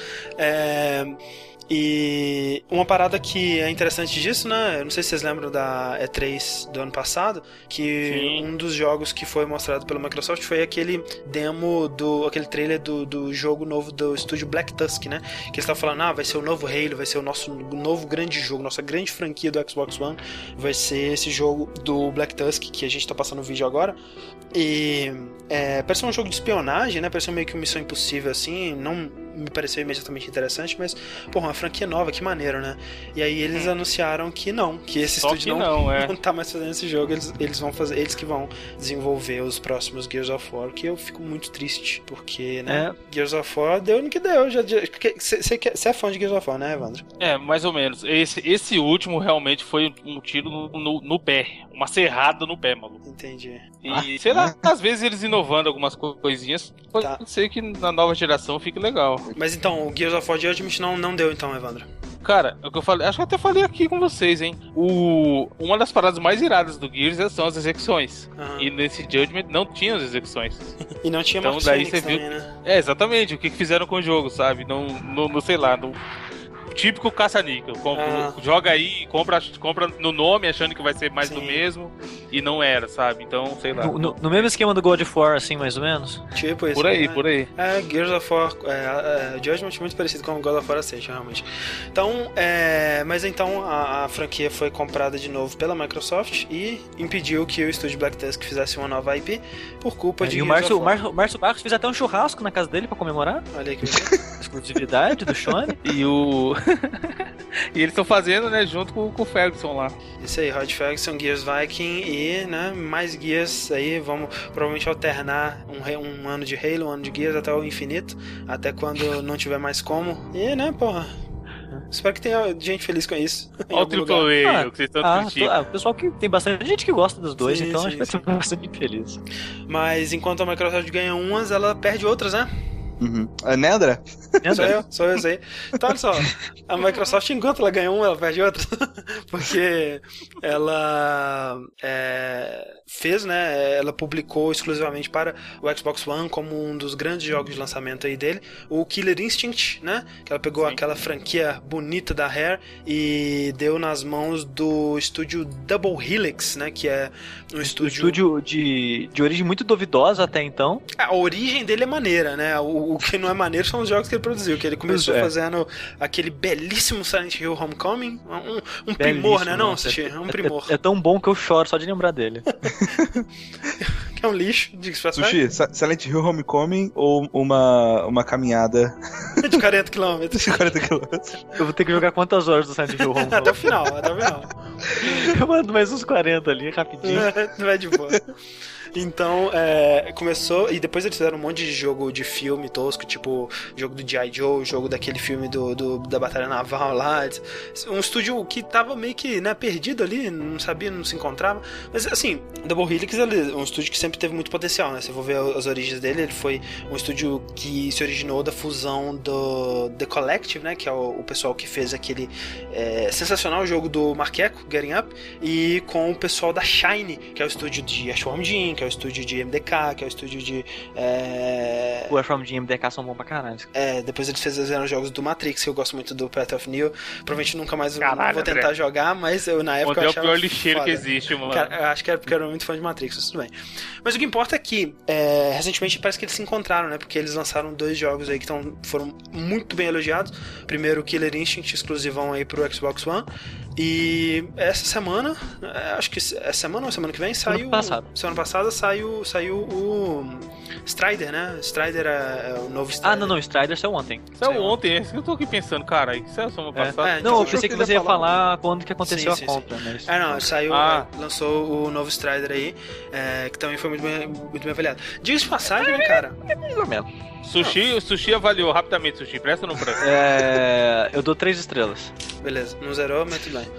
Speaker 1: E uma parada que é interessante disso, né? Eu não sei se vocês lembram da E3 do ano passado, que um dos jogos que foi mostrado pela Microsoft foi aquele demo aquele trailer do jogo novo do estúdio Black Tusk, né? Que eles estavam falando, vai ser o novo Halo, vai ser o nosso novo grande jogo, nossa grande franquia do Xbox One, vai ser esse jogo do Black Tusk que a gente tá passando o vídeo agora. E parece um jogo de espionagem, né? Parece meio que uma Missão Impossível, assim, não me pareceu imediatamente interessante, mas, porra, uma franquia nova, que maneiro, né? E aí eles anunciaram que esse estúdio não tá mais fazendo esse jogo, eles vão fazer, eles que vão desenvolver os próximos Gears of War, que eu fico muito triste, porque, né, Gears of War deu no que deu, você é fã de Gears of War, né, Evandro?
Speaker 4: Mais ou menos. Esse último realmente foi um tiro no pé, uma serrada no pé, maluco.
Speaker 1: Entendi.
Speaker 4: E, sei lá, às vezes eles inovando algumas coisinhas, pode ser que na nova geração fique legal.
Speaker 1: Mas então, o Gears of War de Ultimate não deu então, Evandro?
Speaker 4: Cara, é o que eu falei, acho que eu até falei aqui com vocês, hein. Uma das paradas mais iradas do Gears são as execuções. E nesse Judgment não tinha as execuções.
Speaker 1: E não tinha
Speaker 4: então daí você viu, né? Exatamente, o que fizeram com o jogo, sabe? Não sei lá, típico caça-níquel. Joga aí, compra no nome, achando que vai ser mais do mesmo, e não era, sabe? Então, sei lá.
Speaker 3: No mesmo esquema do God of War, assim, mais ou menos?
Speaker 1: Tipo isso.
Speaker 4: Por aí, por aí.
Speaker 1: Gears of War, Judgment é muito parecido com o God of War Ascension, realmente. Então, mas então a franquia foi comprada de novo pela Microsoft e impediu que o estúdio Black Tusk fizesse uma nova IP por culpa de...
Speaker 3: E o Márcio Barros fez até um churrasco na casa dele pra comemorar.
Speaker 1: Olha aí que
Speaker 3: exclusividade do Shone.
Speaker 4: E eles estão fazendo, né, junto com o Ferguson lá.
Speaker 1: Isso aí, Rod Ferguson, Gears Viking e, né, mais Gears aí. Vamos provavelmente alternar um ano de Halo, um ano de Gears até o infinito, até quando não tiver mais como. E, né, porra, espero que tenha gente feliz com isso.
Speaker 4: Olha o Triple A, que vocês estão criticando.
Speaker 3: O pessoal que tem bastante gente que gosta dos dois, então acho que vai ser bastante feliz.
Speaker 1: Mas enquanto a Microsoft ganha umas, ela perde outras, né?
Speaker 2: Uhum. Né, André?
Speaker 1: Sou eu, sei. Então, olha só, a Microsoft, enquanto ela ganha uma, ela perde outra. Porque ela fez, né? Ela publicou exclusivamente para o Xbox One, como um dos grandes jogos de lançamento aí dele, o Killer Instinct, né? Que ela pegou aquela franquia bonita da Rare e deu nas mãos do estúdio Double Helix, né? Que é um estúdio
Speaker 3: de origem muito duvidosa até então.
Speaker 1: A origem dele é maneira, né? O que não é maneiro são os jogos que ele produziu, que ele começou fazendo aquele belíssimo Silent Hill Homecoming, um primor, né, não, Sushi? Um primor.
Speaker 3: É tão bom que eu choro só de lembrar dele.
Speaker 1: Que é um lixo, diga-se pra
Speaker 2: Sushi, Silent Hill Homecoming ou uma caminhada
Speaker 1: de 40 km?
Speaker 2: De 40 km.
Speaker 3: Eu vou ter que jogar quantas horas do Silent Hill Homecoming?
Speaker 1: Até o final.
Speaker 3: Eu mando mais uns 40 ali, rapidinho.
Speaker 1: Não é de boa. Então, começou, e depois eles fizeram um monte de jogo de filme tosco, tipo jogo do G.I. Joe, jogo daquele filme da Batalha Naval lá. Um estúdio que tava meio que, né, perdido ali, não sabia, não se encontrava. Mas assim, Double Helix é um estúdio que sempre teve muito potencial, né? Se for ver as origens dele, ele foi um estúdio que se originou da fusão do The Collective, né? Que é o pessoal que fez aquele sensacional jogo do Mark Ecco, Getting Up, e com o pessoal da Shine, que é o estúdio de Earthworm Jim, que é o estúdio de MDK, que é o estúdio de...
Speaker 3: O Earthworm Jim e MDK são bons pra caralho.
Speaker 1: Depois eles fizeram jogos do Matrix, que eu gosto muito do Path of Neo. Provavelmente nunca mais vou tentar
Speaker 4: André.
Speaker 1: Jogar, mas eu na época eu achava...
Speaker 4: É o pior lixeiro que existe, mano.
Speaker 1: Cara, eu acho que era porque eu era muito fã de Matrix, mas tudo bem. Mas o que importa é que, recentemente parece que eles se encontraram, né? Porque eles lançaram 2 jogos aí que foram muito bem elogiados. Primeiro, o Killer Instinct, exclusivão aí pro Xbox One. E essa semana, acho que essa semana ou semana que vem, saiu... Semana passada saiu o Strider, né? Strider é o novo Strider.
Speaker 3: Não, Strider saiu ontem.
Speaker 4: Saiu ontem, é isso que eu tô aqui pensando, cara. Isso é semana passada.
Speaker 3: Não, eu pensei que você ia falar quando que aconteceu a compra, né?
Speaker 1: Não, saiu, lançou o novo Strider aí, que também foi muito bem avaliado. Diga-se de passagem, né, cara?
Speaker 3: Mais ou menos.
Speaker 4: Sushi avaliou rapidamente, Sushi. Presta ou não presta?
Speaker 3: Eu dou 3 estrelas.
Speaker 1: Beleza, não zerou, mas tudo bem.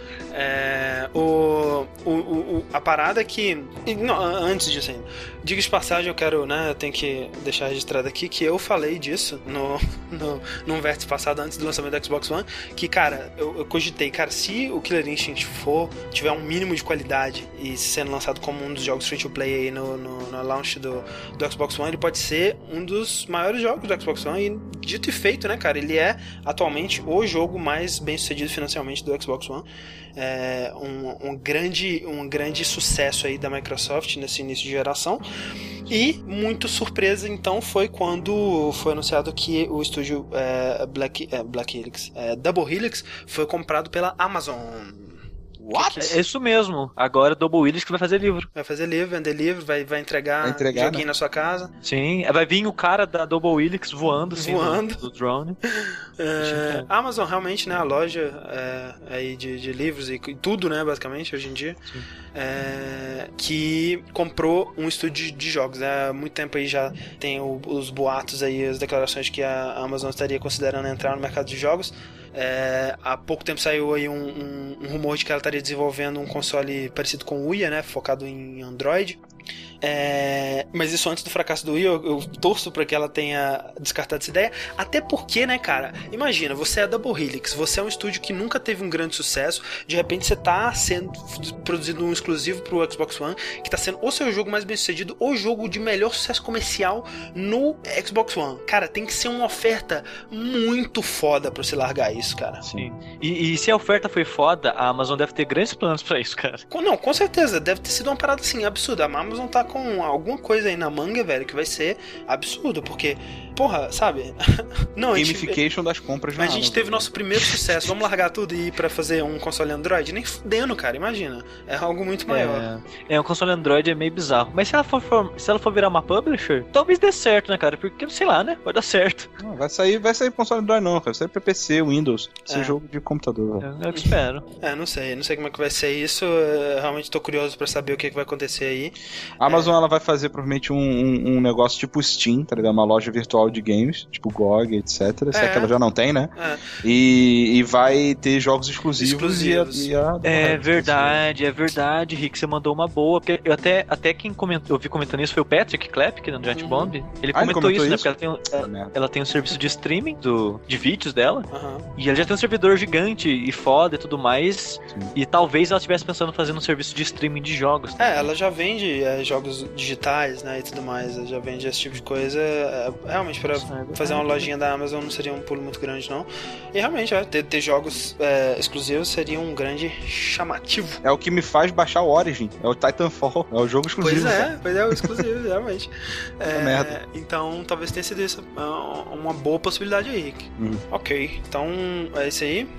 Speaker 1: A parada é que... Não, antes disso ainda. Diga de passagem, eu tenho que deixar registrado aqui que eu falei disso num vértice passado, antes do lançamento do Xbox One, que, cara, eu cogitei, cara, se o Killer Instinct tiver um mínimo de qualidade e sendo lançado como um dos jogos free-to-play aí no launch do Xbox One, ele pode ser um dos maiores jogos do Xbox One, e dito e feito, né, cara, ele é atualmente o jogo mais bem sucedido financeiramente do Xbox One. Um grande sucesso aí da Microsoft nesse início de geração. E muito surpresa então foi quando foi anunciado que o estúdio Black Helix, Double Helix, foi comprado pela Amazon.
Speaker 3: What? É isso mesmo. Agora o Double Helix que vai fazer livro.
Speaker 1: Vai fazer livro, vender livro, vai entregar joguinho, né, na sua casa.
Speaker 3: Sim, vai vir o cara da Double Helix voando. Assim, do drone.
Speaker 1: A Amazon realmente, né, a loja aí de livros e tudo, né, basicamente, hoje em dia, que comprou um estúdio de jogos. Há muito tempo aí já tem os boatos aí, as declarações de que a Amazon estaria considerando entrar no mercado de jogos. Há pouco tempo saiu aí um rumor de que ela estaria desenvolvendo um console parecido com o Ouya, né, focado em Android. Mas isso antes do fracasso do Wii, eu torço pra que ela tenha descartado essa ideia. Até porque, né, cara, imagina, você é Double Helix, você é um estúdio que nunca teve um grande sucesso, de repente você tá sendo produzido um exclusivo pro Xbox One, que tá sendo ou seu jogo mais bem sucedido, ou jogo de melhor sucesso comercial no Xbox One. Cara, tem que ser uma oferta muito foda pra você largar isso, cara.
Speaker 3: Sim. E se a oferta foi foda, a Amazon deve ter grandes planos pra isso, cara.
Speaker 1: Não, com certeza, deve ter sido uma parada assim, absurda. A Amazon tá com alguma coisa aí na manga, velho, que vai ser absurdo, porque, porra, sabe?
Speaker 2: Não, gamification das compras na
Speaker 1: Amazon. A gente teve nosso primeiro sucesso, vamos largar tudo e ir pra fazer um console Android? Nem fudendo, cara, imagina. É algo muito maior.
Speaker 3: Um console Android é meio bizarro. Mas se ela for virar uma publisher, talvez dê certo, né, cara? Porque, sei lá, né? Vai dar certo.
Speaker 2: Não, vai sair console Android não, cara. Vai sair pra PC, Windows. Vai ser jogo de computador.
Speaker 3: Eu espero.
Speaker 1: Não sei como é que vai ser isso. Eu realmente tô curioso pra saber o que vai acontecer aí.
Speaker 2: A Amazon, ela vai fazer provavelmente um negócio tipo Steam, tá ligado? Uma loja virtual de games, tipo GOG, etc. Se é que ela já não tem, né? E vai ter jogos exclusivos.
Speaker 3: É verdade, Rick, você mandou uma boa. Porque eu vi comentando isso, foi o Patrick Clapp, que é no Giant Bomb. Ele comentou isso, né? Porque ela tem um serviço de streaming de vídeos dela. E ela já tem um servidor gigante e foda e tudo mais. Sim. E talvez ela estivesse pensando em fazer um serviço de streaming de jogos.
Speaker 1: Ela já vende jogos digitais, né, e tudo mais. Ela já vende esse tipo de coisa. Realmente, pra fazer uma lojinha da Amazon não seria um pulo muito grande, não. E realmente, ter jogos exclusivos seria um grande chamativo.
Speaker 2: É o que me faz baixar o Origin. É o Titanfall. É o jogo exclusivo.
Speaker 1: Pois é o exclusivo, realmente.
Speaker 2: Merda.
Speaker 1: Então, talvez tenha sido isso uma boa possibilidade aí, Rick. Ok, então é isso aí.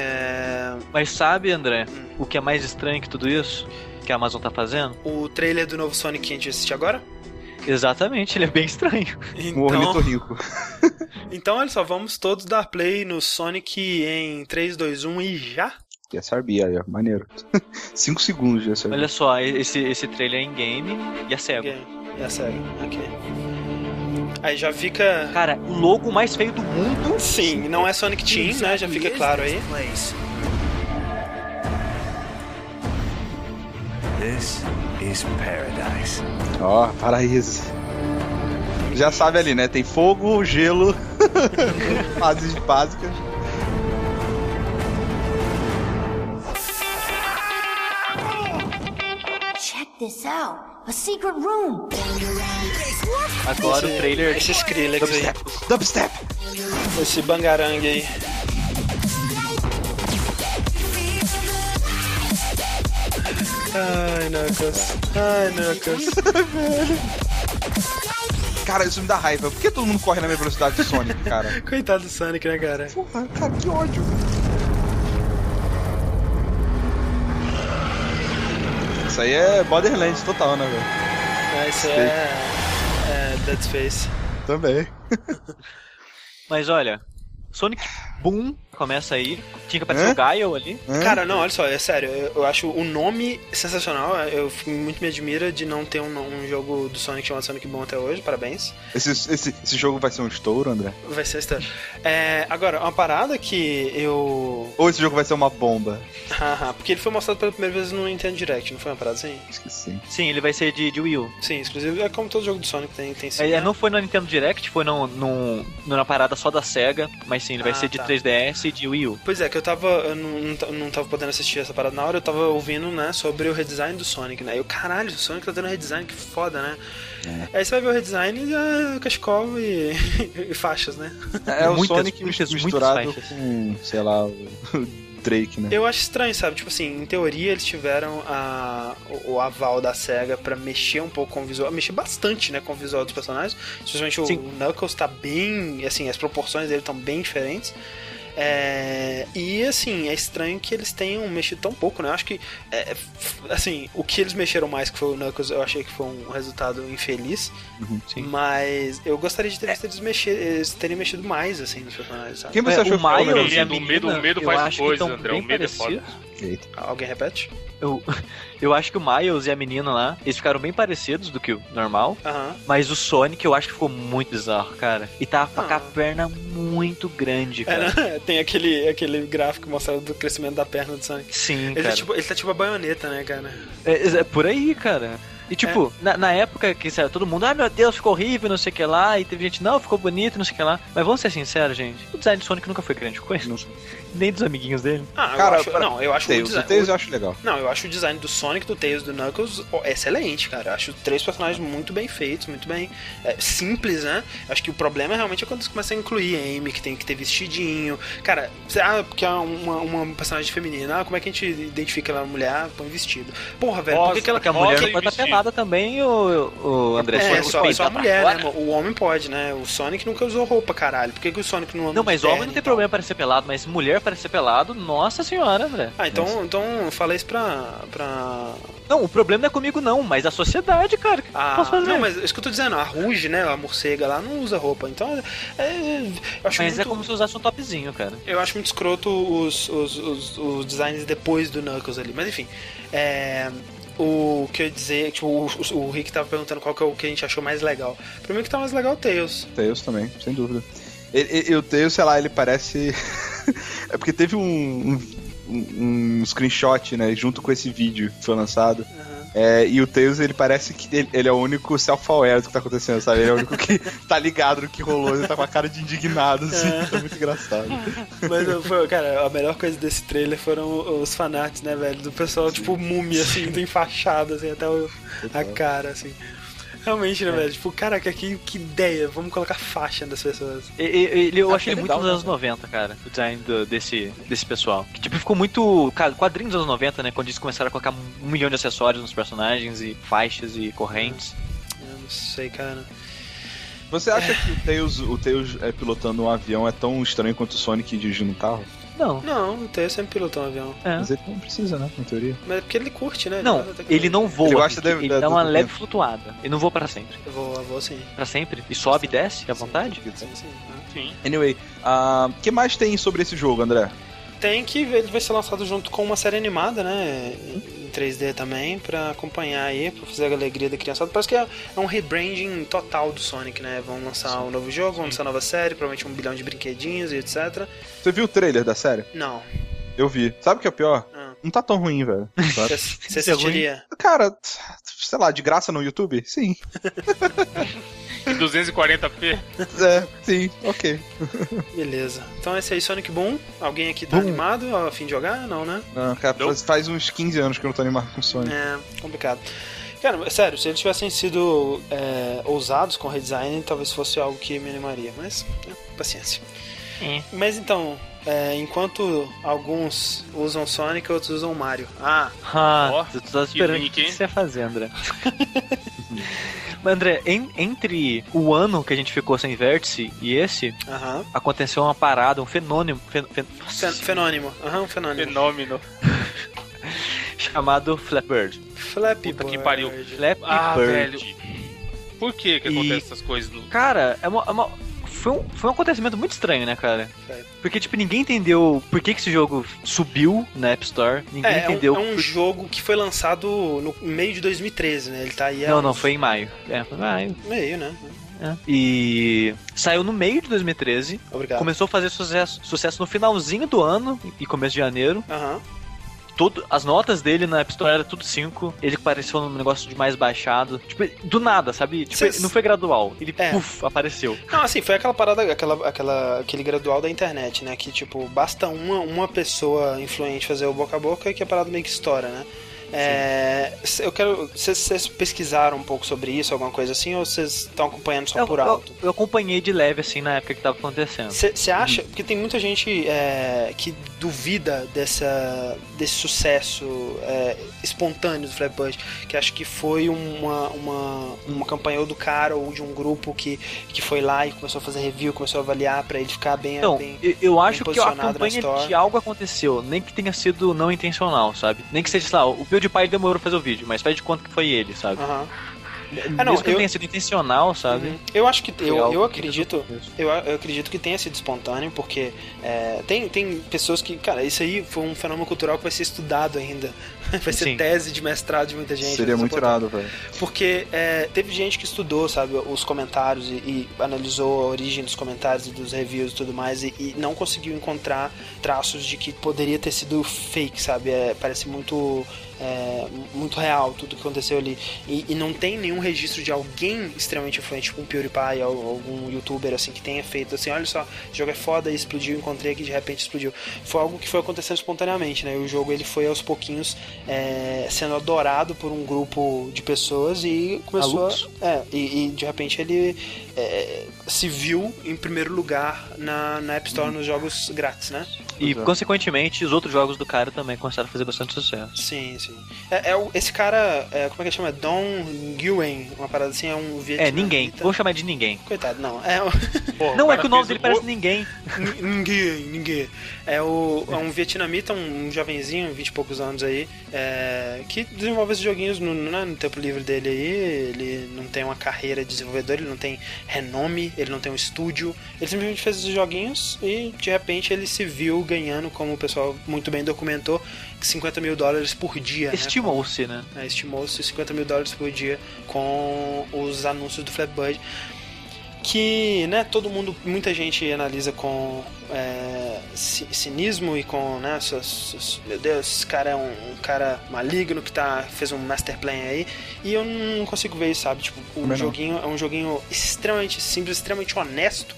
Speaker 3: Mas sabe, André, o que é mais estranho que tudo isso que a Amazon tá fazendo?
Speaker 1: O trailer do novo Sonic que a gente assistiu agora?
Speaker 3: Exatamente, ele é bem estranho.
Speaker 2: O ornitorrinco.
Speaker 1: Então, olha só, vamos todos dar play no Sonic em 3, 2, 1 e já?
Speaker 2: SRB aí, ó, maneiro. 5 segundos de SRB.
Speaker 3: Olha só, esse trailer é em-game e é cego.
Speaker 1: E é cego, ok. Aí já fica...
Speaker 3: Cara, o logo mais feio do mundo.
Speaker 1: Sim, não é Sonic Team, né? Já fica claro aí.
Speaker 5: This is paradise.
Speaker 2: Paraíso. Já sabe ali, né? Tem fogo, gelo, fases básicas.
Speaker 6: Check this out. A secret room.
Speaker 3: Agora o trailer...
Speaker 1: Esse Skrillex aí.
Speaker 2: Dubstep.
Speaker 1: Esse bangarangue aí. Ai, Knuckles.
Speaker 2: Cara, isso me dá raiva. Por que todo mundo corre na mesma velocidade do Sonic, cara?
Speaker 1: Coitado do Sonic, né, cara?
Speaker 2: Porra, cara, que ódio. Isso aí é Borderlands total, né, velho?
Speaker 1: Isso é Dead Space.
Speaker 2: Também.
Speaker 3: Mas olha, Sonic Boom começa aí. Tinha que aparecer o Guile ali.
Speaker 1: Cara, não, olha só, é sério. Eu acho o nome sensacional. Eu muito me admira de não ter um jogo do Sonic chamado Sonic Boom até hoje. Parabéns.
Speaker 2: Esse jogo vai ser um estouro, André?
Speaker 1: Vai ser um estouro. Agora, uma parada que eu...
Speaker 2: Ou esse jogo vai ser uma bomba?
Speaker 1: Porque ele foi mostrado pela primeira vez no Nintendo Direct, não foi uma parada assim?
Speaker 2: Esqueci.
Speaker 3: Sim, ele vai ser de Wii U.
Speaker 1: Sim, exclusivo. É como todo jogo do Sonic tem sim.
Speaker 3: Não foi no Nintendo Direct, foi na parada só da SEGA. Mas sim, ele vai ser de 3DS e de Wii U.
Speaker 1: Pois é, que eu não tava podendo assistir essa parada na hora, eu tava ouvindo, né, sobre o redesign do Sonic, né? E caralho, o Sonic tá tendo redesign, que foda, né? Aí você vai ver o redesign e cachecol e faixas, né?
Speaker 2: É o Sonic misturado com, sei lá, o Drake, né?
Speaker 1: Eu acho estranho, sabe? Tipo assim, em teoria eles tiveram o aval da SEGA pra mexer um pouco com o visual, mexer bastante, né, com o visual dos personagens. Especialmente o Knuckles tá bem, assim, as proporções dele estão bem diferentes. E assim, é estranho que eles tenham mexido tão pouco, né? Eu acho que assim, o que eles mexeram mais, que foi o Knuckles, eu achei que foi um resultado infeliz. Mas eu gostaria de ter visto eles terem mexido mais, assim, nos personagens, sabe?
Speaker 2: Quem você achou que foi
Speaker 4: o medo faz coisa, André. O medo é foda.
Speaker 1: Alguém repete?
Speaker 3: Eu acho que o Miles e a menina lá, eles ficaram bem parecidos do que o normal. Mas o Sonic eu acho que ficou muito bizarro, cara. E tava com a perna muito grande, cara.
Speaker 1: Tem aquele gráfico mostrando do crescimento da perna do Sonic.
Speaker 3: Sim, cara.
Speaker 1: Ele tá tipo a Baioneta, né, cara?
Speaker 3: É por aí, cara. E tipo, na época que todo mundo, meu Deus, ficou horrível, não sei o que lá, e teve gente, não, ficou bonito, não sei o que lá. Mas vamos ser sinceros, gente, o design de Sonic nunca foi grande coisa. Nem dos amiguinhos dele.
Speaker 1: Eu acho
Speaker 2: o Tails eu acho legal.
Speaker 1: Não, eu acho o design do Sonic, do Tails, do Knuckles excelente, cara. Eu acho 3 personagens muito bem feitos, muito bem simples, né? Acho que o problema realmente é quando você começa a incluir a Amy, que tem que ter vestidinho. Cara, porque é uma personagem feminina, como é que a gente identifica ela mulher? Põe vestido. Porra, velho, por que ela...
Speaker 3: Porque a mulher não pode estar pelada também, o André.
Speaker 1: Só a mulher, né? O homem pode, né? O Sonic nunca usou roupa, caralho. Por que o Sonic não anda
Speaker 3: Não, mas homem não tem problema para ser pelado, mas mulher para ser pelado, nossa senhora, André.
Speaker 1: Então fala isso pra...
Speaker 3: Não, o problema não é comigo não, mas a sociedade, cara. Que posso fazer?
Speaker 1: Não, mas isso que eu tô dizendo, a Rouge, né, a morcega lá, não usa roupa. Então, eu acho
Speaker 3: mas muito... é como se usasse um topzinho, cara.
Speaker 1: Eu acho muito escroto os designs depois do Knuckles ali. Mas enfim, o que eu ia dizer, tipo, o Rick tava perguntando qual que é o que a gente achou mais legal. Pra mim o que tá mais legal é o Tails.
Speaker 2: Tails também, sem dúvida. O Tails, sei lá, ele parece... é porque teve um screenshot, né, junto com esse vídeo que foi lançado. E o Tails, ele parece que ele é o único self-aware do que tá acontecendo, sabe? Ele é o único que tá ligado no que rolou, ele tá com a cara de indignado, assim, tá muito engraçado.
Speaker 1: Mas, cara, a melhor coisa desse trailer foram os fanarts, né, velho? Do pessoal, tipo, múmia, assim, do enfaixado, assim, até a cara, assim. Realmente, né, velho? Tipo, caraca, que ideia. Vamos colocar faixa das pessoas.
Speaker 3: Eu achei muito nos anos 90, cara, o design desse pessoal. Que, tipo, ficou muito... Quadrinhos dos anos 90, né? Quando eles começaram a colocar 1 milhão de acessórios nos personagens e faixas e correntes.
Speaker 1: Eu não sei, cara.
Speaker 2: Você acha que o Tails pilotando um avião é tão estranho quanto o Sonic dirigindo um carro?
Speaker 1: Não, o Tails sempre pilotou um avião.
Speaker 2: Mas ele não precisa, né, na teoria.
Speaker 1: Mas é porque ele curte, né?
Speaker 3: Não, ele não voa, ele dá uma leve
Speaker 2: vento.
Speaker 3: Flutuada. Ele não voa pra sempre.
Speaker 1: Eu vou sim.
Speaker 3: Pra sempre? E sobe e desce, à vontade?
Speaker 1: Sim.
Speaker 2: Anyway, o que mais tem sobre esse jogo, André?
Speaker 1: Tem que ele vai ser lançado junto com uma série animada, né? Em 3D também, pra acompanhar aí, pra fazer a alegria da criançada. Parece que é um rebranding total do Sonic, né? Vão lançar um novo jogo, vão lançar nova série, provavelmente 1 bilhão de brinquedinhos e etc.
Speaker 2: Você viu o trailer da série?
Speaker 1: Não.
Speaker 2: Eu vi. Sabe o que é o pior? Não tá tão ruim, velho.
Speaker 1: Você assistiria?
Speaker 2: Cara, sei lá, de graça no YouTube? Sim.
Speaker 4: Em 240p?
Speaker 2: Sim, ok.
Speaker 1: Beleza. Então esse aí, Sonic Boom. Alguém aqui tá animado a fim de jogar? Não, né?
Speaker 2: Não, cara, faz uns 15 anos que eu não tô animado com Sonic.
Speaker 1: Complicado. Cara, sério, se eles tivessem sido ousados com o redesign, talvez fosse algo que me animaria. Mas, paciência. Mas então... enquanto alguns usam Sonic, outros usam Mario.
Speaker 3: Tu tá esperando o que você ia fazer, André. Mas, André, entre o ano que a gente ficou sem vértice e esse, aconteceu uma parada, um fenômeno.
Speaker 1: Um fenômeno.
Speaker 3: Chamado Flappy Bird.
Speaker 4: Flappy Bird. Que pariu.
Speaker 3: Flappy Bird.
Speaker 4: Velho. Por que acontecem essas coisas?
Speaker 3: Cara, foi um acontecimento muito estranho, né, cara? Porque, tipo, ninguém entendeu por que esse jogo subiu na App Store. Ninguém entendeu.
Speaker 1: É um jogo que foi lançado no meio de 2013, né? Ele tá aí
Speaker 3: Não, foi em maio. Foi em maio.
Speaker 1: Meio, né?
Speaker 3: E saiu no meio de 2013.
Speaker 1: Obrigado.
Speaker 3: Começou a fazer sucesso no finalzinho do ano e começo de janeiro. As notas dele na App Store era tudo 5. Ele pareceu um negócio de mais baixado. Tipo, do nada, sabe? Tipo, não foi gradual. Ele, apareceu.
Speaker 1: Não, assim, foi aquela parada, aquele gradual da internet, né? Que, tipo, basta uma pessoa influente fazer o boca a boca e que a parada meio que estoura, né? Eu quero... Vocês pesquisaram um pouco sobre isso, alguma coisa assim, ou vocês estão acompanhando só por alto?
Speaker 3: Eu acompanhei de leve, assim, na época que tava acontecendo.
Speaker 1: Você acha... Porque tem muita gente que duvida desse sucesso espontâneo do Flappy Bird, que acha que foi uma campanha ou do cara ou de um grupo que foi lá e começou a fazer review, começou a avaliar pra ele ficar bem
Speaker 3: eu acho que a campanha
Speaker 1: de
Speaker 3: algo aconteceu, nem que tenha sido não intencional, sabe? Nem que seja, sei lá, o PewDiePie demorou pra fazer o vídeo, mas faz de conta que foi ele, sabe? Mesmo que tenha sido intencional, sabe?
Speaker 1: Eu acho que eu acredito que tenha sido espontâneo, porque tem pessoas que, cara, isso aí foi um fenômeno cultural que vai ser estudado ainda Vai ser tese de mestrado de muita gente.
Speaker 2: Seria muito irado, velho.
Speaker 1: Porque teve gente que estudou, sabe, os comentários e analisou a origem dos comentários e dos reviews e tudo mais e não conseguiu encontrar traços de que poderia ter sido fake, sabe? Parece muito real tudo que aconteceu ali. E não tem nenhum registro de alguém extremamente influente, tipo um PewDiePie ou algum youtuber assim que tenha feito assim, olha só, esse jogo é foda e explodiu, encontrei aqui, de repente explodiu. Foi algo que foi acontecendo espontaneamente, né? E o jogo ele foi aos pouquinhos sendo adorado por um grupo de pessoas e começou e de repente ele se viu em primeiro lugar na App Store nos jogos grátis, né?
Speaker 3: E, consequentemente, os outros jogos do cara também começaram a fazer bastante sucesso.
Speaker 1: Sim, sim. Esse cara, como é que chama? Don Nguyen, uma parada assim, é um vietnamita.
Speaker 3: Ninguém. Vamos chamar de Ninguém.
Speaker 1: Coitado, não.
Speaker 3: Porra, não, é que o nome dele parece Ninguém.
Speaker 1: Ninguém. É um vietnamita, um jovenzinho, 20 e poucos anos aí, que desenvolve esses joguinhos no tempo livre dele aí. Ele não tem uma carreira de desenvolvedor, ele não tem renome, ele não tem um estúdio. Ele simplesmente fez esses joguinhos e, de repente, ele se viu ganhando, como o pessoal muito bem documentou, $50 mil por dia.
Speaker 3: Estimou-se, né?
Speaker 1: Estimou-se $50 mil por dia com os anúncios do Flappy Bird. Que, né, muita gente analisa com cinismo e com, né, meu Deus, esse cara é um cara maligno que fez um master plan aí, e eu não consigo ver isso, sabe? Tipo, joguinho é um joguinho extremamente simples, extremamente honesto.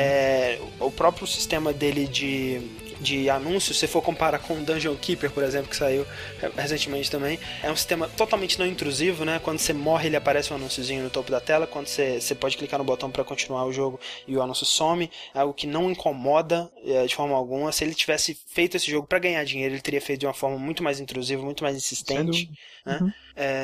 Speaker 1: O próprio sistema dele de anúncios, se for comparar com o Dungeon Keeper, por exemplo, que saiu recentemente também, é um sistema totalmente não intrusivo, né? Quando você morre, ele aparece um anúnciozinho no topo da tela, quando você pode clicar no botão para continuar o jogo e o anúncio some, é algo que não incomoda de forma alguma. Se ele tivesse feito esse jogo para ganhar dinheiro, ele teria feito de uma forma muito mais intrusiva, muito mais insistente, né? Uhum.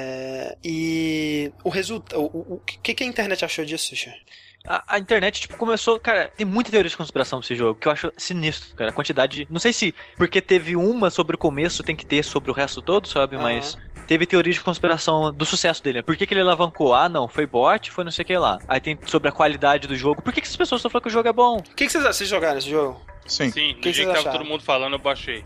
Speaker 1: E o resultado, o que a internet achou disso, Xuxa?
Speaker 3: A internet, começou... Cara, tem muita teoria de conspiração desse jogo, que eu acho sinistro, cara. A quantidade... Não sei se porque teve uma sobre o começo, tem que ter sobre o resto todo, sabe? Mas teve teoria de conspiração do sucesso dele. Por que ele alavancou? Não, foi bot, foi não sei o que lá. Aí tem sobre a qualidade do jogo. Por que essas pessoas estão falando que o jogo é bom?
Speaker 1: O que vocês jogaram nesse jogo?
Speaker 4: Sim, no dia que tava todo mundo falando, eu baixei.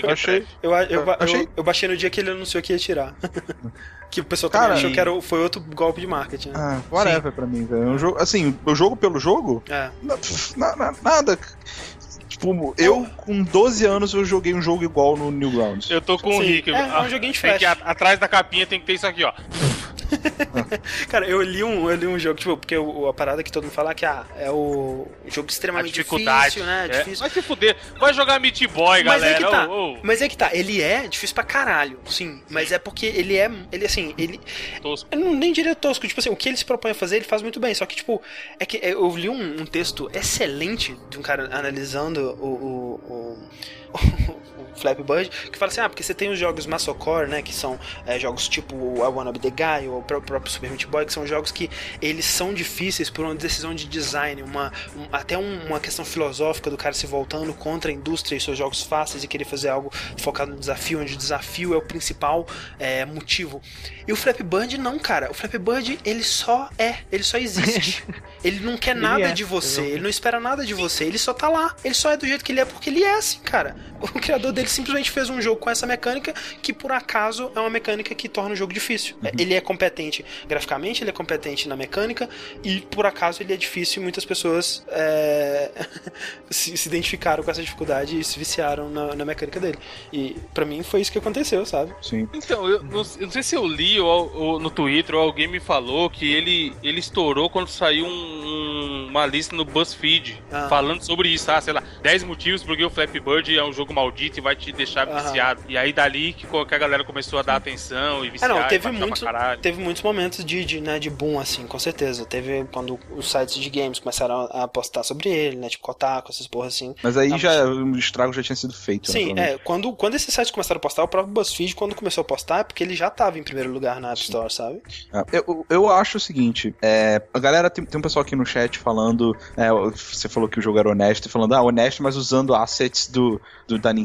Speaker 1: Eu baixei no dia que ele anunciou que ia tirar. Que o pessoal também achou que foi outro golpe de marketing. Né?
Speaker 2: Whatever pra mim, velho. Um jogo, assim, o jogo pelo jogo? Nada. Tipo, eu com 12 anos eu joguei um jogo igual no Newgrounds.
Speaker 4: Eu tô com o Rick.
Speaker 1: É um joguinho de flash.
Speaker 4: Atrás da capinha tem que ter isso aqui, ó.
Speaker 1: Cara, eu li um jogo, tipo, porque a parada que todo mundo fala é que é o jogo extremamente difícil, né? Difícil.
Speaker 4: Vai se fuder, vai jogar Meat Boy, galera.
Speaker 1: Mas é que tá, ele é difícil pra caralho, sim. Mas é porque ele tosco. Eu não nem diria tosco, tipo assim, o que ele se propõe a fazer, ele faz muito bem. Só que, tipo, eu li um texto excelente de um cara analisando o Flappy Bird, que fala assim, porque você tem os jogos Masocore, né, que são jogos tipo I Wanna Be The Guy ou o próprio Super Meat Boy, que são jogos que eles são difíceis por uma decisão de design, até uma questão filosófica do cara se voltando contra a indústria e seus jogos fáceis e querer fazer algo focado no desafio, onde o desafio é o principal motivo. E o Flappy Bird não, cara. O Flappy Bird, ele só existe. Ele não quer nada de você, ele não espera nada de você, ele só tá lá. Ele só é do jeito que ele é porque ele é assim, cara. O criador dele simplesmente fez um jogo com essa mecânica que, por acaso, é uma mecânica que torna o jogo difícil. Ele é competente graficamente, ele é competente na mecânica e, por acaso, ele é difícil e muitas pessoas se identificaram com essa dificuldade e se viciaram na mecânica dele. E, pra mim, foi isso que aconteceu, sabe?
Speaker 2: Sim.
Speaker 4: Então, eu não sei se eu li ou no Twitter ou alguém me falou que ele estourou quando saiu uma lista no BuzzFeed falando sobre isso, sei lá, 10 motivos porque o Flappy Bird é um jogo maldito e vai te deixar viciado. E aí dali que a galera começou a dar atenção e viciar.
Speaker 1: Teve muitos momentos de boom, assim, com certeza. Teve quando os sites de games começaram a postar sobre ele, né, tipo Kotaku, essas porras assim.
Speaker 2: Mas aí o estrago já tinha sido feito.
Speaker 1: Sim, quando esses sites começaram a postar, o próprio BuzzFeed, quando começou a postar, é porque ele já tava em primeiro lugar na App Store, sabe?
Speaker 2: Eu acho o seguinte, a galera, tem um pessoal aqui no chat falando, você falou que o jogo era honesto, falando, honesto, mas usando assets da Nintendo,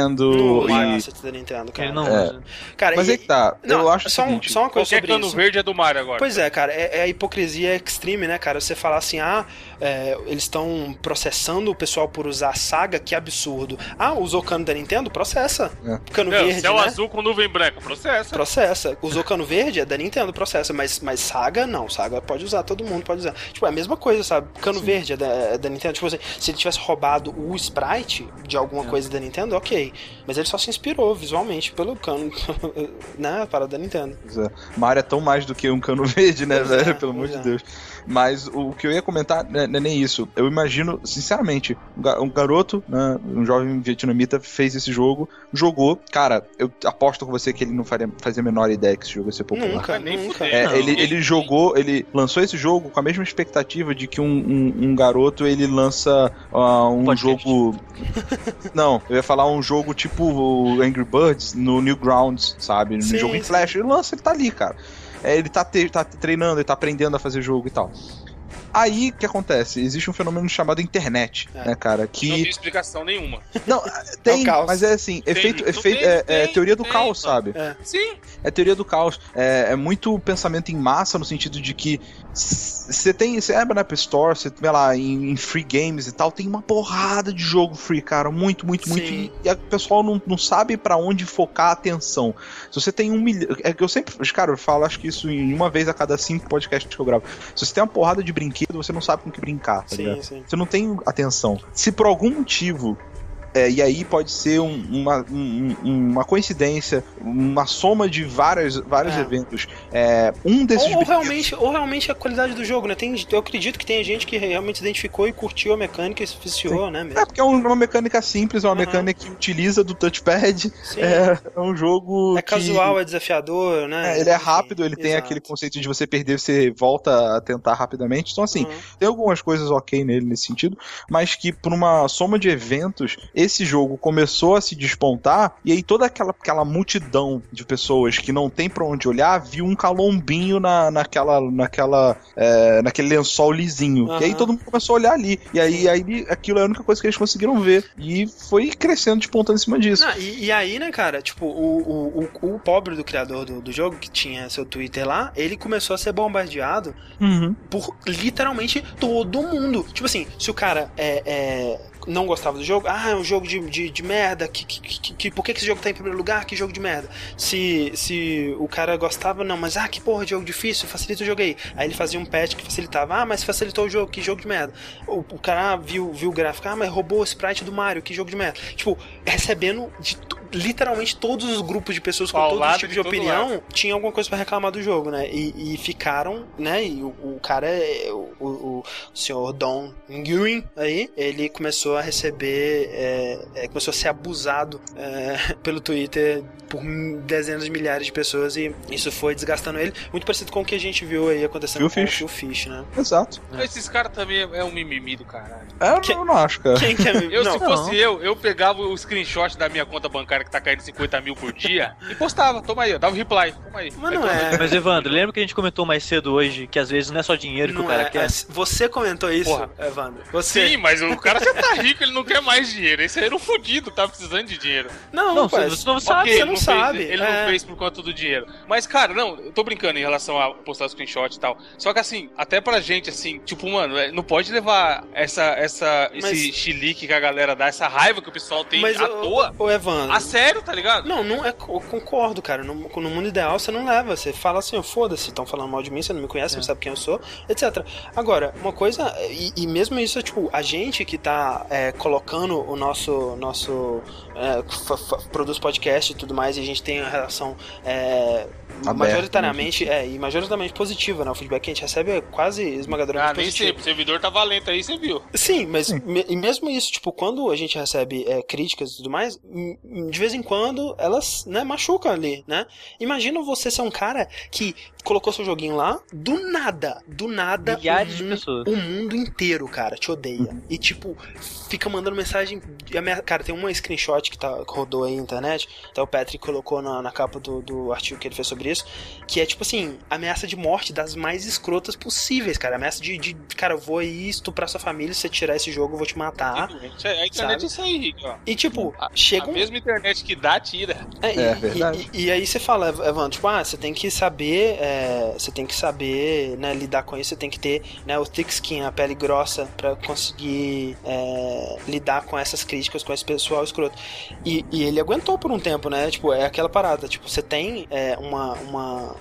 Speaker 2: Nintendo.
Speaker 1: No Mario Assets da Nintendo, cara.
Speaker 3: Não,
Speaker 1: cara,
Speaker 2: mas aí que tá. Eu acho
Speaker 1: só uma coisa
Speaker 4: sobre
Speaker 1: isso.
Speaker 4: Cano verde é do Mario agora.
Speaker 1: Pois é, cara. É a hipocrisia extreme, né, cara? Você falar assim, eles estão processando o pessoal por usar Saga, que absurdo. Usou cano da Nintendo? Processa. Cano verde,
Speaker 4: céu
Speaker 1: né?
Speaker 4: azul com nuvem branca, processa.
Speaker 1: Usou cano verde? É da Nintendo, processa. Mas Saga, não. Saga pode usar, todo mundo pode usar. Tipo, é a mesma coisa, sabe? Cano verde é da Nintendo. Tipo assim, se ele tivesse roubado o sprite de alguma coisa da Nintendo, ok. Mas ele só se inspirou visualmente pelo cano, né? Parada da Nintendo.
Speaker 2: Mario é tão mais do que um cano verde, né, velho? Pelo amor de Deus. Mas o que eu ia comentar não é nem isso. Eu imagino, sinceramente, um garoto, né, um jovem vietnamita fez esse jogo, jogou. Cara, eu aposto com você que ele não fazia a menor ideia que esse jogo ia ser popular.
Speaker 1: Nunca.
Speaker 2: Ele jogou, ele lançou esse jogo com a mesma expectativa de que um garoto, ele lança um jogo... Não, eu ia falar um jogo tipo o Angry Birds no Newgrounds, sabe? No jogo em Flash. Ele lança, ele tá ali, cara. Ele tá treinando, ele tá aprendendo a fazer jogo e tal. Aí, o que acontece? Existe um fenômeno chamado internet, né, cara? Que...
Speaker 4: Não tem explicação nenhuma.
Speaker 2: Não, tem, mas é assim, teoria do caos, sabe?
Speaker 4: Sim.
Speaker 2: É teoria do caos. É muito pensamento em massa, no sentido de que você abre na App Store, você vê lá em free games e tal, tem uma porrada de jogo free, cara, muito, e o pessoal não sabe pra onde focar a atenção. Se você tem 1 milhão... É que eu sempre, cara, eu falo, acho que isso em uma vez a cada 5 podcasts que eu gravo. Se você tem uma porrada de brinquedo, você não sabe com que brincar, tá ligado? Você não tem atenção. Se por algum motivo... e aí pode ser uma coincidência, uma soma de vários eventos. Um desses
Speaker 1: ou realmente a qualidade do jogo, né? Eu acredito que tem gente que realmente se identificou e curtiu a mecânica e se viciou, né? Mesmo.
Speaker 2: Porque é uma mecânica simples, uma mecânica que utiliza do touchpad. É um jogo
Speaker 1: casual, é desafiador, né?
Speaker 2: Ele é rápido, ele tem aquele conceito de você perder, você volta a tentar rapidamente. Então, assim, tem algumas coisas ok nele nesse sentido, mas que por uma soma de eventos, esse jogo começou a se despontar, e aí toda aquela multidão de pessoas que não tem pra onde olhar, viu um calombinho naquele lençol lisinho. E aí todo mundo começou a olhar ali. E aí aquilo é a única coisa que eles conseguiram ver. E foi crescendo, despontando em cima disso.
Speaker 1: E aí, né, cara, tipo, o pobre do criador do jogo, que tinha seu Twitter lá, ele começou a ser bombardeado por literalmente todo mundo. Tipo assim, se o cara não gostava do jogo, é um jogo de merda, por que esse jogo tá em primeiro lugar? Que jogo de merda. Se o cara gostava, não, mas que porra de jogo difícil, facilita o jogo aí. Aí ele fazia um patch que facilitava, mas facilitou o jogo, que jogo de merda. O cara viu o gráfico, mas roubou o sprite do Mario, que jogo de merda. Tipo, recebendo de literalmente todos os grupos de pessoas com todos os tipos de opinião, tinha alguma coisa pra reclamar do jogo, né? E ficaram, né? E o cara, o senhor Don Nguyen aí, ele começou a receber, começou a ser abusado pelo Twitter por dezenas de milhares de pessoas, e isso foi desgastando ele, muito parecido com o que a gente viu aí acontecendo com o Fish, né?
Speaker 2: Exato.
Speaker 4: Esses caras também é um mimimi do caralho.
Speaker 2: Eu não acho, cara.
Speaker 1: Quem que é mimimi?
Speaker 4: Se fosse eu pegava o screenshot da minha conta bancária que tá caindo 50 mil por dia e postava, toma aí, dava reply, toma aí.
Speaker 1: Mas não é.
Speaker 3: Mas Evandro, lembra que a gente comentou mais cedo hoje que às vezes não é só dinheiro que o cara quer?
Speaker 1: Você comentou isso, Evandro.
Speaker 4: Sim, mas o cara já tá rico, ele não quer mais dinheiro. Esse aí era um fudido, tá precisando de dinheiro.
Speaker 1: Não, você não sabe, você não sabe.
Speaker 4: Ele não fez por conta do dinheiro. Mas, cara, não, eu tô brincando em relação a postar screenshot e tal. Só que assim, até pra gente, assim, tipo, mano, não pode levar esse chilique que a galera dá, essa raiva que o pessoal tem à toa.
Speaker 1: Evandro,
Speaker 4: a sério, tá ligado?
Speaker 1: Não é, eu concordo, cara. No mundo ideal você não leva. Você fala assim, foda-se, estão falando mal de mim, você não me conhece, não sabe quem eu sou, etc. Agora, uma coisa, e mesmo isso, tipo, a gente que tá colocando o nosso produz podcast e tudo mais, e a gente tem a relação majoritariamente positiva, né? O feedback que a gente recebe é quase esmagadoramente positivo.
Speaker 4: Nem sempre, o servidor tá valendo aí, você viu.
Speaker 1: Sim, mas e mesmo isso, tipo, quando a gente recebe críticas e tudo mais, de vez em quando elas, né, machucam ali, né? Imagina você ser um cara que colocou seu joguinho lá, do nada,
Speaker 3: milhares de pessoas.
Speaker 1: O mundo inteiro, cara, te odeia. E tipo, fica mandando mensagem. Cara, tem uma screenshot que rodou aí na internet, até o Patrick colocou na capa do artigo que ele fez sobre isso, que é tipo assim, ameaça de morte das mais escrotas possíveis, cara. Ameaça de cara, eu vou aí estuprar sua família, se você tirar esse jogo, eu vou te matar.
Speaker 4: A internet é isso aí, Rick, ó.
Speaker 1: E tipo, chega
Speaker 4: a mesma internet que dá, tira.
Speaker 2: Verdade.
Speaker 1: E aí você fala, Evandro, tipo, você tem que saber, né, lidar com isso, você tem que ter, né, o thick skin, a pele grossa, pra conseguir lidar com essas críticas, com esse pessoal escroto. E ele aguentou por um tempo, né? Tipo, é aquela parada, tipo, você tem uma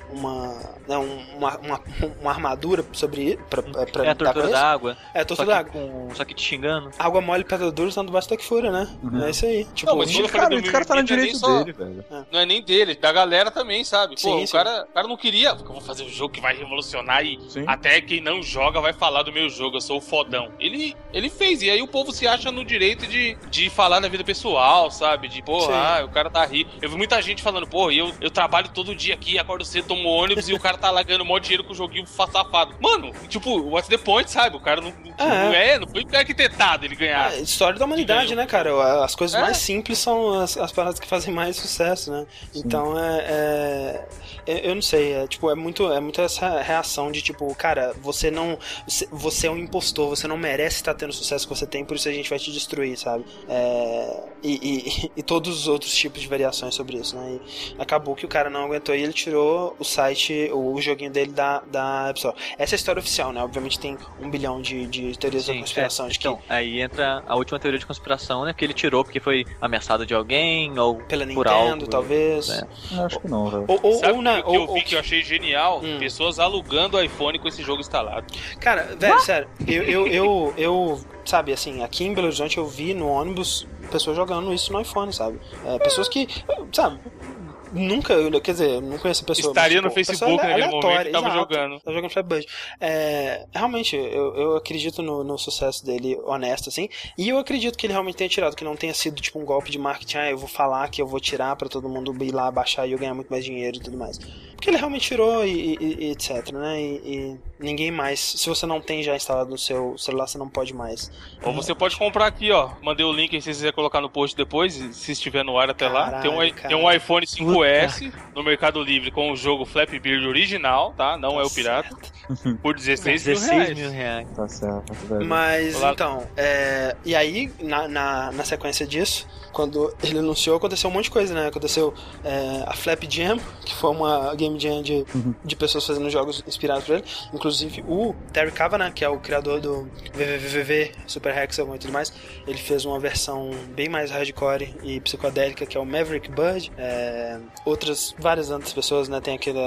Speaker 1: armadura sobre pra
Speaker 3: a tortura da água.
Speaker 1: É a tortura da água.
Speaker 3: Só que te xingando.
Speaker 1: Água mole, pedra dura, usando bastante que fura, né? É isso aí. Tipo,
Speaker 4: não, mas
Speaker 2: esse cara tá no direito dele, velho.
Speaker 4: Não é nem dele, da galera também, sabe? Pô,
Speaker 1: sim,
Speaker 4: o cara não queria. Eu vou fazer um jogo que vai revolucionar e até quem não joga vai falar do meu jogo, eu sou o fodão. Ele fez, e aí o povo se acha no direito de falar na vida pessoal, sabe? De, porra, o cara tá rico. Eu vi muita gente falando, porra, eu trabalho todo dia aqui, acordo cedo, tomo ônibus e o cara tá lá ganhando um monte de dinheiro com o joguinho safado. Mano, tipo, what's the point, sabe? O cara não foi arquitetado ele ganhar.
Speaker 1: História da humanidade, né, cara? As coisas mais simples são as paradas que fazem mais sucesso, né? Sim. Então eu não sei, é muito essa reação de tipo, cara, você é um impostor, você não merece estar tendo o sucesso que você tem, por isso a gente vai te destruir, sabe? E todos os outros tipos de variações sobre isso, né? E acabou que o cara não aguentou e ele tirou o site, o joguinho dele da App Store. Essa é a história oficial, né? Obviamente tem 1 bilhão de teorias da conspiração.
Speaker 3: Aí entra a última teoria de conspiração, né? Que ele tirou porque foi ameaçado de alguém, ou
Speaker 1: pela
Speaker 3: por
Speaker 1: Nintendo,
Speaker 3: algo,
Speaker 1: talvez.
Speaker 2: Acho que não, velho.
Speaker 4: Sabe o que eu vi que eu achei genial? Pessoas alugando o iPhone com esse jogo instalado.
Speaker 1: Cara, velho, sério, eu sabe, assim, aqui em Belo Horizonte eu vi no ônibus pessoas jogando isso no iPhone, sabe? Pessoas que, sabe, nunca, quer dizer, não conheço a pessoa.
Speaker 4: Estaria
Speaker 1: mas,
Speaker 4: no Facebook naquele momento que tava jogando.
Speaker 1: Tava jogando Flappy Bird. Realmente, eu acredito no sucesso dele, honesto, assim. E eu acredito que ele realmente tenha tirado, que não tenha sido tipo um golpe de marketing. Eu vou falar que eu vou tirar pra todo mundo ir lá baixar e eu ganhar muito mais dinheiro e tudo mais. Porque ele realmente tirou e etc, né? E ninguém mais. Se você não tem já instalado no seu celular, você não pode mais.
Speaker 4: Ou você pode comprar aqui, ó. Mandei o link aí se você quiser colocar no post depois, se estiver no ar até lá. Tem um iPhone 5S no Mercado Livre com o jogo Flappy Bird original, tá? Não é o pirata. Por 16 mil reais.
Speaker 2: Tá certo.
Speaker 1: Mas, então, e aí, na sequência disso, quando ele anunciou, aconteceu um monte de coisa, né? Aconteceu a Flap Jam, que foi uma game jam de pessoas fazendo jogos inspirados por ele. Inclusive o Terry Cavanagh, que é o criador do VVVV, Super Hexagon e tudo mais, ele fez uma versão bem mais hardcore e psicodélica, que é o Maverick Bird. Várias outras pessoas, né? Tem aquele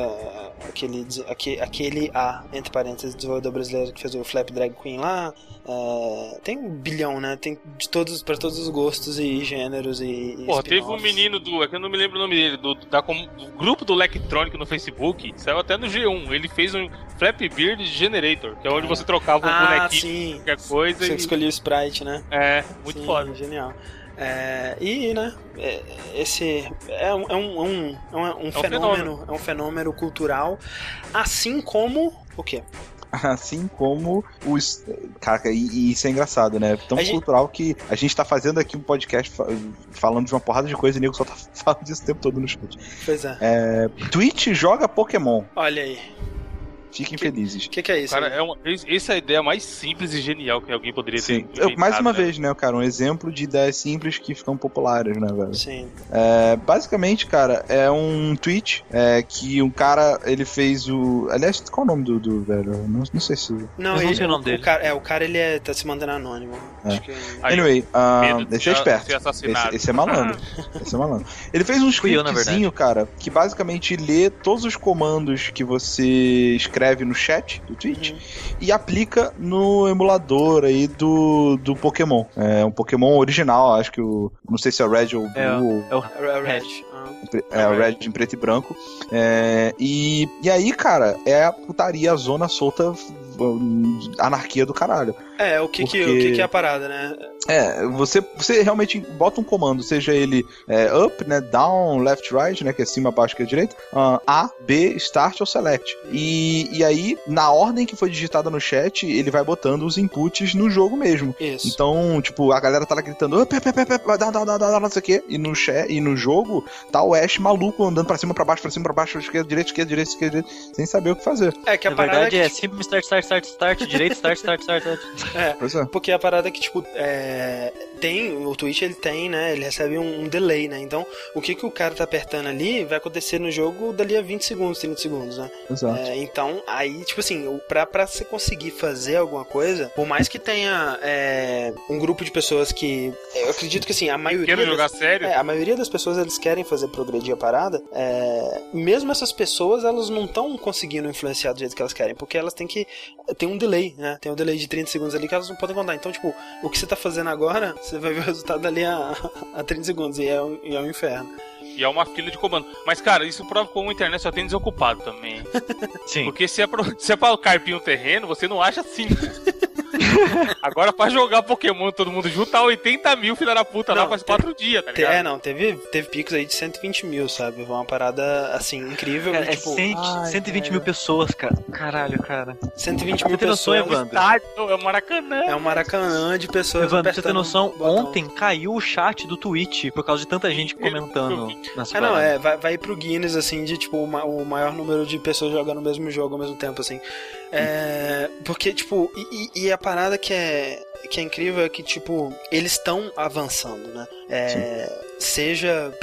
Speaker 1: entre parênteses, desenvolvedor brasileiro que fez o Flap Drag Queen lá. Tem 1 bilhão, né? Tem pra todos os gostos e gêneros e
Speaker 4: pô, teve um menino é que eu não me lembro o nome dele, do grupo do Electronic no Facebook, saiu até no G1. Ele fez um Flappy Bird Generator, que é onde você trocava um bonequinho, qualquer coisa.
Speaker 1: Você escolhia o sprite, né?
Speaker 4: Muito foda.
Speaker 1: Genial. Né? Esse é um fenômeno. É um fenômeno cultural, assim como o quê?
Speaker 2: Assim como os... Cara, e isso é engraçado, né? Tão cultural que a gente tá fazendo aqui um podcast falando de uma porrada de coisa e o nego só tá falando disso o tempo todo no chat.
Speaker 1: Pois é.
Speaker 2: Twitch joga Pokémon.
Speaker 1: Olha aí.
Speaker 2: Fiquem felizes.
Speaker 1: O que é isso?
Speaker 4: Cara, essa é a ideia mais simples e genial que alguém poderia ter.
Speaker 2: Mais uma vez, né, cara? Um exemplo de ideias simples que ficam populares, né, velho?
Speaker 1: Sim.
Speaker 2: Basicamente, cara, é um tweet que um cara, ele fez o... Aliás, qual é o nome do velho? Não sei se...
Speaker 1: Não sei o nome dele. O cara, ele tá se mantendo anônimo. Acho que...
Speaker 2: Anyway, esse é esperto. Esse é malandro. Esse é malandro. Ele fez um scriptzinho, cara, que basicamente lê todos os comandos que você escreve no chat do Twitch e aplica no emulador aí do Pokémon. É um Pokémon original, acho que não sei se é o Red ou o Blue.
Speaker 1: É o Red.
Speaker 2: O Red em preto e branco. E aí, cara, é a putaria, a zona solta anarquia do caralho.
Speaker 1: O que é a parada, né?
Speaker 2: Você realmente bota um comando, seja ele up, né, down, left, right, né, que é cima, baixo, que é direita, A, B, start ou select. E aí, na ordem que foi digitada no chat, ele vai botando os inputs no jogo mesmo.
Speaker 1: Isso.
Speaker 2: Então, tipo, a galera tá lá gritando up, down, não sei o quê, e no jogo tá o Ash maluco andando pra cima, pra baixo, esquerda, direita, sem saber o que fazer.
Speaker 3: Que a na parada verdade é sempre start, direito, start.
Speaker 1: Porque a parada é que, tipo, o Twitch ele tem, né, ele recebe um delay, né, então o que o cara tá apertando ali vai acontecer no jogo dali a 20 segundos, 30 segundos, né.
Speaker 2: Exato.
Speaker 1: Então, aí, tipo assim, pra você conseguir fazer alguma coisa, por mais que tenha um grupo de pessoas que, eu acredito que, assim, a maioria
Speaker 4: jogar sério?
Speaker 1: A maioria das pessoas, eles querem fazer progredir a parada, mesmo essas pessoas, elas não estão conseguindo influenciar do jeito que elas querem, porque elas têm um delay, né, tem um delay de 30 segundos ali que elas não podem contar, então, tipo, o que você tá fazendo agora, você vai ver o resultado dali a 30 segundos, e é um inferno.
Speaker 4: E é uma fila de comando. Mas, cara, isso prova como a internet só tem desocupado também.
Speaker 3: Sim.
Speaker 4: Porque se é pra carpir um terreno, você não acha assim. Agora, pra jogar Pokémon todo mundo junto, tá 80 mil, filha da puta, lá faz 4 dias, tá ligado?
Speaker 1: Teve picos aí de 120 mil, sabe? Foi uma parada, assim, incrível.
Speaker 3: Cara,
Speaker 1: tipo,
Speaker 3: 120 mil pessoas, cara. Caralho, cara.
Speaker 1: 120 mil pessoas.
Speaker 4: É um Maracanã.
Speaker 1: É um Maracanã de pessoas.
Speaker 3: Evandro, pra você ter noção, ontem caiu o chat do Twitch por causa de tanta gente comentando nas paradas.
Speaker 1: Vai pro Guinness, assim, de, tipo, o maior número de pessoas jogando o mesmo jogo ao mesmo tempo, assim. Porque, tipo, e a parada que é incrível é que, tipo, eles estão avançando, né? Seja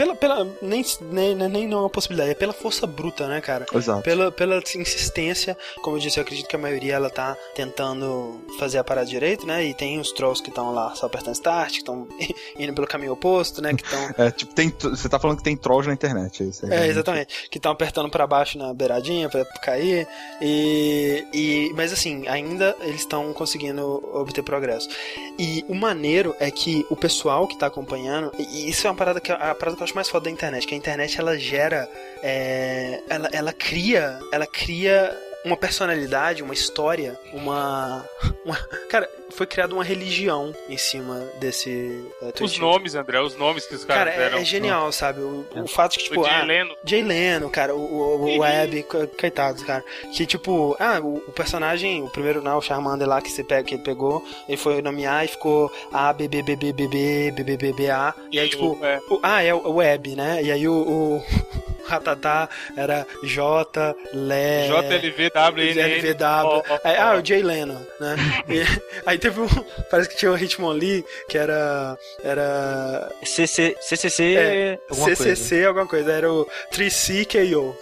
Speaker 1: nem não é uma possibilidade, é pela força bruta, né, cara?
Speaker 2: Exato.
Speaker 1: Pela insistência, como eu disse, eu acredito que a maioria ela tá tentando fazer a parada direito, né? E tem os trolls que estão lá só apertando start, que estão indo pelo caminho oposto, né? Que estão
Speaker 2: você tá falando que tem trolls na internet, é isso aí.
Speaker 1: Exatamente. Que estão apertando pra baixo na beiradinha pra cair. Mas assim, ainda eles estão conseguindo obter progresso. E o maneiro é que o pessoal que tá acompanhando, e isso é a parada que eu acho mais foda da internet, que a internet ela gera, ela cria uma personalidade, uma história, cara, foi criada uma religião em cima desse
Speaker 4: Os nomes, André, os nomes que os caras deram.
Speaker 1: Cara, é genial, sabe? O fato de que, tipo... Jay Leno, cara, o Web, coitado, cara. Que, tipo, o personagem, o primeiro, o Charmander lá que ele pegou, ele foi nomear e ficou ABBBBBBBBA. E aí, tipo... é o Web, né? E aí o Ratatá era JLVWN. O Jay Leno, né? Aí teve parece que tinha o Hitmonlee, que era
Speaker 3: CCC
Speaker 1: alguma coisa, era o 3CKO.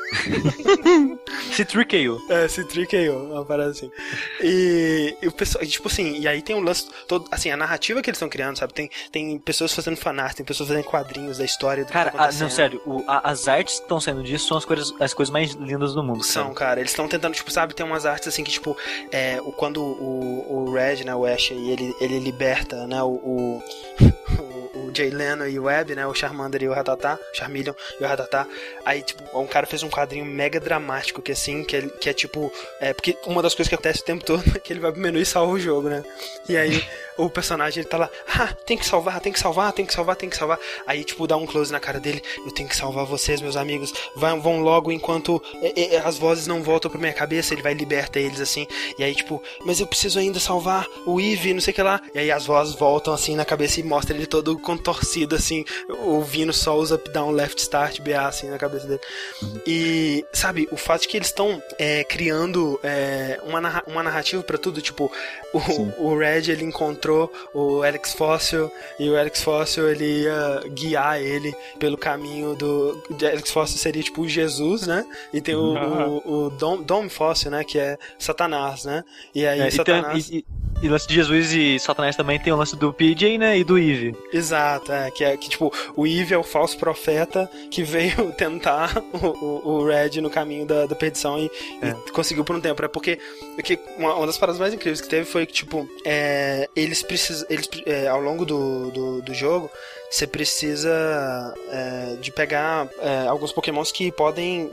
Speaker 3: C3KO.
Speaker 1: C3KO, uma parada assim. E o pessoal, tipo assim, e aí tem um lance todo, assim, a narrativa que eles estão criando, sabe? Tem pessoas fazendo fanart, tem pessoas fazendo quadrinhos da história do
Speaker 3: cara,
Speaker 1: que tá acontecendo.
Speaker 3: Não, sério, as artes que estão saindo disso são as coisas mais lindas do mundo.
Speaker 1: São, cara, eles estão tentando, tipo, sabe, tem umas artes assim que, tipo, quando o Red, né, o Ash, ele liberta, né, o Jay Leno e o Web, né, o Charmander e o Rattata, Charmeleon e o Rattata. Aí, tipo, um cara fez um quadrinho mega dramático, que assim, que é tipo... porque uma das coisas que acontece o tempo todo é que ele vai pro menu e salva o jogo, né? E aí, o personagem, ele tá lá, tem que salvar. Aí, tipo, dá um close na cara dele, eu tenho que salvar vocês, meus amigos, vão logo enquanto as vozes não voltam pra minha cabeça, ele vai e liberta eles, assim. E aí, tipo, mas eu preciso ainda salvar o Eevee, não sei o que lá. E aí as vozes voltam, assim, na cabeça e mostra ele todo contorcido, assim, ouvindo só os up, down, left, start, BA, assim, na cabeça dele. E, sabe, o fato de que eles estão criando uma narrativa pra tudo, tipo, o Red, ele encontrou o Alex Fossil, e o Alex Fossil, ele ia guiar ele pelo caminho de Alex Fossil seria, tipo, o Jesus, né? E tem o Dom Fossil, né? Que é Satanás, né? E aí Satanás...
Speaker 3: E o lance de Jesus e Satanás também tem o lance do PJ, né? E do Eve.
Speaker 1: Exato, que tipo, o Eve é o falso profeta que veio tentar o Red no caminho da perdição e conseguiu por um tempo. Porque uma das paradas mais incríveis que teve foi que, tipo, eles ao longo do jogo, você precisa de pegar alguns pokémons que podem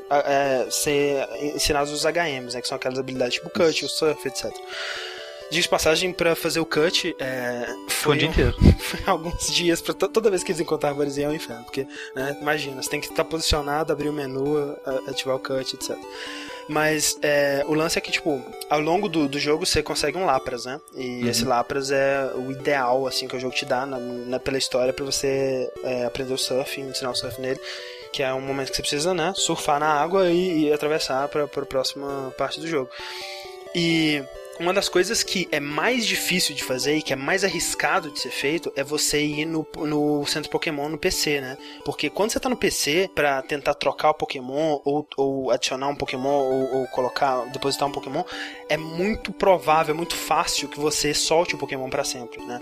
Speaker 1: ser ensinados os HMs, né? Que são aquelas habilidades tipo Cut, o Surf, etc. Diz passagem pra fazer o Cut foi
Speaker 3: o dia inteiro.
Speaker 1: Foi alguns dias, toda vez que eles encontravam eles iam ao inferno, porque, né, imagina, você tem que estar posicionado, abrir o menu, ativar o Cut, etc. Mas o lance é que, tipo, ao longo do jogo você consegue um Lapras, né? E esse Lapras é o ideal, assim, que o jogo te dá pela história pra você aprender o surf, ensinar o surf nele, que é um momento que você precisa, né, surfar na água e atravessar pra próxima parte do jogo. E uma das coisas que é mais difícil de fazer e que é mais arriscado de ser feito é você ir no centro Pokémon no PC, né? Porque quando você tá no PC pra tentar trocar o Pokémon ou adicionar um Pokémon ou depositar um Pokémon, é muito provável, é muito fácil que você solte o Pokémon pra sempre, né?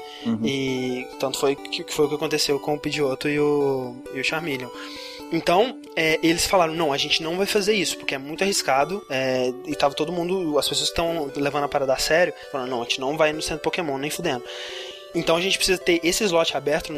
Speaker 1: E tanto foi que foi o que aconteceu com o Pidgeotto e o Charmeleon. Então, eles falaram, não, a gente não vai fazer isso, porque é muito arriscado, e tava todo mundo, as pessoas estão levando a parada a sério, falando, não, a gente não vai no centro Pokémon, nem fudendo. Então a gente precisa ter esse slot aberto na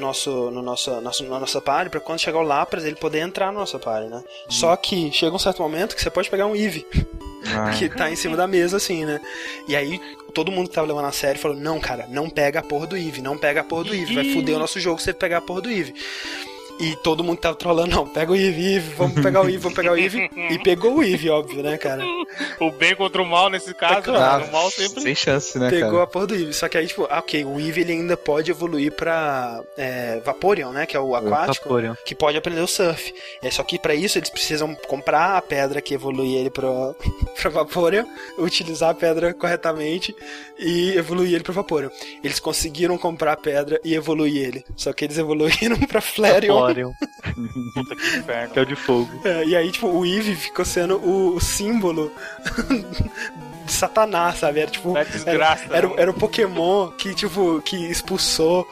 Speaker 1: nossa party, pra quando chegar o Lapras, ele poder entrar na nossa party, né? Só que chega um certo momento que você pode pegar um Eevee, que tá em cima da mesa, assim, né? E aí todo mundo que tava levando a sério falou, não, cara, não pega a porra do Eevee, não pega a porra do Eevee, vai foder o nosso jogo se você pegar a porra do Eevee. E todo mundo tava trolando, não, pega o Eevee, vamos pegar o Eevee, e pegou o Eevee, óbvio, né, cara?
Speaker 4: O bem contra o mal nesse caso,
Speaker 1: claro.
Speaker 4: O mal sempre...
Speaker 2: Sem chance, né,
Speaker 1: pegou
Speaker 2: cara?
Speaker 1: a porra do Eevee, só que aí, tipo, ok, o Eevee ele ainda pode evoluir pra Vaporeon, né, que é o aquático,
Speaker 3: Vaporeon,
Speaker 1: que pode aprender o Surf. Só que pra isso eles precisam comprar a pedra que evolui ele pra Vaporeon, utilizar a pedra corretamente e evoluir ele pra Vaporeon. Eles conseguiram comprar a pedra e evoluir ele, só que eles evoluíram pra Flareon.
Speaker 4: Puta que inferno.
Speaker 3: Que é o de fogo.
Speaker 1: E aí, tipo, o Eevee ficou sendo o símbolo de Satanás, sabe? Era tipo.
Speaker 4: Desgraça,
Speaker 1: era o Pokémon que, tipo, que expulsou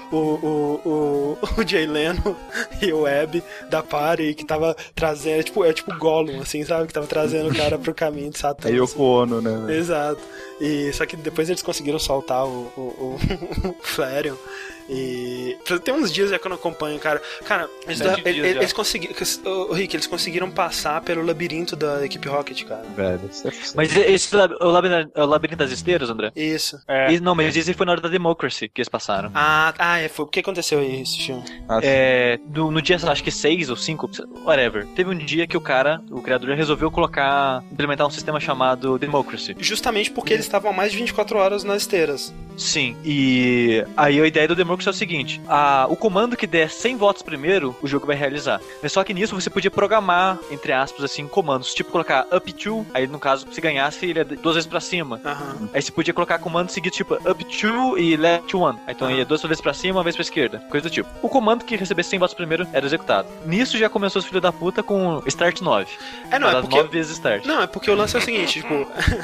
Speaker 1: o Jay Leno e o Webb da party, que tava trazendo. É tipo Gollum, assim, sabe? Que tava trazendo o cara pro caminho de Satã.
Speaker 2: É Yoko Ono, né?
Speaker 1: Exato. E só que depois eles conseguiram soltar o Flareon. E tem uns dias já que eu não acompanho, cara. Cara, eles conseguiram. Rick, eles conseguiram passar pelo labirinto da equipe Rocket, cara.
Speaker 2: Velho,
Speaker 3: mas esse é o labirinto das esteiras, André?
Speaker 1: Isso.
Speaker 3: Não, mas esse foi na hora da Democracy que eles passaram.
Speaker 1: Foi. O que aconteceu aí, Xixi?
Speaker 3: No dia, acho que 6 ou 5, whatever. Teve um dia que o criador, resolveu implementar um sistema chamado Democracy.
Speaker 1: Justamente porque eles estavam há mais de 24 horas nas esteiras.
Speaker 3: Sim, e aí a ideia do Democracy é o seguinte: o comando que der 100 votos primeiro, o jogo vai realizar. Mas só que nisso você podia programar, entre aspas, assim, comandos, tipo colocar up to, aí no caso, se ganhasse, ele ia 2 vezes pra cima. Aí você podia colocar comando seguido, tipo up to e left to 1. Aí então ia 2 vezes pra cima, 1 vez pra esquerda, coisa do tipo. O comando que recebesse 100 votos primeiro era executado. Nisso já começou os filhos da puta com Start 9.
Speaker 1: É
Speaker 3: 9 vezes Start.
Speaker 1: Não, é porque o lance é o seguinte, tipo,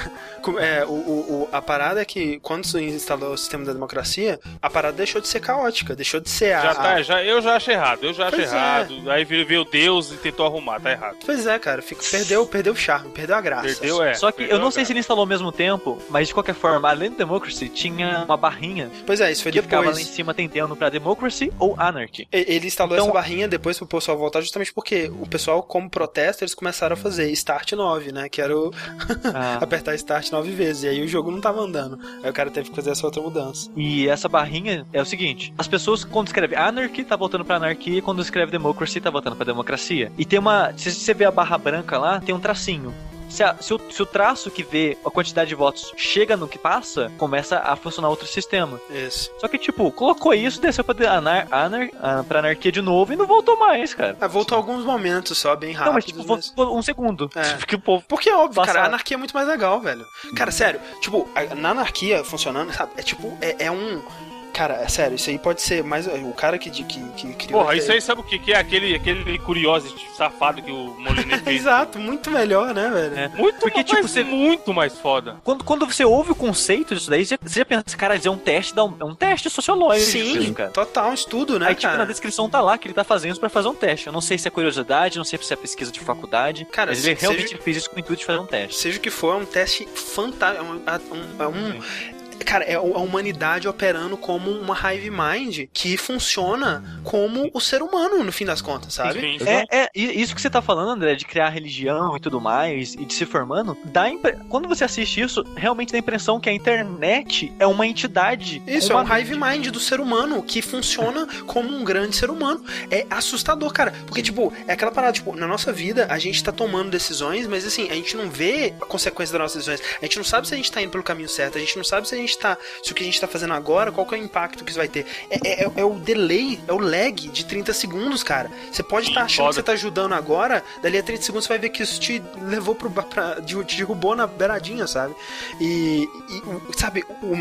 Speaker 1: a parada é que quando você instalou o sistema da democracia, a parada deixou de ser caótica, deixou de ser
Speaker 4: eu já acho errado, Aí veio Deus e tentou arrumar, tá errado.
Speaker 1: Pois é, cara, perdeu o charme, perdeu a graça.
Speaker 3: Só que eu não sei se ele instalou ao mesmo tempo, mas de qualquer forma, além do Democracy, tinha uma barrinha.
Speaker 1: Pois é, isso foi
Speaker 3: que
Speaker 1: depois.
Speaker 3: Ficava lá em cima tentando pra Democracy ou Anarchy.
Speaker 1: Ele instalou essa barrinha depois pro pessoal voltar, justamente porque o pessoal, como protesto, eles começaram a fazer Start 9, né, que era o apertar Start 9 vezes, e aí o jogo não tava andando. Aí o cara teve que fazer essa outra mudança.
Speaker 3: E essa barrinha é o seguinte: as pessoas, quando escreve Anarchy, tá voltando pra Anarquia, e quando escreve Democracy, tá voltando pra Democracia. E tem se você vê a barra branca lá, tem um tracinho. Se o traço que vê a quantidade de votos chega no que passa, começa a funcionar outro sistema.
Speaker 1: Isso.
Speaker 3: Só que, tipo, colocou isso, desceu pra pra anarquia de novo e não voltou mais, cara.
Speaker 1: Voltou alguns momentos só, bem rápido.
Speaker 3: Não, mas tipo, voltou 1 segundo.
Speaker 1: Porque é óbvio, cara, a anarquia é muito mais legal, velho. Cara, sério, tipo, na anarquia funcionando, sabe, é um... Cara, é sério, isso aí pode ser mais o cara que criou...
Speaker 4: Porra, isso aí sabe o que é? Aquele curioso safado que o Moliné fez.
Speaker 1: Exato, muito melhor, né, velho?
Speaker 3: Porque, tipo,
Speaker 4: muito mais foda.
Speaker 3: Quando você ouve o conceito disso daí, você já pensa, cara, é um teste sociológico.
Speaker 1: Sim,
Speaker 3: cara.
Speaker 1: Total, um estudo, né,
Speaker 3: aí,
Speaker 1: cara?
Speaker 3: Tipo, na descrição tá lá que ele tá fazendo isso pra fazer um teste. Eu não sei se é curiosidade, não sei se é pesquisa de faculdade, cara, mas ele realmente fez isso com o intuito de fazer um teste.
Speaker 1: Seja o que for, é um teste fantástico, cara, é a humanidade operando como uma hive mind que funciona como o ser humano, no fim das contas, sabe?
Speaker 3: Sim. Isso que você tá falando, André, de criar religião e tudo mais, e de se formando, quando você assiste isso, realmente dá a impressão que a internet é uma entidade.
Speaker 1: Isso, é um hive mind do ser humano, que funciona como um grande ser humano. É assustador, cara, porque, tipo, é aquela parada, tipo, na nossa vida, a gente tá tomando decisões, mas, assim, a gente não vê a consequência das nossas decisões, a gente não sabe se a gente tá indo pelo caminho certo, a gente não sabe se o que a gente tá fazendo agora, qual que é o impacto que isso vai ter. É o delay, é o lag de 30 segundos, cara. Você pode estar achando que você tá ajudando agora, dali a 30 segundos você vai ver que isso te levou te derrubou na beiradinha, sabe? E sabe,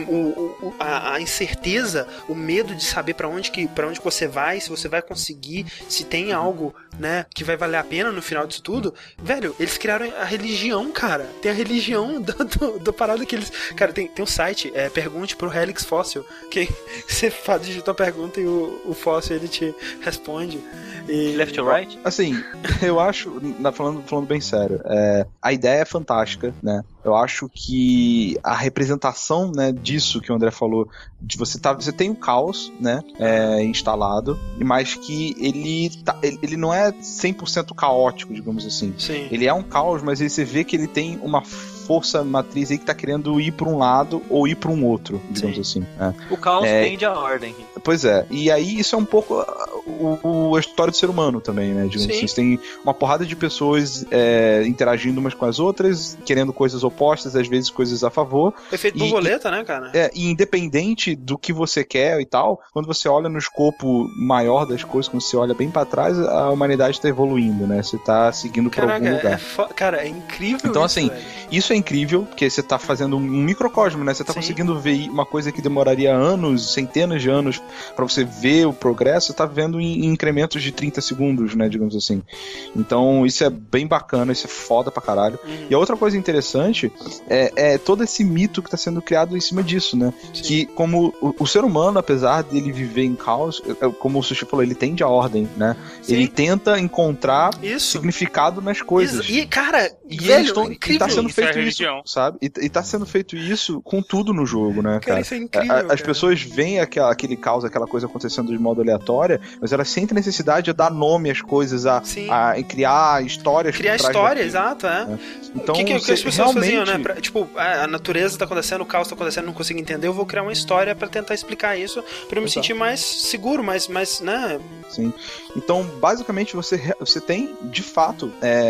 Speaker 1: a incerteza, o medo de saber pra onde que você vai, se você vai conseguir, se tem algo, né, que vai valer a pena no final disso tudo. Velho, eles criaram a religião, cara. Tem a religião da parada que eles... Cara, tem um site, pergunte pro Helix Fóssil, que você digita a pergunta e o Fóssil, ele te responde. E...
Speaker 3: Left or right?
Speaker 2: Assim, eu acho, falando bem sério, a ideia é fantástica, né? Eu acho que a representação, né, disso que o André falou, de você tem um caos, né, instalado, mas que ele não é 100% caótico, digamos assim.
Speaker 1: Sim.
Speaker 2: Ele é um caos, mas aí você vê que ele tem uma força matriz aí que tá querendo ir pra um lado ou ir pra um outro, digamos assim.
Speaker 3: O caos tende à ordem.
Speaker 2: Pois é. E aí isso é um pouco a história do ser humano também, né? Digamos assim. Você tem uma porrada de pessoas interagindo umas com as outras, querendo coisas opostas, às vezes coisas a favor.
Speaker 1: Efeito borboleta, né, cara?
Speaker 2: E independente do que você quer e tal, quando você olha no escopo maior das coisas, quando você olha bem pra trás, a humanidade tá evoluindo, né? Você tá seguindo por algum lugar.
Speaker 1: Cara, é incrível
Speaker 2: então,
Speaker 1: isso,
Speaker 2: assim,
Speaker 1: velho.
Speaker 2: Isso é incrível, porque você tá fazendo um microcosmo, né? Você tá conseguindo ver uma coisa que demoraria anos, centenas de anos pra você ver o progresso, você tá vendo em incrementos de 30 segundos, né? Digamos assim. Então, isso é bem bacana, isso é foda pra caralho. E a outra coisa interessante é todo esse mito que tá sendo criado em cima disso, né? Sim. Que como o ser humano, apesar dele viver em caos, como o Sushi falou, ele tende à ordem, né? Sim. Ele tenta encontrar significado nas coisas.
Speaker 1: E, cara,
Speaker 2: e tá sendo feito isso, sabe? E tá sendo feito isso com tudo no jogo, né, cara?
Speaker 1: Isso é incrível,
Speaker 2: as pessoas veem aquele caos, aquela coisa acontecendo de modo aleatório, mas elas sentem necessidade de dar nome às coisas, a criar histórias.
Speaker 1: Criar história, exato,
Speaker 2: Então,
Speaker 1: o que as pessoas faziam, né? Tipo, a natureza tá acontecendo, o caos tá acontecendo, não consigo entender, eu vou criar uma história pra tentar explicar isso, pra eu me sentir mais seguro, mais, né?
Speaker 2: Sim. Então, basicamente, você tem, de fato,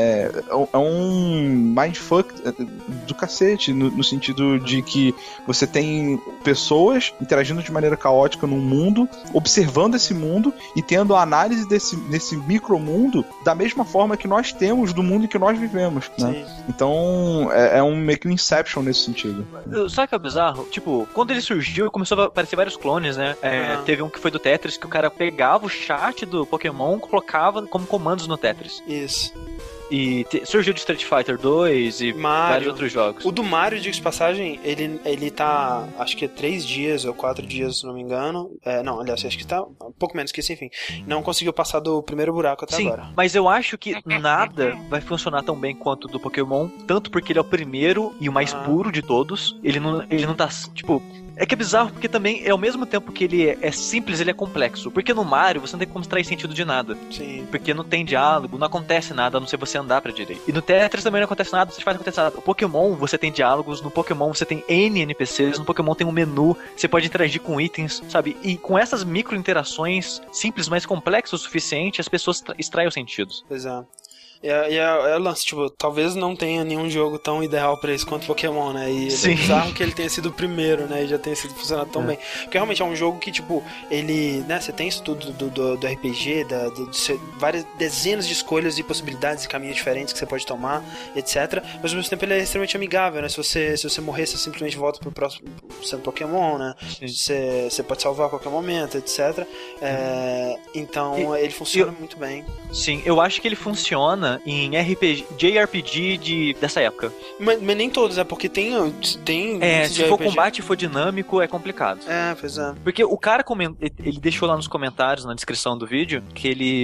Speaker 2: um mindfuck do cacete, no sentido de que você tem pessoas interagindo de maneira caótica num mundo, observando esse mundo e tendo a análise desse micromundo da mesma forma que nós temos do mundo em que nós vivemos, né? Então, meio que um Inception nesse sentido.
Speaker 3: Sabe o que é bizarro? Tipo, quando ele surgiu, começou a aparecer vários clones, né? Teve um que foi do Tetris, que o cara pegava o chat do Pokémon, colocava como comandos no Tetris.
Speaker 1: Isso.
Speaker 3: E surgiu de Street Fighter 2 e vários outros jogos.
Speaker 1: O do Mario, digo de passagem, ele tá, acho que 3 dias ou 4 dias, se não me engano. Não, aliás, acho que tá um pouco menos que isso, enfim. Não conseguiu passar do primeiro buraco até agora.
Speaker 3: Mas eu acho que nada vai funcionar tão bem quanto o do Pokémon, tanto porque ele é o primeiro e o mais puro de todos. Ele não tá, tipo... É que é bizarro porque também, ao mesmo tempo que ele é simples, ele é complexo. Porque no Mario você não tem como extrair sentido de nada.
Speaker 1: Sim.
Speaker 3: Porque não tem diálogo, não acontece nada, a não ser você andar pra direita. E no Tetris também não acontece nada, você faz acontecer nada. No Pokémon você tem diálogos, no Pokémon você tem N NPCs, no Pokémon tem um menu, você pode interagir com itens, sabe? E com essas micro interações simples, mas complexas o suficiente, as pessoas extraem os sentidos.
Speaker 1: Exato. É lance, tipo, talvez não tenha nenhum jogo tão ideal pra isso quanto Pokémon, né? E é bizarro que ele tenha sido o primeiro, né? E já tenha sido funcionado tão bem. Porque realmente é um jogo que, tipo, ele, né? Você tem isso tudo do RPG, de várias dezenas de escolhas e possibilidades e caminhos diferentes que você pode tomar, etc. Mas ao mesmo tempo ele é extremamente amigável, né? Se você morrer, você simplesmente volta pro próximo sendo Pokémon, né? Você pode salvar a qualquer momento, etc. Então ele funciona muito bem.
Speaker 3: Sim, eu acho que ele funciona em JRPG dessa época.
Speaker 1: Mas nem todos, porque tem
Speaker 3: se for combate e for dinâmico, é complicado.
Speaker 1: Pois é.
Speaker 3: Porque o cara ele deixou lá nos comentários, na descrição do vídeo, que ele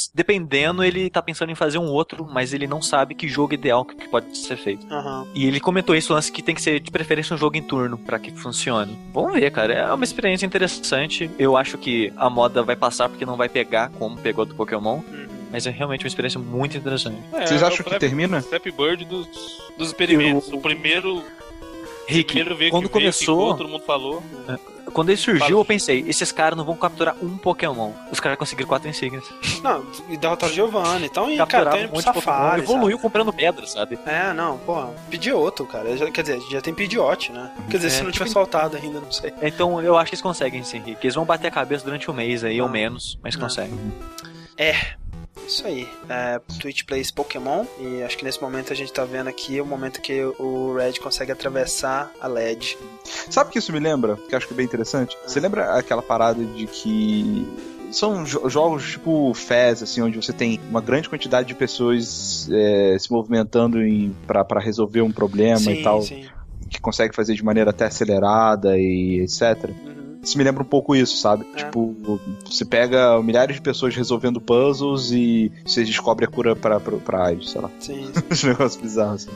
Speaker 3: mas dependendo, ele tá pensando em fazer um outro, mas ele não sabe que jogo ideal que pode ser feito. E ele comentou isso, o lance que tem que ser de preferência um jogo em turno pra que funcione. Vamos ver, cara, é uma experiência interessante. Eu acho que a moda vai passar porque não vai pegar como pegou do Pokémon. Mas é realmente uma experiência muito interessante.
Speaker 2: Vocês acham que termina?
Speaker 4: Flappy Bird dos experimentos. O primeiro...
Speaker 3: Rick, quando começou,
Speaker 4: todo mundo falou.
Speaker 3: Quando ele surgiu, eu pensei, esses caras não vão capturar um Pokémon. Os caras conseguiram 4 insígnias.
Speaker 1: Não, e derrotaram o Giovanni. Então,
Speaker 3: capturaram
Speaker 1: cara,
Speaker 3: um monte de Pokémon. Evoluiu comprando pedra, sabe?
Speaker 1: Não, pô, Pidgeotto, cara. Quer dizer, já tem Pidgeot, né? Quer dizer, se não tiver soltado ainda, não sei.
Speaker 3: Então, eu acho que eles conseguem sim, Rick. Eles vão bater a cabeça durante um mês aí, ou menos, mas conseguem.
Speaker 1: Isso aí, Twitch Plays Pokémon, e acho que nesse momento a gente tá vendo aqui o momento que o Red consegue atravessar a LED.
Speaker 2: Sabe o que isso me lembra? Que eu acho que é bem interessante. Você lembra aquela parada de que são jogos tipo Fez, assim, onde você tem uma grande quantidade de pessoas se movimentando pra resolver um problema e tal, que consegue fazer de maneira até acelerada e etc. Isso me lembra um pouco isso, sabe? Tipo, você pega milhares de pessoas resolvendo puzzles e você descobre a cura pra AIDS, sei lá.
Speaker 1: Sim.
Speaker 2: Esse negócio bizarro, assim.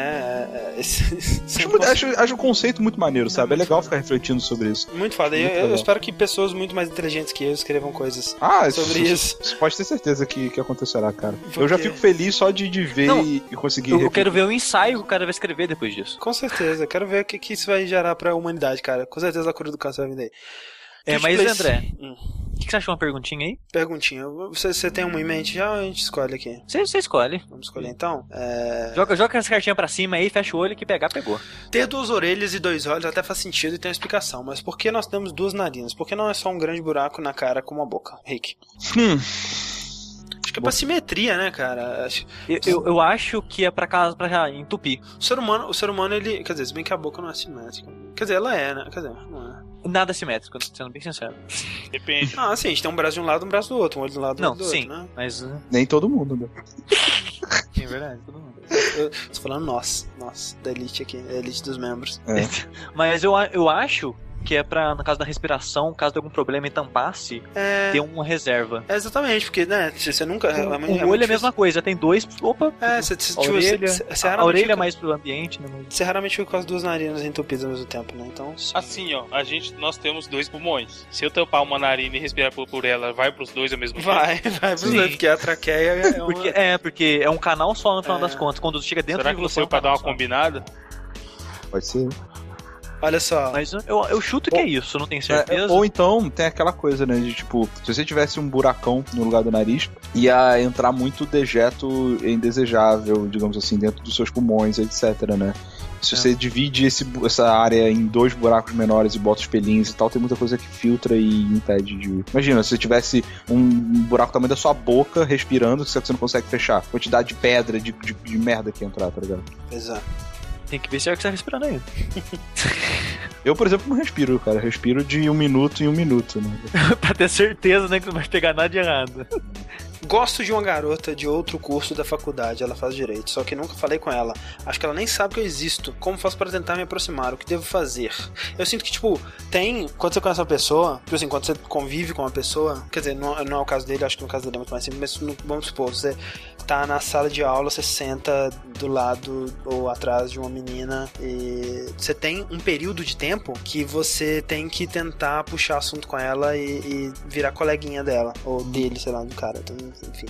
Speaker 2: Acho um conceito muito maneiro, sabe? É legal ficar refletindo sobre isso.
Speaker 1: Muito foda. Eu espero que pessoas muito mais inteligentes que eu escrevam coisas sobre isso.
Speaker 2: Você pode ter certeza que acontecerá, cara. Porque... Eu já fico feliz só de ver e conseguir...
Speaker 3: Eu quero ver o ensaio que o cara vai escrever depois disso.
Speaker 1: Com certeza. Quero ver o que isso vai gerar pra humanidade, cara. Com certeza a cura do câncer vai vir daí.
Speaker 3: Mas André, o que você achou uma perguntinha aí?
Speaker 1: Perguntinha. Você tem uma em mente já ou a gente escolhe aqui?
Speaker 3: Você escolhe.
Speaker 1: Vamos escolher então?
Speaker 3: Joga essa cartinha pra cima aí, fecha o olho, que pegar, pegou.
Speaker 1: Ter 2 orelhas e 2 olhos até faz sentido e tem uma explicação, mas por que nós temos 2 narinas? Por que não é só um grande buraco na cara como a boca, Rick? Acho que é pra simetria, né, cara?
Speaker 3: Eu acho que é pra entupir.
Speaker 1: O ser humano, ele... Quer dizer, se bem que a boca não é simétrica. Quer dizer, ela é, né? Quer dizer, não é.
Speaker 3: Nada simétrico, sendo bem sincero.
Speaker 4: Depende.
Speaker 1: Sim, a gente tem um braço de um lado e um braço do outro. Um olho de um lado e um olho do outro, né?
Speaker 3: Mas...
Speaker 2: Nem todo mundo, né?
Speaker 3: É verdade, todo mundo.
Speaker 1: Eu tô falando nós, da elite aqui, a elite dos membros.
Speaker 3: Mas eu acho que é pra, no caso da respiração, caso de algum problema e tampasse, ter uma reserva.
Speaker 1: Exatamente, porque, né, você nunca...
Speaker 3: O olho é a mesma coisa, tem 2, opa, a orelha é mais pro ambiente, né?
Speaker 1: Você raramente fica com as 2 narinas entupidas ao mesmo tempo, né, então...
Speaker 4: Assim, ó, nós temos 2 pulmões. Se eu tampar uma narina e respirar por ela, vai pros 2 ao mesmo tempo?
Speaker 1: Vai pros 2, porque a traqueia é uma...
Speaker 3: Porque é um canal só no final das contas, quando chega dentro
Speaker 4: de você... Será que pra dar uma combinada?
Speaker 2: Pode ser.
Speaker 1: Olha só.
Speaker 3: Mas eu chuto que é isso, não tenho certeza.
Speaker 2: Ou então tem aquela coisa, né, de tipo, se você tivesse um buracão no lugar do nariz, ia entrar muito dejeto indesejável, digamos assim, dentro dos seus pulmões, etc, né? Se você divide essa área em 2 buracos menores e bota os pelinhos e tal, tem muita coisa que filtra e impede de... Imagina, se você tivesse um buraco do tamanho da sua boca respirando, que você não consegue fechar. Quantidade de pedra, de merda que ia entrar, tá ligado?
Speaker 1: Exato.
Speaker 3: Tem que ver se é o que você tá respirando aí.
Speaker 2: Eu, por exemplo, não respiro, cara. Eu respiro de 1 minuto em 1 minuto, né?
Speaker 3: Pra ter certeza, né, que não vai pegar nada de errado.
Speaker 1: Gosto de uma garota de outro curso da faculdade, ela faz direito, só que nunca falei com ela. Acho que ela nem sabe que eu existo. Como faço para tentar me aproximar? O que devo fazer? Eu sinto que, tipo, quando você conhece uma pessoa, tipo assim, quando você convive com uma pessoa, quer dizer, não é o caso dele, acho que no caso dele é muito mais simples, mas vamos supor, você tá na sala de aula, você senta do lado ou atrás de uma menina e você tem um período de tempo que você tem que tentar puxar assunto com ela e virar coleguinha dela, ou dele, sei lá, do cara, então, enfim.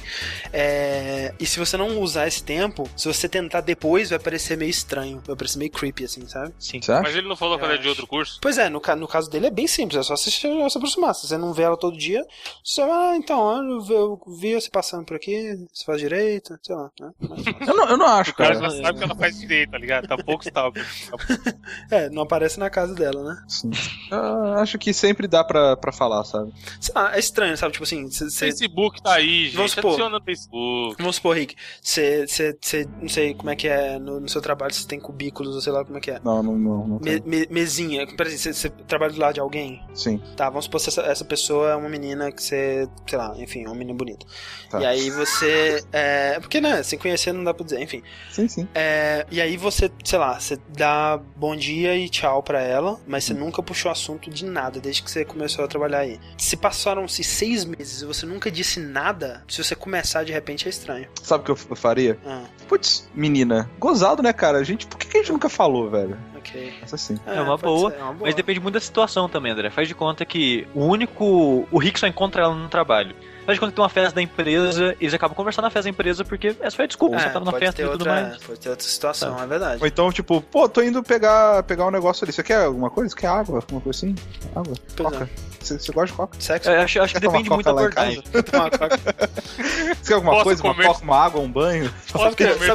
Speaker 1: E se você não usar esse tempo, se você tentar depois, vai parecer meio estranho, vai parecer meio creepy, assim, sabe?
Speaker 3: Sim.
Speaker 4: Mas ele não falou quando é de outro curso?
Speaker 1: Pois é, no caso dele é bem simples, é só você se aproximar. Se você não vê ela todo dia, você vai, então, eu vi você passando por aqui, você faz direito, sei lá, né?
Speaker 2: Eu não acho, cara.
Speaker 4: O cara já sabe que ela faz direito, tá ligado? Tá pouco stalker.
Speaker 1: Não aparece na casa dela, né?
Speaker 2: Sim. Eu acho que sempre dá pra falar, sabe?
Speaker 1: É estranho, sabe? Tipo assim...
Speaker 4: Facebook tá aí, gente.
Speaker 1: Vamos supor,
Speaker 4: adiciona no Facebook.
Speaker 1: Vamos supor, Rick, você não sei como é que é no seu trabalho, se tem cubículos ou sei lá como é que é.
Speaker 2: Não
Speaker 1: mesinha. Peraí, você trabalha do lado de alguém?
Speaker 2: Sim.
Speaker 1: Tá, vamos supor que essa pessoa é uma menina que você, sei lá, enfim, é uma menina bonita.
Speaker 2: Tá.
Speaker 1: E aí você... porque, né, sem conhecer não dá pra dizer, enfim.
Speaker 2: Sim.
Speaker 1: E aí você, sei lá, você dá bom dia e tchau pra ela, mas você nunca puxou assunto de nada desde que você começou a trabalhar aí. Se passaram-se 6 meses e você nunca disse nada, se você começar de repente é estranho.
Speaker 2: Sabe o que eu faria? Putz, menina, gozado, né, cara? Por que a gente nunca falou, velho?
Speaker 1: Ok.
Speaker 2: Isso assim.
Speaker 3: É uma boa, mas depende muito da situação também, André. Faz de conta que o Rick só encontra ela no trabalho. Faz de conta que tem uma festa da empresa, eles acabam conversando na festa da empresa porque essa foi a desculpa, você tava na festa e tudo mais.
Speaker 1: Pode ter outra situação, é verdade.
Speaker 2: Ou então, tipo, pô, tô indo pegar um negócio ali. Você quer alguma coisa? Você quer água? Alguma coisa assim? Água? Coca? Você gosta de coca?
Speaker 1: Sexo?
Speaker 3: Eu acho que depende muito da abordagem.
Speaker 2: Você quer alguma coisa? Uma coca, uma água, um banho?
Speaker 1: Sabe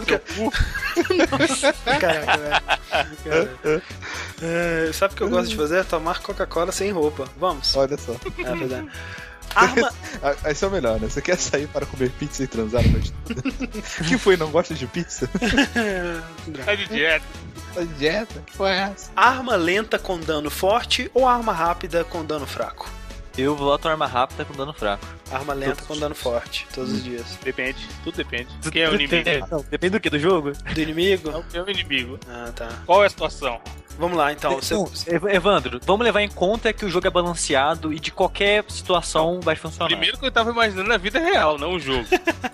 Speaker 1: o que eu gosto de fazer? É tomar Coca-Cola sem roupa. Vamos.
Speaker 2: Olha só.
Speaker 1: É verdade.
Speaker 2: Esse é o melhor, né? Você quer sair para comer pizza e transar a noite toda? Que foi? Não gosta de pizza?
Speaker 4: Tá de dieta.
Speaker 2: Tá de dieta? Que foi essa?
Speaker 1: Arma lenta com dano forte ou arma rápida com dano fraco?
Speaker 3: Eu voto arma rápida com dano fraco.
Speaker 1: Arma lenta com dano forte, todos os dias.
Speaker 4: Depende, tudo depende. Quem é o inimigo?
Speaker 3: Depende do que? Do jogo?
Speaker 1: Do inimigo?
Speaker 4: Não, quem é o inimigo?
Speaker 1: Ah, tá.
Speaker 4: Qual é a situação?
Speaker 1: Vamos lá, então.
Speaker 3: Evandro, vamos levar em conta que o jogo é balanceado e de qualquer situação vai funcionar.
Speaker 4: Primeiro que eu tava imaginando na vida real, não o jogo.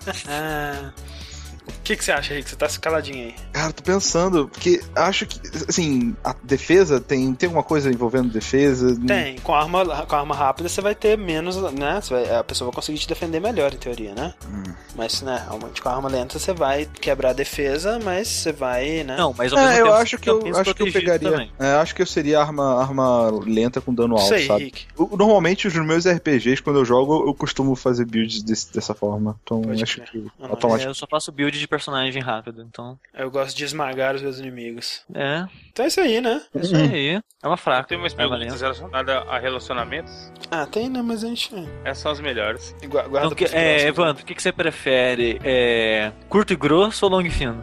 Speaker 1: O que você acha, Rick? Você tá caladinho aí.
Speaker 2: Cara, tô pensando, porque acho que, assim, a defesa tem alguma coisa envolvendo defesa?
Speaker 1: Tem. Com a arma rápida você vai ter menos, né? A pessoa vai conseguir te defender melhor, em teoria, né? Mas, né, com a arma lenta você vai quebrar a defesa, mas você vai, né?
Speaker 3: Não, mas ao mesmo tempo,
Speaker 2: eu acho que eu pegaria. Acho que eu seria arma lenta com dano alto,
Speaker 1: sei,
Speaker 2: sabe?
Speaker 1: Rick.
Speaker 2: Normalmente, os meus RPGs, quando eu jogo, eu costumo fazer builds dessa forma. Então, acho que automaticamente.
Speaker 3: Eu só faço build de personagem rápido, então.
Speaker 1: Eu gosto de esmagar os meus inimigos.
Speaker 3: É.
Speaker 1: Então é isso aí, né?
Speaker 3: É isso aí. É uma fraca.
Speaker 4: Tem umas perguntas relacionadas a relacionamentos?
Speaker 1: Tem, né? Mas a gente.
Speaker 4: Essas são as melhores.
Speaker 1: Guarda
Speaker 3: então, Evandro, o que você prefere? Curto e grosso ou longo e fino?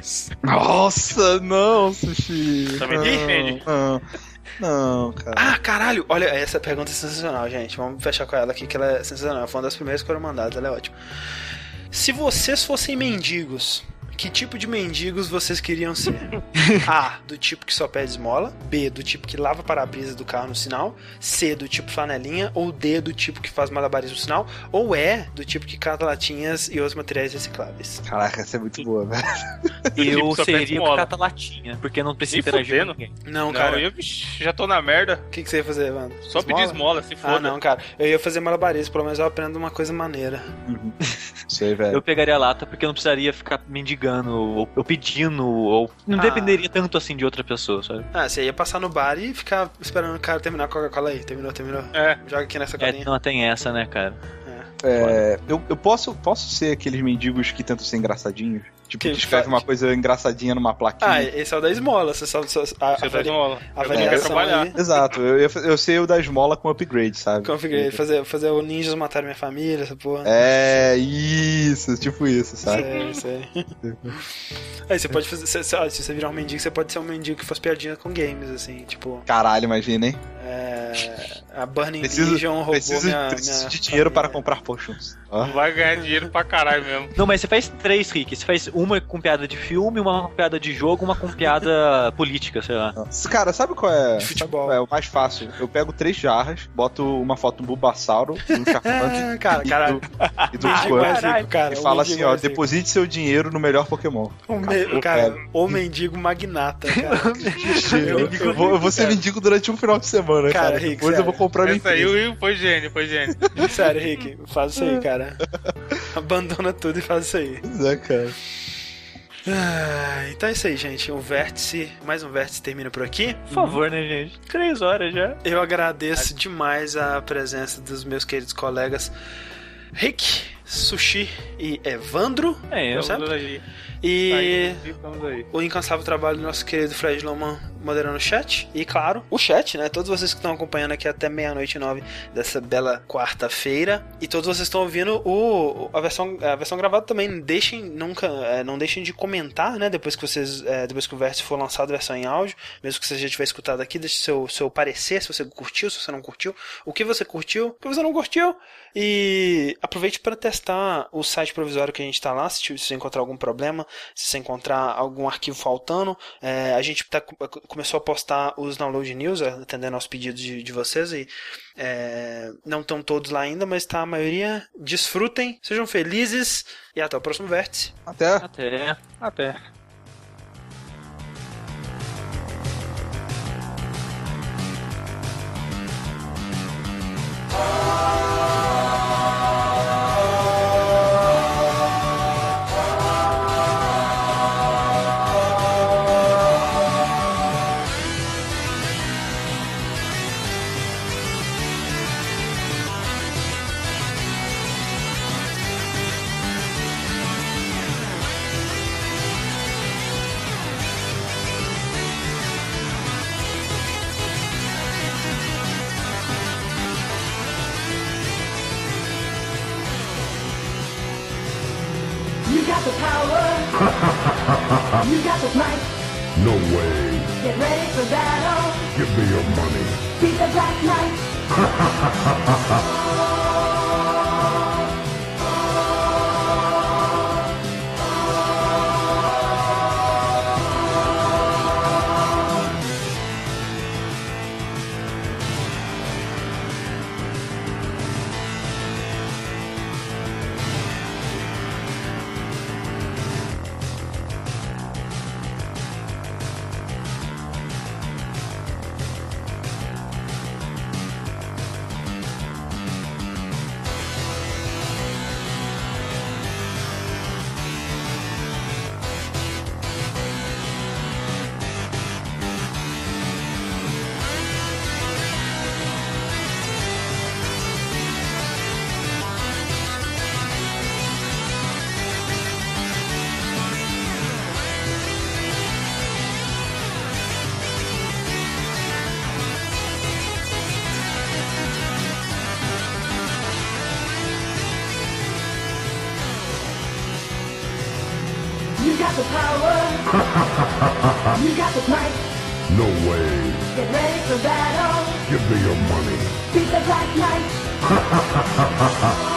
Speaker 2: Nossa, não, Sushi.
Speaker 4: Também depende.
Speaker 2: Não, cara.
Speaker 1: Caralho! Olha, essa pergunta é sensacional, gente. Vamos fechar com ela aqui, que ela é sensacional. Foi uma das primeiras que foram mandadas, ela é ótima. Se vocês fossem mendigos, que tipo de mendigos vocês queriam ser? A, do tipo que só pede esmola. B, do tipo que lava para-brisa do carro no sinal. C, do tipo flanelinha. Ou D, do tipo que faz malabarismo no sinal. Ou E, do tipo que cata latinhas e outros materiais recicláveis.
Speaker 2: Caraca, essa é muito boa, velho.
Speaker 3: Eu seria o cata latinha, porque não precisa interagir com ninguém.
Speaker 1: Não, cara.
Speaker 4: Eu já tô na merda.
Speaker 1: O que você ia fazer, Evandro?
Speaker 4: Só pedir esmola, se for.
Speaker 1: Não, cara. Eu ia fazer malabarismo, pelo menos eu aprendo uma coisa maneira.
Speaker 2: Sei, velho.
Speaker 3: Eu pegaria a lata porque eu não precisaria ficar mendigando ou pedindo, ou não dependeria tanto assim de outra pessoa, sabe?
Speaker 1: Você ia passar no bar e ficar esperando o cara terminar a Coca-Cola aí. Terminou. Joga aqui nessa colinha.
Speaker 3: Não, tem essa, né, cara?
Speaker 2: Eu posso ser aqueles mendigos que tentam ser engraçadinhos? Tipo, que escreve uma coisa engraçadinha numa plaquinha.
Speaker 1: Esse é o da esmola. Você sabe a
Speaker 4: esmola.
Speaker 1: avaliação aí.
Speaker 2: Exato, eu sei o da esmola com upgrade, sabe?
Speaker 1: Com upgrade, fazer o ninjas matarem minha família, essa porra.
Speaker 2: Isso, tipo isso, sabe?
Speaker 1: Sei. Aí você pode fazer, se você virar um mendigo, você pode ser um mendigo que faz piadinha com games, assim, tipo...
Speaker 2: Caralho, imagina, hein?
Speaker 1: A Burning Legion roubou
Speaker 2: preciso de dinheiro para comprar potions.
Speaker 4: Vai ganhar dinheiro pra caralho mesmo.
Speaker 3: Não, mas você faz 3, Rick. Você faz uma com piada de filme, uma com piada de jogo, uma com piada política, sei lá.
Speaker 2: Cara, sabe qual é?
Speaker 1: De futebol.
Speaker 2: Qual é o mais fácil? Eu pego 3 jarras, boto uma foto do Bulbasauro, do Charmander e do Squirtle e fala assim, deposite seu dinheiro no melhor Pokémon.
Speaker 1: O mendigo magnata, cara.
Speaker 2: Eu vou ser mendigo durante um final de semana, cara.
Speaker 1: Rick,
Speaker 2: depois eu vou comprar
Speaker 4: Essa aí foi gênio.
Speaker 1: Sério, Rick, faz isso aí, cara. Abandona tudo e faz isso aí.
Speaker 2: Cara.
Speaker 1: Então é isso aí, gente. Mais um vértice termina por aqui.
Speaker 3: Por favor, né, gente? 3 horas já.
Speaker 1: Eu agradeço demais a presença dos meus queridos colegas Rick, Sushi e Evandro. E o incansável trabalho do nosso querido Fred Loman moderando o chat. E claro, o chat, né? Todos vocês que estão acompanhando aqui até 00:09 dessa bela quarta-feira. E todos vocês estão ouvindo a versão gravada também. Não deixem de comentar, né? Depois que o Vértice for lançado, a versão em áudio. Mesmo que você já tiver escutado aqui, deixe seu parecer, se você curtiu, se você não curtiu. O que você curtiu, o que você não curtiu. E aproveite para testar o site provisório que a gente está lá. Se você encontrar algum problema, se você encontrar algum arquivo faltando. A gente começou a postar os download news, atendendo aos pedidos de vocês, e não estão todos lá ainda, mas tá a maioria. Desfrutem, sejam felizes e até o próximo vértice.
Speaker 3: Até.
Speaker 7: the power. You got the might.
Speaker 8: No way.
Speaker 7: Get ready for battle.
Speaker 8: Give me your money.
Speaker 7: Beat the Black Knight. You got the power. You got the might.
Speaker 8: No way.
Speaker 7: Get ready for battle.
Speaker 8: Give me your money.
Speaker 7: Beat the Black Knight.